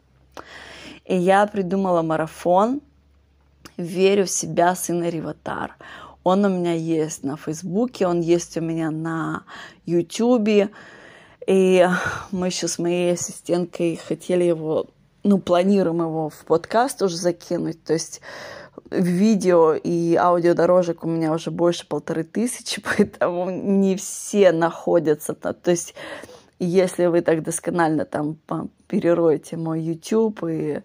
И я придумала марафон «Верю в себя» с Инной Риватар. Он у меня есть на Фейсбуке, он есть у меня на Ютубе. И мы еще с моей ассистенткой хотели его, планируем его в подкаст уже закинуть. То есть видео и аудиодорожек у меня уже больше 1500, поэтому не все находятся. То есть если вы так досконально там перероете мой YouTube и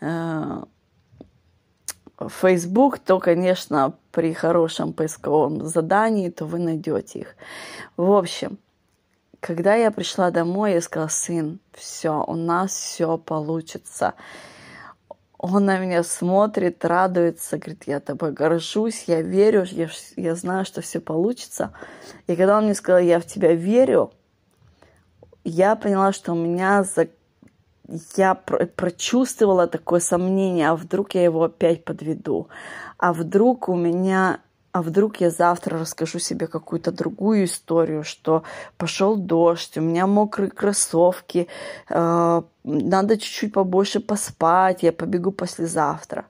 Facebook, то, конечно, при хорошем поисковом задании, то вы найдете их. В общем, когда я пришла домой, я сказала: сын, все, у нас все получится. Он на меня смотрит, радуется, говорит: я тобой горжусь, я верю, я знаю, что все получится. И когда он мне сказал: я в тебя верю, я поняла, что у меня я прочувствовала такое сомнение, а вдруг я его опять подведу, а вдруг я завтра расскажу себе какую-то другую историю, что пошел дождь, у меня мокрые кроссовки, надо чуть-чуть побольше поспать, я побегу послезавтра.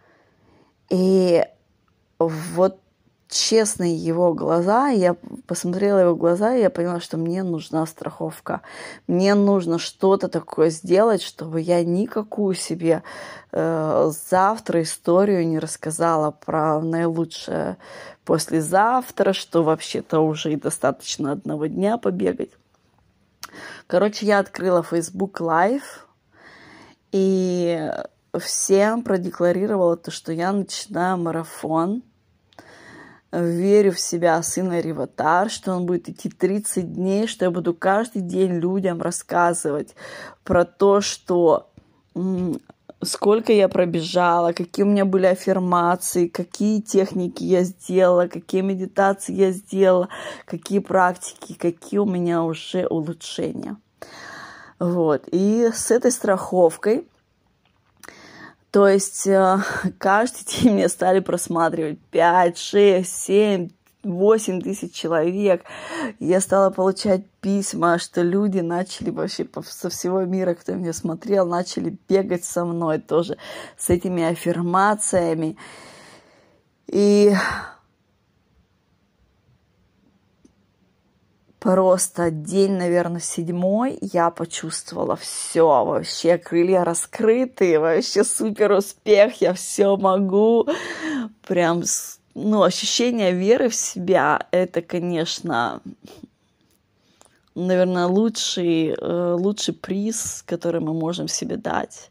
И вот честные его глаза, я посмотрела его глаза, и я поняла, что мне нужна страховка. Мне нужно что-то такое сделать, чтобы я никакую себе завтра историю не рассказала про наилучшее послезавтра, что вообще-то уже и достаточно одного дня побегать. Короче, я открыла Facebook Live и всем продекларировала то, что я начинаю марафон. Верю в себя сына Риватар, что он будет идти 30 дней, что я буду каждый день людям рассказывать про то, что сколько я пробежала, какие у меня были аффирмации, какие техники я сделала, какие медитации я сделала, какие практики, какие у меня уже улучшения. Вот. И с этой страховкой, то есть каждый день мне стали просматривать 5, 6, 7, 8 тысяч человек. Я стала получать письма, что люди начали вообще со всего мира, кто меня смотрел, начали бегать со мной тоже с этими аффирмациями. И просто день, наверное, 7 я почувствовала все, вообще крылья раскрыты, вообще супер успех, я все могу. Прям, ощущение веры в себя, это, конечно, наверное, лучший приз, который мы можем себе дать.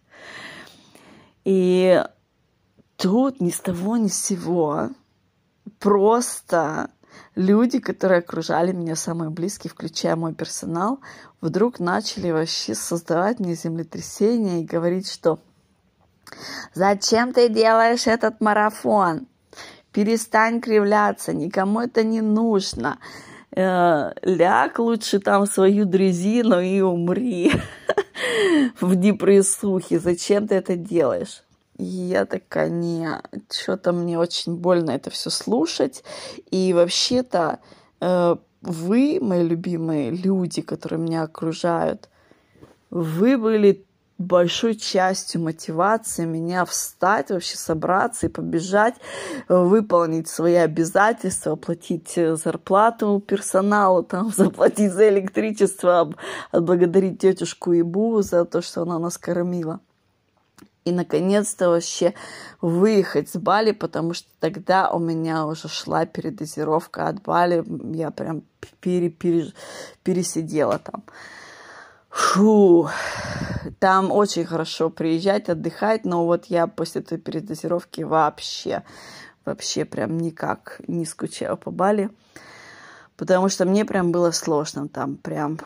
И тут ни с того ни с сего просто люди, которые окружали меня, самые близкие, включая мой персонал, вдруг начали вообще создавать мне землетрясение и говорить, что «Зачем ты делаешь этот марафон? Перестань кривляться, никому это не нужно. Ляг лучше там в свою дрезину и умри в депрессухе. Зачем ты это делаешь?» И я такая: не, что-то мне очень больно это все слушать. И вообще-то вы, мои любимые люди, которые меня окружают, вы были большой частью мотивации меня встать, вообще собраться и побежать, выполнить свои обязательства, оплатить зарплату персоналу, там, заплатить за электричество, отблагодарить тетушку Ибу за то, что она нас кормила. И, наконец-то, вообще выехать с Бали, потому что тогда у меня уже шла передозировка от Бали. Я прям пересидела там. Фу, там очень хорошо приезжать, отдыхать, но вот я после этой передозировки вообще прям никак не скучала по Бали, потому что мне прям было сложно там прям.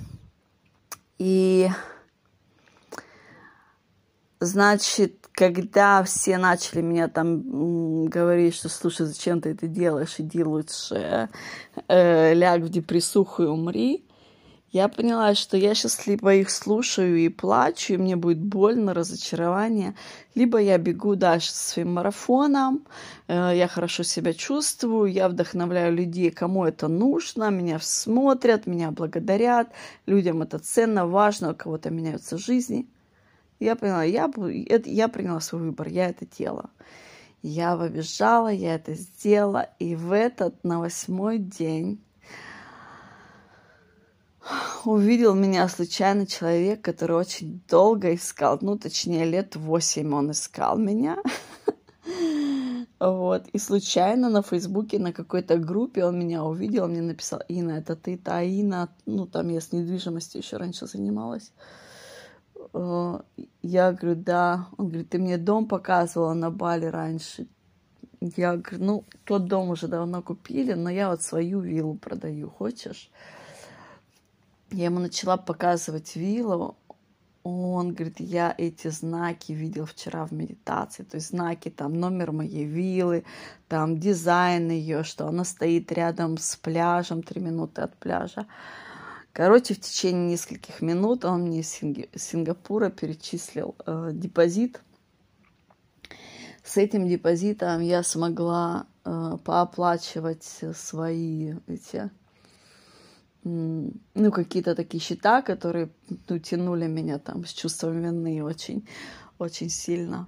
И значит, когда все начали меня там говорить, что слушай, зачем ты это делаешь, иди лучше ляг в депрессуху и умри, я поняла, что я сейчас либо их слушаю и плачу, и мне будет больно, разочарование, либо я бегу дальше со своим марафоном, я хорошо себя чувствую, я вдохновляю людей, кому это нужно, меня смотрят, меня благодарят, людям это ценно, важно, у кого-то меняются жизни. Я поняла, я приняла свой выбор, я это делала. Я побежала, я это сделала. И в этот, на 8-й день, увидел меня случайно человек, который очень долго искал, ну, точнее, лет 8 он искал меня. Вот. И случайно на Фейсбуке, на какой-то группе он меня увидел, мне написал: Инна, это ты, та Инна? Ну, там я с недвижимостью еще раньше занималась. Я говорю: да. Он говорит: ты мне дом показывала на Бали раньше. Я говорю: ну, тот дом уже давно купили, но я вот свою виллу продаю, хочешь? Я ему начала показывать виллу. Он говорит: я эти знаки видел вчера в медитации. То есть знаки, там номер моей виллы, там дизайн ее, что она стоит рядом с пляжем, 3 минуты от пляжа. Короче, в течение нескольких минут он мне из Сингапура перечислил депозит. С этим депозитом я смогла пооплачивать свои эти... ну, какие-то такие счета, которые, ну, тянули меня там с чувством вины очень, очень сильно.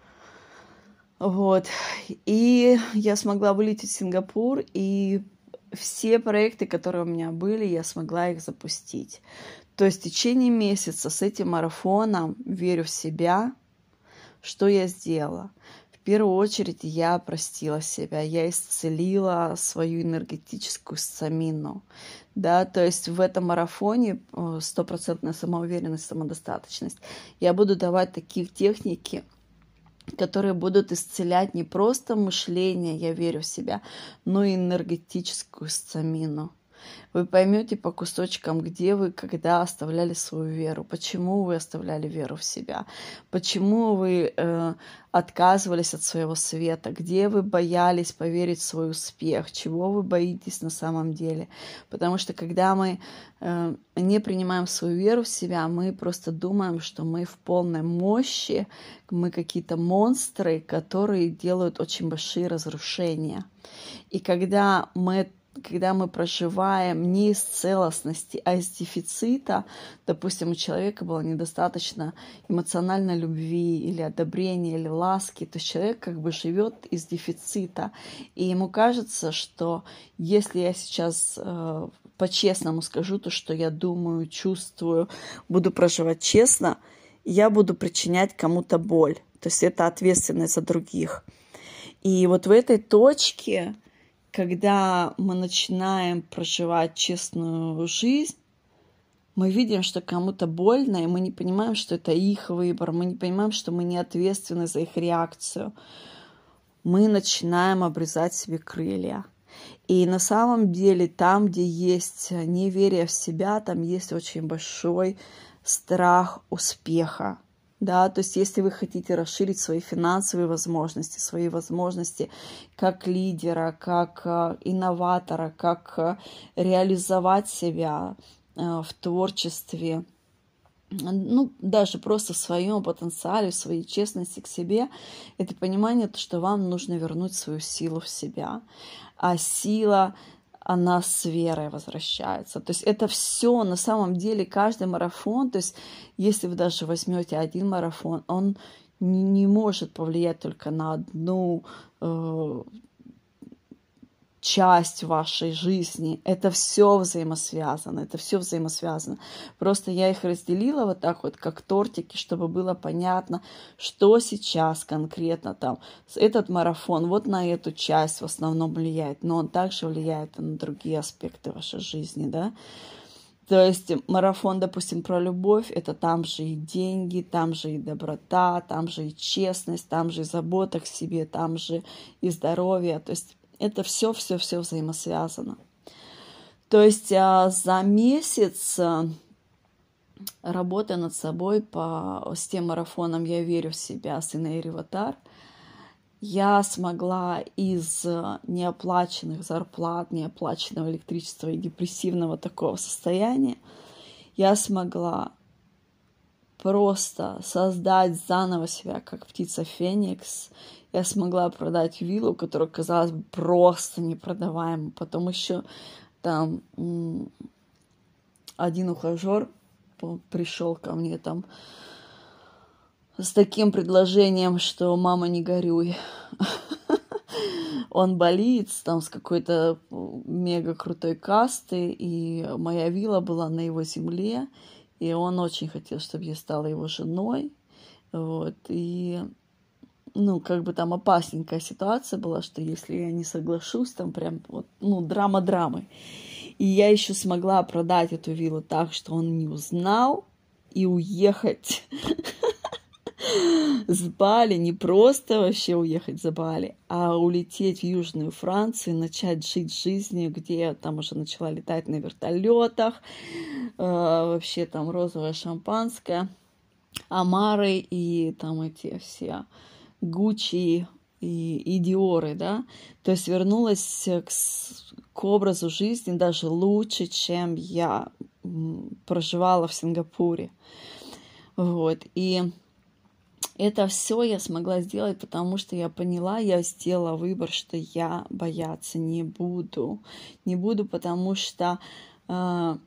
Вот. И я смогла вылететь в Сингапур, и все проекты, которые у меня были, я смогла их запустить. То есть в течение месяца с этим марафоном «Верю в себя», что я сделала? В первую очередь я простила себя, я исцелила свою энергетическую стамину. Да, то есть в этом марафоне 100% самоуверенность, самодостаточность. Я буду давать такие техники, которые будут исцелять не просто мышление, я верю в себя, но и энергетическую стамину. Вы поймете по кусочкам, где вы, когда оставляли свою веру, почему вы оставляли веру в себя, почему вы отказывались от своего света, где вы боялись поверить в свой успех, чего вы боитесь на самом деле. Потому что когда мы не принимаем свою веру в себя, мы просто думаем, что мы в полной мощи, мы какие-то монстры, которые делают очень большие разрушения. И когда мы проживаем не из целостности, а из дефицита, допустим, у человека было недостаточно эмоциональной любви или одобрения, или ласки, то человек как бы живет из дефицита. И ему кажется, что если я сейчас по-честному скажу то, что я думаю, чувствую, буду проживать честно, я буду причинять кому-то боль. То есть это ответственность за других. И вот в этой точке, когда мы начинаем проживать честную жизнь, мы видим, что кому-то больно, и мы не понимаем, что это их выбор, мы не понимаем, что мы не ответственны за их реакцию. Мы начинаем обрезать себе крылья. И на самом деле там, где есть неверие в себя, там есть очень большой страх успеха. Да, то есть если вы хотите расширить свои финансовые возможности, свои возможности как лидера, как инноватора, как реализовать себя в творчестве, ну, даже просто в своем потенциале, в своей честности к себе, это понимание, что вам нужно вернуть свою силу в себя. А сила, она с верой возвращается. То есть это все на самом деле, каждый марафон, то есть если вы даже возьмете один марафон, он не может повлиять только на одну часть вашей жизни. Это все взаимосвязано, это все взаимосвязано. Просто я их разделила вот так вот, как тортики, чтобы было понятно, что сейчас конкретно там. Этот марафон вот на эту часть в основном влияет, но он также влияет и на другие аспекты вашей жизни, да. То есть марафон, допустим, про любовь, это там же и деньги, там же и доброта, там же и честность, там же и забота к себе, там же и здоровье. То есть это все взаимосвязано. То есть за месяц работая над собой с тем марафоном «Я верю в себя» с Инной Риватар, я смогла из неоплаченных зарплат, неоплаченного электричества и депрессивного такого состояния, я смогла просто создать заново себя, как птица Феникс. Я смогла продать виллу, которая казалась бы просто непродаваемой. Потом еще там один ухажер пришел ко мне там с таким предложением, что «мама, не горюй, он балиец там с какой-то мега крутой касты, и моя вилла была на его земле, и он очень хотел, чтобы я стала его женой. Вот, и, ну, как бы там опасненькая ситуация была, что если я не соглашусь, там прям вот, ну, драма драмы. И я еще смогла продать эту виллу так, что он не узнал, и уехать с Бали, не просто вообще уехать за Бали, а улететь в Южную Францию, начать жить жизнью, где я там уже начала летать на вертолетах, вообще там розовое шампанское, омары и там эти все Гуччи и Диоры, да, то есть вернулась к образу жизни даже лучше, чем я проживала в Сингапуре, вот, и это все я смогла сделать, потому что я поняла, я сделала выбор, что я бояться не буду. Не буду, потому что я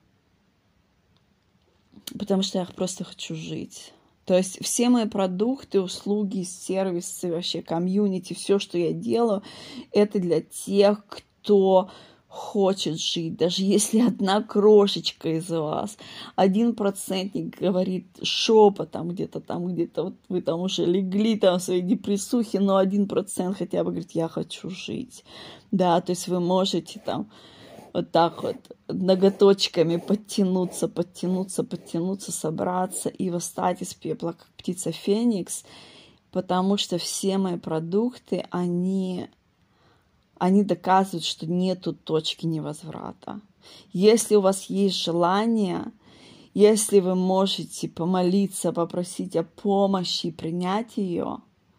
просто хочу жить. То есть все мои продукты, услуги, сервисы, вообще комьюнити, все, что я делаю, это для тех, кто хочет жить, даже если одна крошечка из вас, 1% говорит шепотом где-то, вот вы там уже легли там в своей депрессухе, но 1% хотя бы говорит, я хочу жить, да, то есть вы можете там вот так вот ноготочками подтянуться, собраться и восстать из пепла, как птица Феникс, потому что все мои продукты, они доказывают, что нету точки невозврата. Если у вас есть желание, если вы можете помолиться, попросить о помощи и принять ее,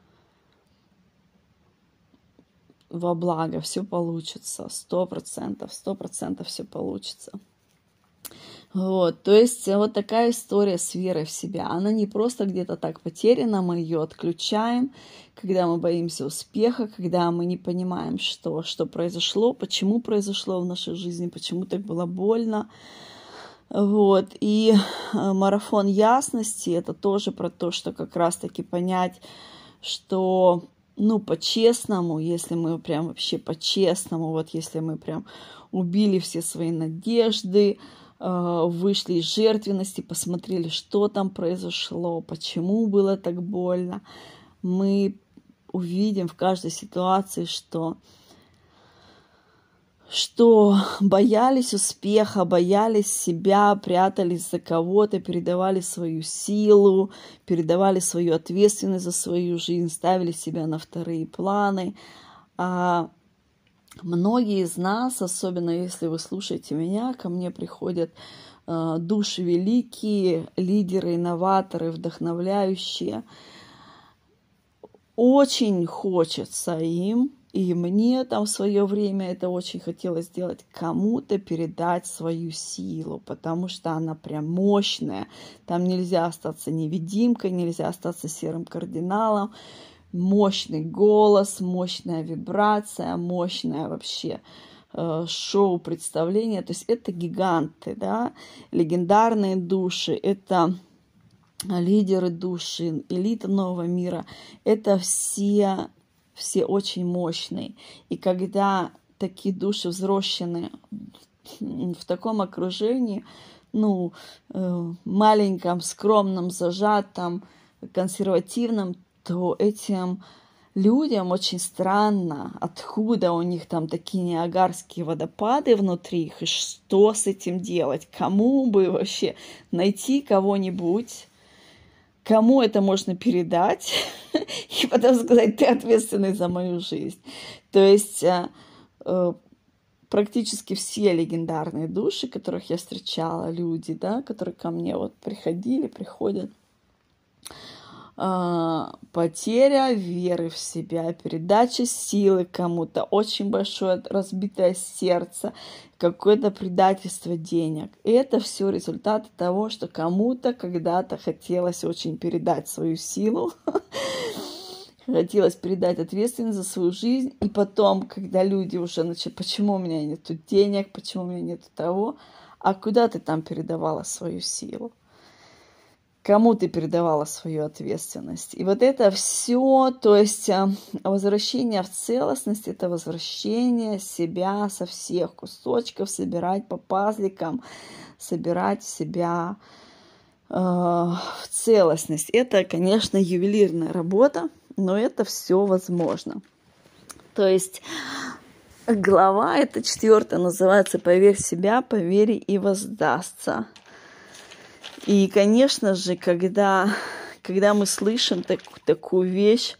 во благо, все получится, 100% все получится. Вот, то есть вот такая история с верой в себя. Она не просто где-то так потеряна, мы ее отключаем, когда мы боимся успеха, когда мы не понимаем, что произошло, почему произошло в нашей жизни, почему так было больно. Вот, и марафон ясности — это тоже про то, что как раз-таки понять, что, ну, по-честному, если мы прям вообще по-честному, вот если мы прям убили все свои надежды, вышли из жертвенности, посмотрели, что там произошло, почему было так больно, мы увидим в каждой ситуации, что боялись успеха, боялись себя, прятались за кого-то, передавали свою силу, передавали свою ответственность за свою жизнь, ставили себя на вторые планы. Многие из нас, особенно если вы слушаете меня, ко мне приходят души великие, лидеры, инноваторы, вдохновляющие. Очень хочется им, и мне там в свое время это очень хотелось сделать, кому-то передать свою силу, потому что она прям мощная. Там нельзя остаться невидимкой, нельзя остаться серым кардиналом. Мощный голос, мощная вибрация, мощное вообще шоу, представление. То есть это гиганты, да, легендарные души, это лидеры души, элита нового мира. Это все очень мощные. И когда такие души взрослены в таком окружении, ну, маленьком, скромном, зажатом, консервативном, то этим людям очень странно, откуда у них там такие ниагарские водопады внутри их, и что с этим делать, кому бы вообще найти кого-нибудь, кому это можно передать, и потом сказать, ты ответственный за мою жизнь. То есть практически все легендарные души, которых я встречала, люди, да, которые ко мне вот приходят, потеря веры в себя, передача силы кому-то, очень большое разбитое сердце, какое-то предательство денег. И это все результаты того, что кому-то когда-то хотелось очень передать свою силу, хотелось передать ответственность за свою жизнь. И потом, когда люди уже начали, почему у меня нету денег, почему у меня нету того, а куда ты там передавала свою силу? кому ты передавала свою ответственность. И вот это все, то есть возвращение в целостность, это возвращение себя со всех кусочков, собирать по пазликам, собирать себя в целостность. Это, конечно, ювелирная работа, но это все возможно. То есть глава, это 4, называется «Поверь в себя, поверь и воздастся». И, конечно же, когда мы слышим такую вещь,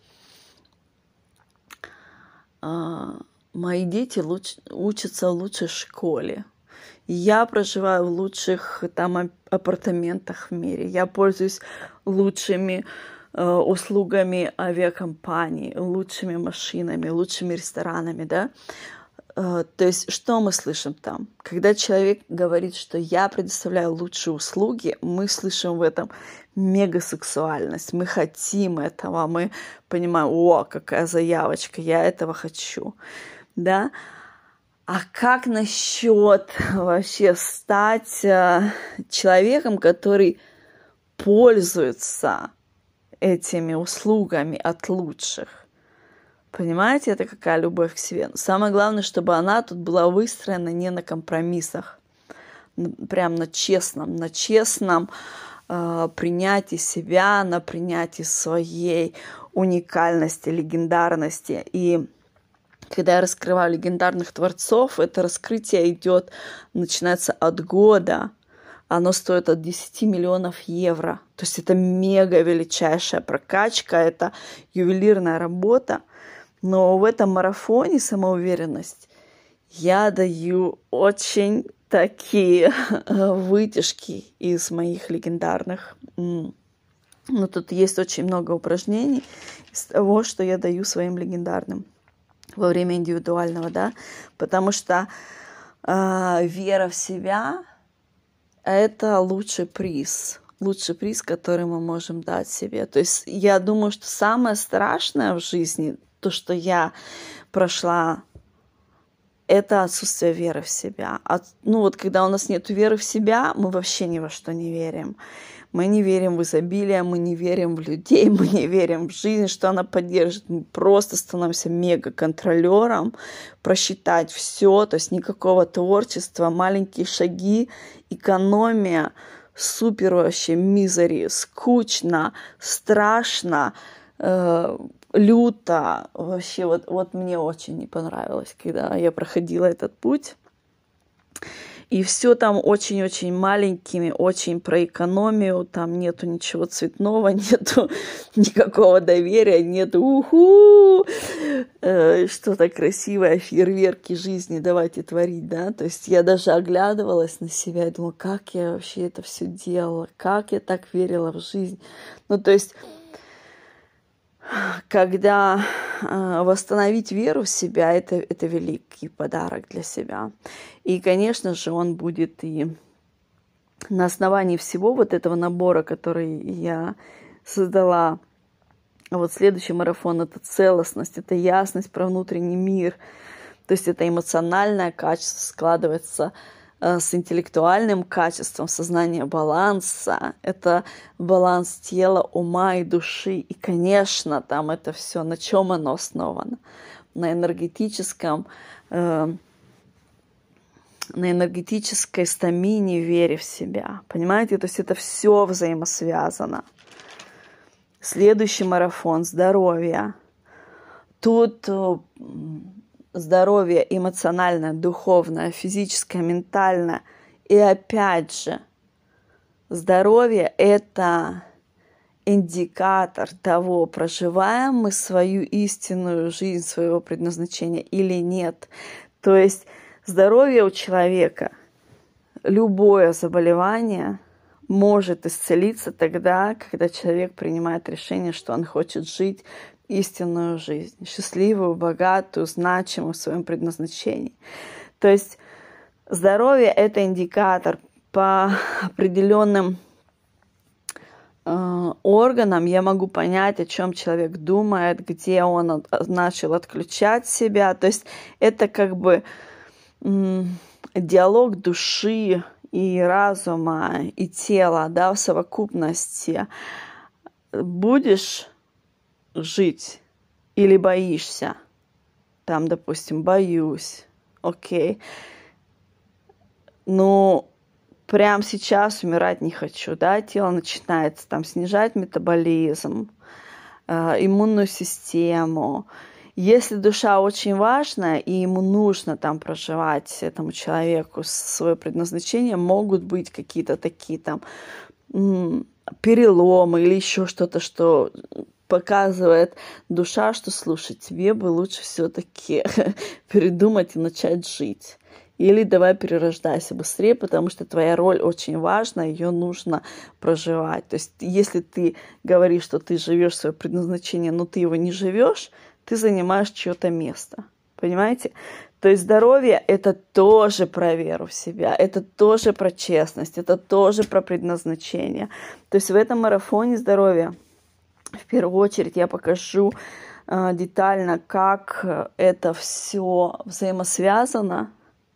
мои дети учатся в лучшей школе, я проживаю в лучших там апартаментах в мире, я пользуюсь лучшими услугами авиакомпаний, лучшими машинами, лучшими ресторанами, да. То есть, что мы слышим там? Когда человек говорит, что я предоставляю лучшие услуги, мы слышим в этом мегасексуальность, мы хотим этого, мы понимаем, о, какая заявочка, я этого хочу, да. А как насчет вообще стать человеком, который пользуется этими услугами от лучших? Понимаете, это какая любовь к себе? Самое главное, чтобы она тут была выстроена не на компромиссах, прям на честном принятии себя, на принятии своей уникальности, легендарности. И когда я раскрываю легендарных творцов, это раскрытие начинается от года. Оно стоит от 10 миллионов евро. То есть это мега величайшая прокачка, это ювелирная работа. Но в этом марафоне самоуверенность я даю очень такие вытяжки из моих легендарных. Но тут есть очень много упражнений из того, что я даю своим легендарным во время индивидуального, да, потому что вера в себя – это лучший приз, который мы можем дать себе. То есть я думаю, что самое страшное в жизни, то, что я прошла, это отсутствие веры в себя. Когда у нас нет веры в себя, мы вообще ни во что не верим. Мы не верим в изобилие, мы не верим в людей, мы не верим в жизнь, что она поддержит. Мы просто становимся мега-контролером, просчитать все, то есть никакого творчества, маленькие шаги, экономия, супер вообще мизери, скучно, страшно, люто. Вообще вот мне очень не понравилось, когда я проходила этот путь. И все там очень-очень маленькими, очень про экономию, там нету ничего цветного, нету никакого доверия, нету что-то красивое, фейерверки жизни давайте творить, да. То есть я даже оглядывалась на себя и думала, как я вообще это все делала, как я так верила в жизнь. То есть когда восстановить веру в себя, это великий подарок для себя. И, конечно же, он будет и на основании всего вот этого набора, который я создала. Вот следующий марафон – это целостность, это ясность про внутренний мир. То есть это эмоциональное качество складывается с интеллектуальным качеством сознания баланса. Это баланс тела, ума и души. И, конечно, там это все, на чем оно основано? На энергетической стамине, вере в себя. Понимаете? То есть это все взаимосвязано. Следующий марафон – здоровье. Тут здоровье эмоциональное, духовное, физическое, ментальное. И опять же, здоровье – это индикатор того, проживаем мы свою истинную жизнь, своего предназначения или нет. То есть здоровье у человека, любое заболевание может исцелиться тогда, когда человек принимает решение, что он хочет жить истинную жизнь, счастливую, богатую, значимую в своем предназначении. То есть здоровье – это индикатор. По определенным органам я могу понять, о чем человек думает, где он начал отключать себя. То есть это как бы диалог души и разума, и тела, да, в совокупности, будешь жить или боишься? Там, допустим, боюсь, окей. Ну, прямо сейчас умирать не хочу, да, тело начинает там снижать метаболизм, иммунную систему. Если душа очень важна, и ему нужно там проживать этому человеку свое предназначение, могут быть какие-то такие там переломы или еще что-то, что показывает душа, что, слушай, тебе бы лучше все-таки передумать и начать жить. Или давай перерождайся быстрее, потому что твоя роль очень важна, ее нужно проживать. То есть, если ты говоришь, что ты живешь свое предназначение, но ты его не живешь, ты занимаешь чье-то место. Понимаете? То есть здоровье – это тоже про веру в себя, это тоже про честность, это тоже про предназначение. То есть в этом марафоне здоровья в первую очередь я покажу детально, как это все взаимосвязано,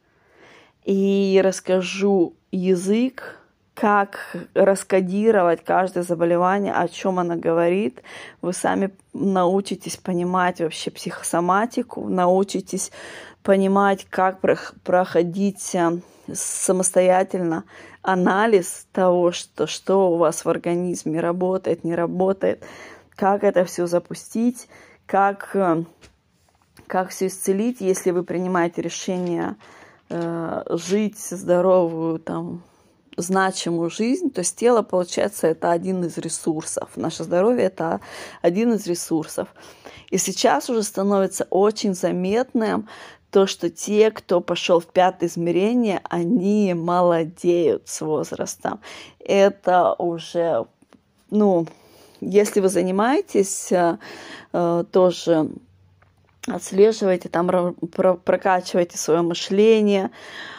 и расскажу язык, как раскодировать каждое заболевание, о чем оно говорит. Вы сами научитесь понимать вообще психосоматику, научитесь понимать, как проходить самостоятельно анализ того, что у вас в организме работает, не работает, как это все запустить, как все исцелить, если вы принимаете решение жить здоровую, там, значимую жизнь. То есть тело, получается, это один из ресурсов. Наше здоровье – это один из ресурсов. И сейчас уже становится очень заметным то, что те, кто пошел в 5-е измерение, они молодеют с возрастом. Это уже, если вы занимаетесь тоже, отслеживаете, там прокачиваете свое мышление,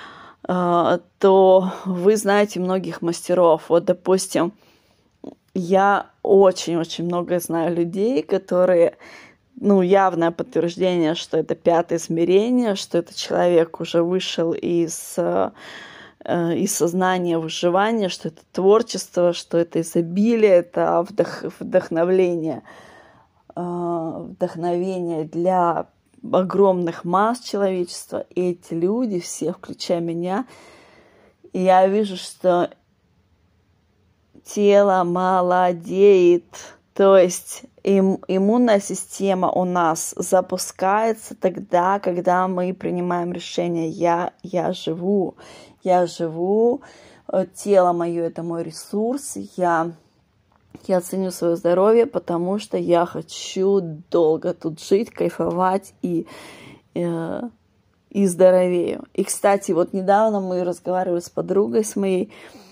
то вы знаете многих мастеров. Вот, допустим, я очень-очень много знаю людей, которые, явное подтверждение, что это 5-е измерение, что этот человек уже вышел из сознания выживания, что это творчество, что это изобилие, это вдохновение для огромных масс человечества. И эти люди, все, включая меня, и я вижу, что тело молодеет. То есть иммунная система у нас запускается тогда, когда мы принимаем решение. Я живу, тело мое – это мой ресурс, я ценю свое здоровье, потому что я хочу долго тут жить, кайфовать и здоровею. И, кстати, вот недавно мы разговаривали с подругой с моей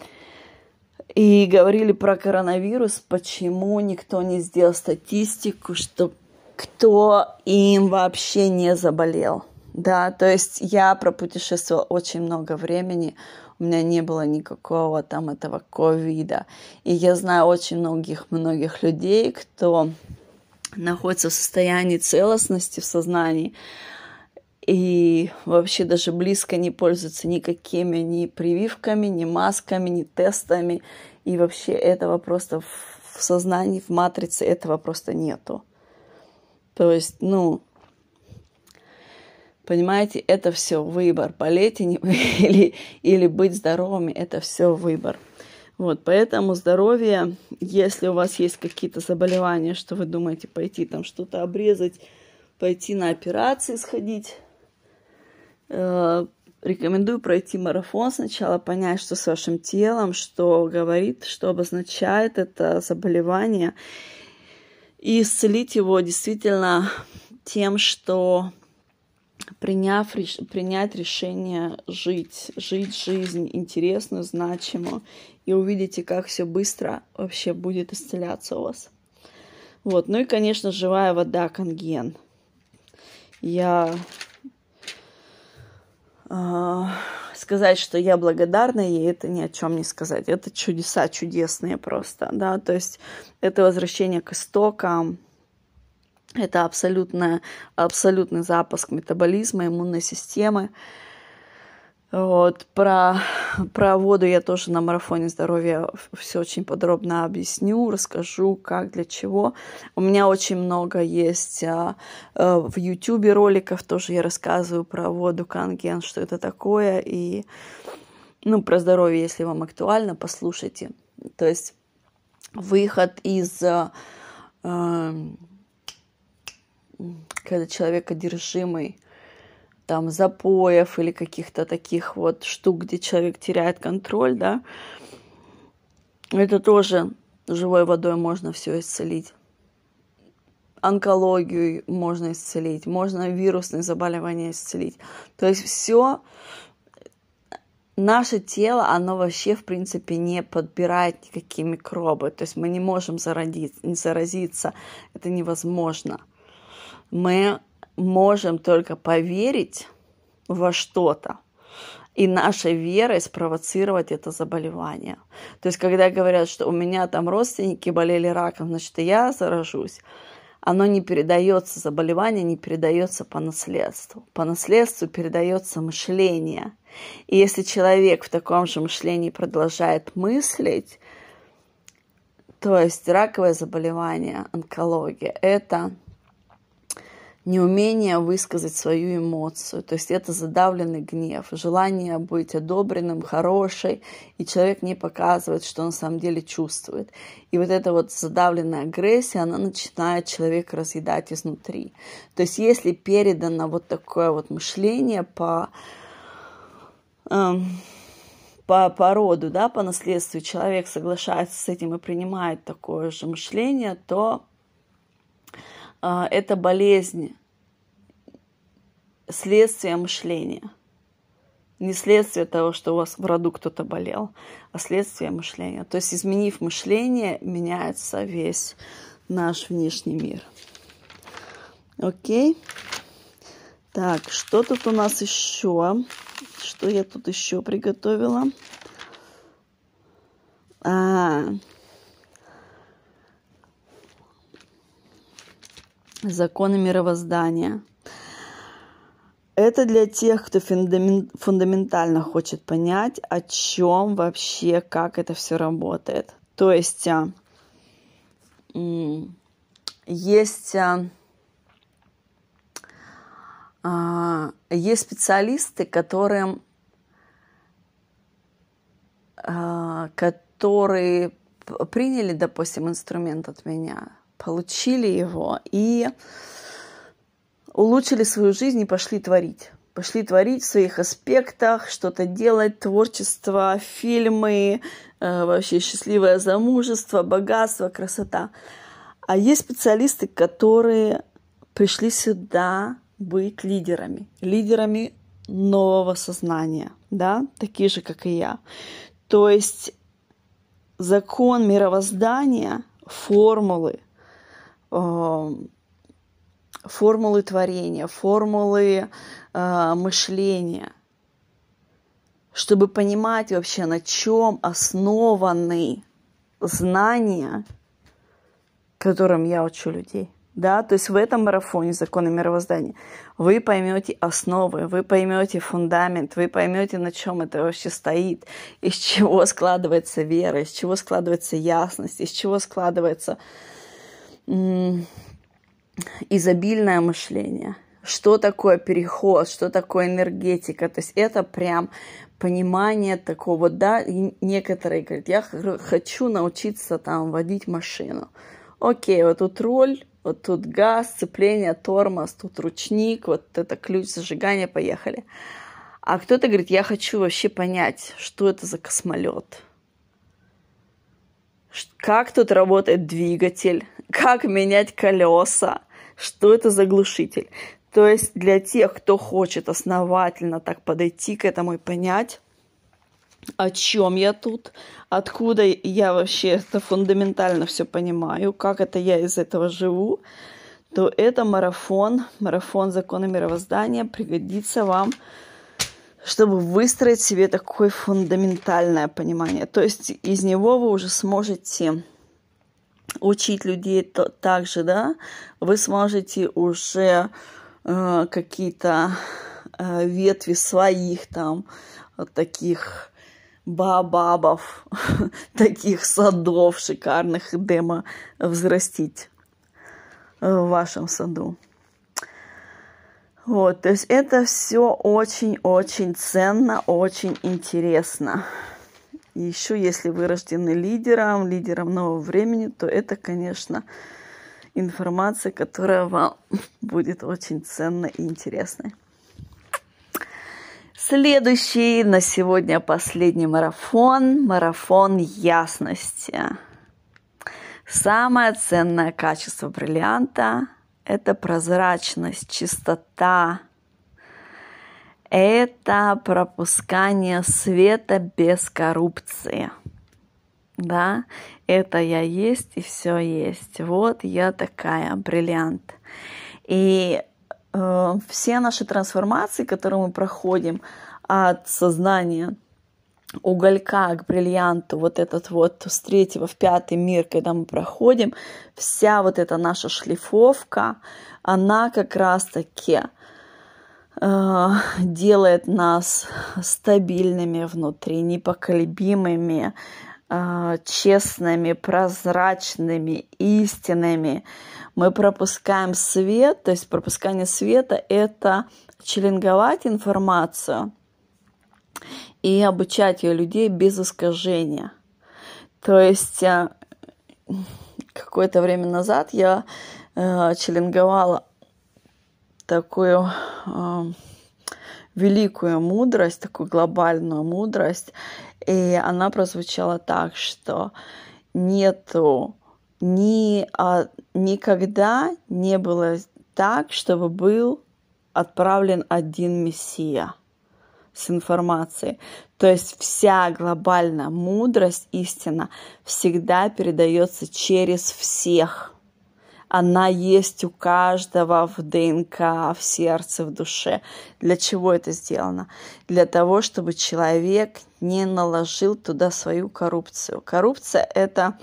и говорили про коронавирус, почему никто не сделал статистику, что кто им вообще не заболел. Да, то есть я пропутешествовала очень много времени, у меня не было никакого там этого ковида. И я знаю очень многих людей, кто находится в состоянии целостности в сознании и вообще даже близко не пользуются никакими ни прививками, ни масками, ни тестами. И вообще этого просто в сознании, в матрице этого просто нету. То есть, понимаете, это все выбор. Болеть или быть здоровыми, это все выбор. Вот, поэтому здоровье, если у вас есть какие-то заболевания, что вы думаете пойти там что-то обрезать, пойти на операции сходить, рекомендую пройти марафон сначала, понять, что с вашим телом, что говорит, что обозначает это заболевание, и исцелить его действительно тем, что принять решение жить жизнь интересную, значимую, и увидите, как все быстро вообще будет исцеляться у вас. Вот. Ну и, конечно, живая вода Канген. Сказать, что я благодарна ей, это ни о чем не сказать. Это чудеса чудесные просто, да, то есть это возвращение к истокам, это абсолютный запуск метаболизма, иммунной системы. Вот, про воду я тоже на марафоне здоровья все очень подробно объясню, расскажу, как, для чего. У меня очень много есть в YouTube роликов, тоже я рассказываю про воду Канген, что это такое, и про здоровье, если вам актуально, послушайте. То есть выход из... когда человек одержимый, там, запоев или каких-то таких вот штук, где человек теряет контроль, да, это тоже живой водой можно все исцелить. Онкологию можно исцелить, можно вирусные заболевания исцелить. То есть все наше тело, оно вообще, в принципе, не подбирает никакие микробы. То есть мы не можем заразиться, это невозможно. Мы можем только поверить во что-то, и нашей верой спровоцировать это заболевание. То есть, когда говорят, что у меня там родственники болели раком, значит, и я заражусь, оно не передается, заболевание не передается по наследству. По наследству передается мышление. И если человек в таком же мышлении продолжает мыслить, то есть раковое заболевание, онкология, это неумение высказать свою эмоцию, то есть это задавленный гнев, желание быть одобренным, хорошей, и человек не показывает, что на самом деле чувствует. И вот эта вот задавленная агрессия, она начинает человека разъедать изнутри. То есть если передано вот такое вот мышление по роду, да, по наследству, человек соглашается с этим и принимает такое же мышление, то это болезнь, следствие мышления. Не следствие того, что у вас в роду кто-то болел, а следствие мышления. То есть, изменив мышление, меняется весь наш внешний мир. Окей? Так, что тут у нас еще? Что я тут еще приготовила? Законы мировоздания. Это для тех, кто фундаментально хочет понять, о чем вообще, как это все работает. То есть есть специалисты, которые приняли, допустим, инструмент от меня, получили его и улучшили свою жизнь и пошли творить. Пошли творить в своих аспектах, что-то делать, творчество, фильмы, вообще счастливое замужество, богатство, красота. А есть специалисты, которые пришли сюда быть лидерами нового сознания, да, такие же, как и я. То есть закон мировоздания, формулы творения, формулы мышления, чтобы понимать вообще, на чем основаны знания, которым я учу людей. Да? То есть в этом марафоне законы мировоздания вы поймете основы, вы поймете фундамент, вы поймете, на чем это вообще стоит, из чего складывается вера, из чего складывается ясность, из чего складывается изобильное мышление. Что такое переход, что такое энергетика. То есть это прям понимание такого, да, и некоторые говорят, я хочу научиться там водить машину. Окей, вот тут руль, вот тут газ, сцепление, тормоз, тут ручник, вот это ключ зажигания, поехали. А кто-то говорит, я хочу вообще понять, что это за космолет. Как тут работает двигатель, как менять колеса, что это за глушитель. То есть для тех, кто хочет основательно так подойти к этому и понять, о чем я тут, откуда я вообще это фундаментально все понимаю, как это я из этого живу, то это марафон закона мировоздания пригодится вам, чтобы выстроить себе такое фундаментальное понимание. То есть из него вы уже сможете учить людей так же, да, вы сможете уже какие-то ветви своих там вот таких баобабов, таких садов шикарных демо взрастить в вашем саду. Вот, то есть это все очень-очень ценно, очень интересно. И еще если вы рождены лидером нового времени, то это, конечно, информация, которая вам будет очень ценной и интересной. Следующий на сегодня последний марафон ясности. Самое ценное качество бриллианта – это прозрачность, чистота. Это пропускание света без коррупции. Да, это я есть и все есть. Вот я такая, бриллиант. И все наши трансформации, которые мы проходим от сознания уголька к бриллианту, вот этот вот с 3-го в 5-й мир, когда мы проходим, вся вот эта наша шлифовка, она как раз-таки делает нас стабильными внутри, непоколебимыми, честными, прозрачными, истинными. Мы пропускаем свет, то есть пропускание света – это челленговать информацию и обучать ее людей без искажения. То есть какое-то время назад я челленговала такую великую мудрость, такую глобальную мудрость, и она прозвучала так, что никогда не было так, чтобы был отправлен один мессия с информацией. То есть вся глобальная мудрость, истина всегда передается через всех. Она есть у каждого в ДНК, в сердце, в душе. Для чего это сделано? Для того, чтобы человек не наложил туда свою коррупцию. Коррупция – это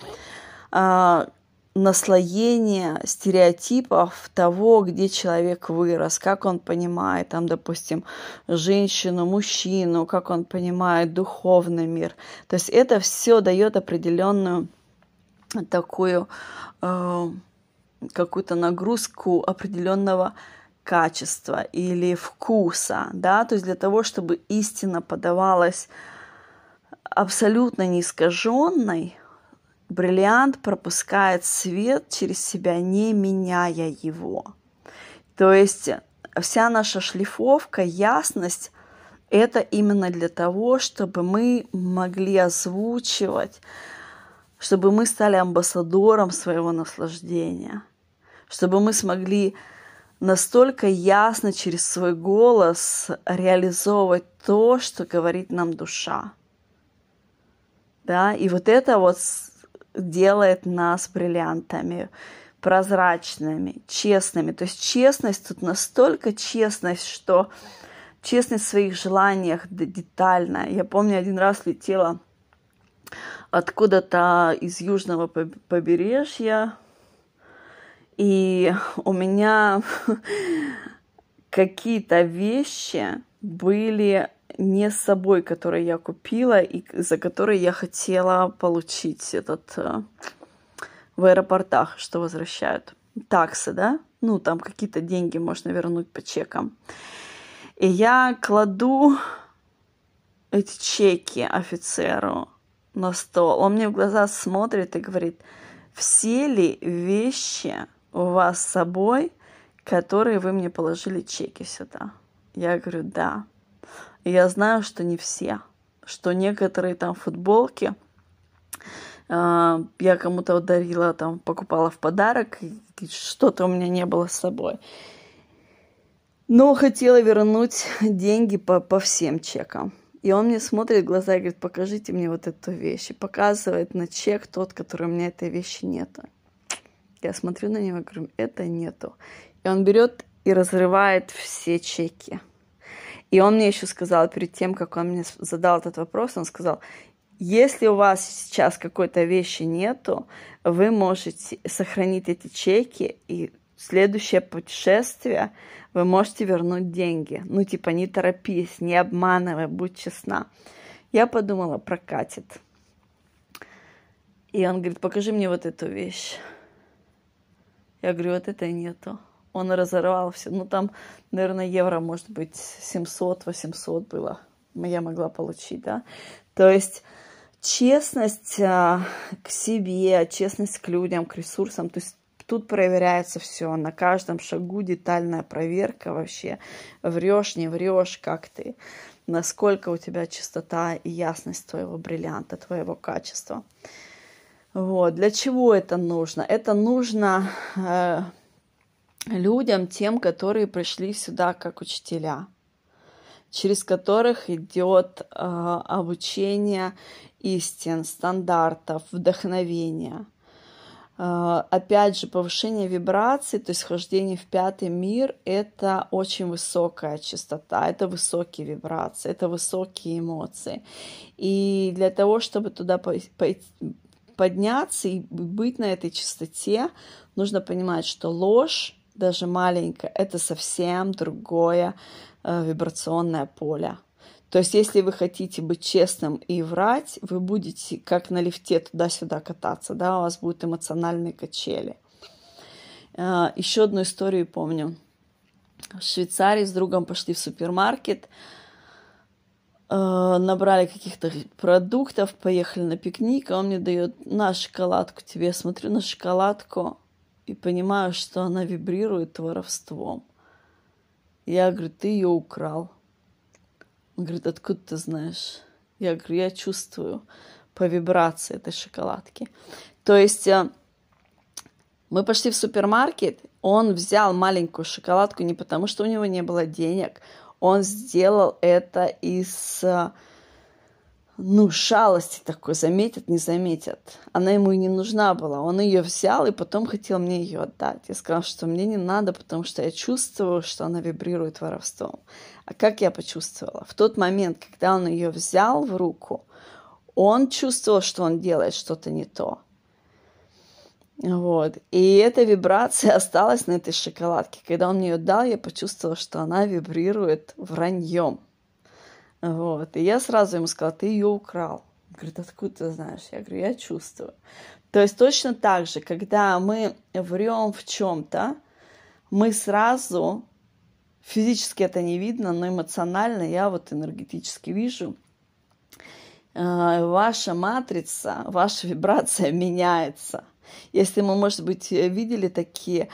наслоение стереотипов того, где человек вырос, как он понимает, там, допустим, женщину, мужчину, как он понимает духовный мир. То есть это все дает определенную такую какую-то нагрузку определенного качества или вкуса, да, то есть для того, чтобы истина подавалась абсолютно неискаженной, бриллиант пропускает свет через себя, не меняя его. То есть вся наша шлифовка, ясность – это именно для того, чтобы мы могли озвучивать, чтобы мы стали амбассадором своего наслаждения, чтобы мы смогли настолько ясно через свой голос реализовывать то, что говорит нам душа. Да? И вот это вот делает нас бриллиантами, прозрачными, честными. То есть честность тут настолько честность, что честность в своих желаниях детальная. Я помню, один раз летела откуда-то из южного побережья, и у меня какие-то вещи были не с собой, которые я купила и за которые я хотела получить в аэропортах, что возвращают. Таксы, да? Ну, там какие-то деньги можно вернуть по чекам. И я кладу эти чеки офицеру на стол. Он мне в глаза смотрит и говорит: все ли вещи у вас с собой, которые вы мне положили чеки сюда? Я говорю: да. И я знаю, что не все, что некоторые там футболки я кому-то дарила, там покупала в подарок, и что-то у меня не было с собой. Но хотела вернуть деньги по всем чекам. И он мне смотрит в глаза и говорит: покажите мне вот эту вещь. И показывает на чек тот, который у меня этой вещи нету. Я смотрю на него и говорю: это нету. И он берет и разрывает все чеки. И он мне еще сказал, перед тем, как он мне задал этот вопрос, он сказал: если у вас сейчас какой-то вещи нету, вы можете сохранить эти чеки и следующее путешествие вы можете вернуть деньги. Ну, типа, не торопись, не обманывай, будь честна. Я подумала, прокатит. И он говорит, покажи мне вот эту вещь. Я говорю, вот это нету. Он разорвал все. Ну, там, наверное, евро, может быть, 700-800 было. Я могла получить, да. То есть честность к себе, честность к людям, к ресурсам. То есть тут проверяется все. На каждом шагу детальная проверка вообще. Врешь, не врешь, как ты. Насколько у тебя чистота и ясность твоего бриллианта, твоего качества. Вот. Для чего это нужно? Это нужно людям, тем, которые пришли сюда как учителя, через которых идет обучение истин, стандартов, вдохновения. Опять же, повышение вибраций, то есть вхождение в пятый мир, это очень высокая частота, это высокие вибрации, это высокие эмоции. И для того, чтобы туда подняться и быть на этой частоте, нужно понимать, что ложь, даже маленькая, это совсем другое вибрационное поле. То есть, если вы хотите быть честным и врать, вы будете как на лифте туда-сюда кататься, да, у вас будут эмоциональные качели. Еще одну историю помню. В Швейцарии с другом пошли в супермаркет, набрали каких-то продуктов, поехали на пикник, а он мне дает на шоколадку тебе. Я смотрю на шоколадку и понимаю, что она вибрирует воровством. Я говорю, ты ее украл. Он говорит, откуда ты знаешь? Я говорю, я чувствую по вибрации этой шоколадки. То есть мы пошли в супермаркет, он взял маленькую шоколадку не потому, что у него не было денег, он сделал это из, шалости такой, заметят, не заметят. Она ему и не нужна была. Он ее взял и потом хотел мне ее отдать. Я сказала, что мне не надо, потому что я чувствую, что она вибрирует воровством. А как я почувствовала? В тот момент, когда он ее взял в руку, он чувствовал, что он делает что-то не то. Вот. И эта вибрация осталась на этой шоколадке. Когда он мне ее дал, я почувствовала, что она вибрирует враньем. Вот. И я сразу ему сказала, ты ее украл. Он говорит, откуда ты знаешь? Я говорю, я чувствую. То есть точно так же, когда мы врем в чем-то, мы сразу, физически это не видно, но эмоционально я вот энергетически вижу, ваша матрица, ваша вибрация меняется. Если мы, может быть, видели такие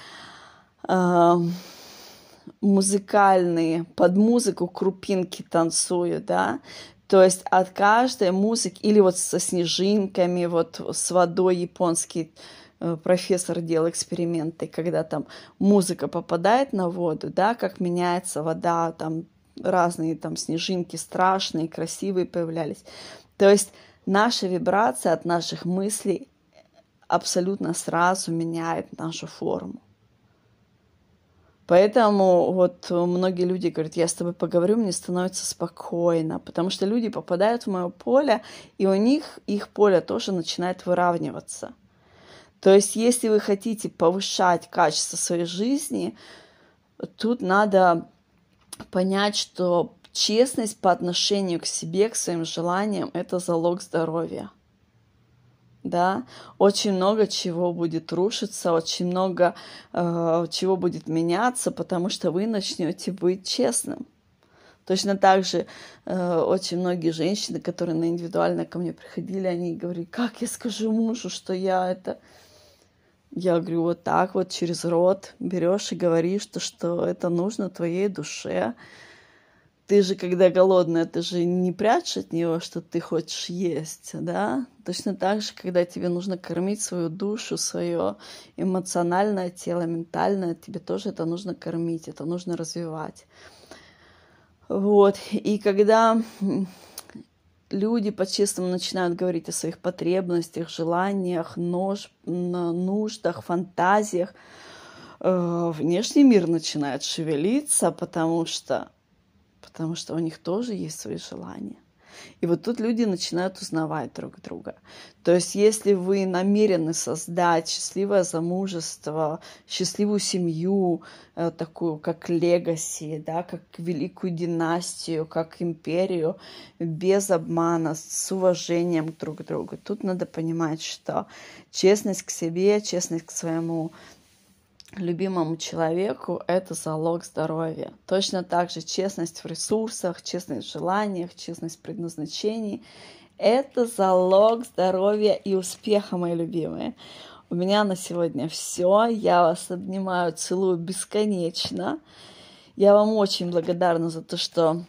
музыкальные, под музыку крупинки танцуют, да, то есть от каждой музыки, или вот со снежинками, вот с водой японский профессор делал эксперименты, когда там музыка попадает на воду, да, как меняется вода, там разные там снежинки страшные, красивые появлялись. То есть наша вибрация от наших мыслей абсолютно сразу меняет нашу форму. Поэтому вот многие люди говорят, я с тобой поговорю, мне становится спокойно, потому что люди попадают в мое поле, и у них их поле тоже начинает выравниваться. То есть если вы хотите повышать качество своей жизни, тут надо понять, что честность по отношению к себе, к своим желаниям – это залог здоровья. Да, очень много чего будет рушиться, очень много чего будет меняться, потому что вы начнете быть честным. Точно так же очень многие женщины, которые на индивидуально ко мне приходили, они говорили, как я скажу мужу, что я это... Я говорю, вот так вот через рот берешь и говоришь, что это нужно твоей душе. Ты же, когда голодная, ты же не прячешь от него, что ты хочешь есть, да? Точно так же, когда тебе нужно кормить свою душу, свое эмоциональное тело, ментальное, тебе тоже это нужно кормить, это нужно развивать. Вот. И когда люди по-честному начинают говорить о своих потребностях, желаниях, нуждах, фантазиях, внешний мир начинает шевелиться, потому что у них тоже есть свои желания. И вот тут люди начинают узнавать друг друга. То есть если вы намерены создать счастливое замужество, счастливую семью, такую как легаси, да, как великую династию, как империю, без обмана, с уважением друг к другу, тут надо понимать, что честность к себе, честность к своему любимому человеку — это залог здоровья. Точно так же честность в ресурсах, честность в желаниях, честность в предназначении — это залог здоровья и успеха, мои любимые. У меня на сегодня все. Я вас обнимаю, целую бесконечно. Я вам очень благодарна за то, что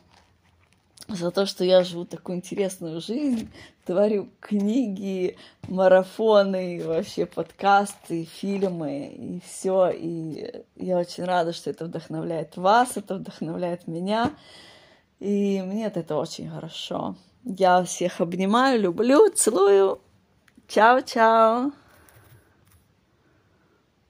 я живу такую интересную жизнь, творю книги, марафоны, вообще подкасты, фильмы и все. И я очень рада, что это вдохновляет вас, это вдохновляет меня. И мне от этого очень хорошо. Я всех обнимаю, люблю, целую. Чао-чао.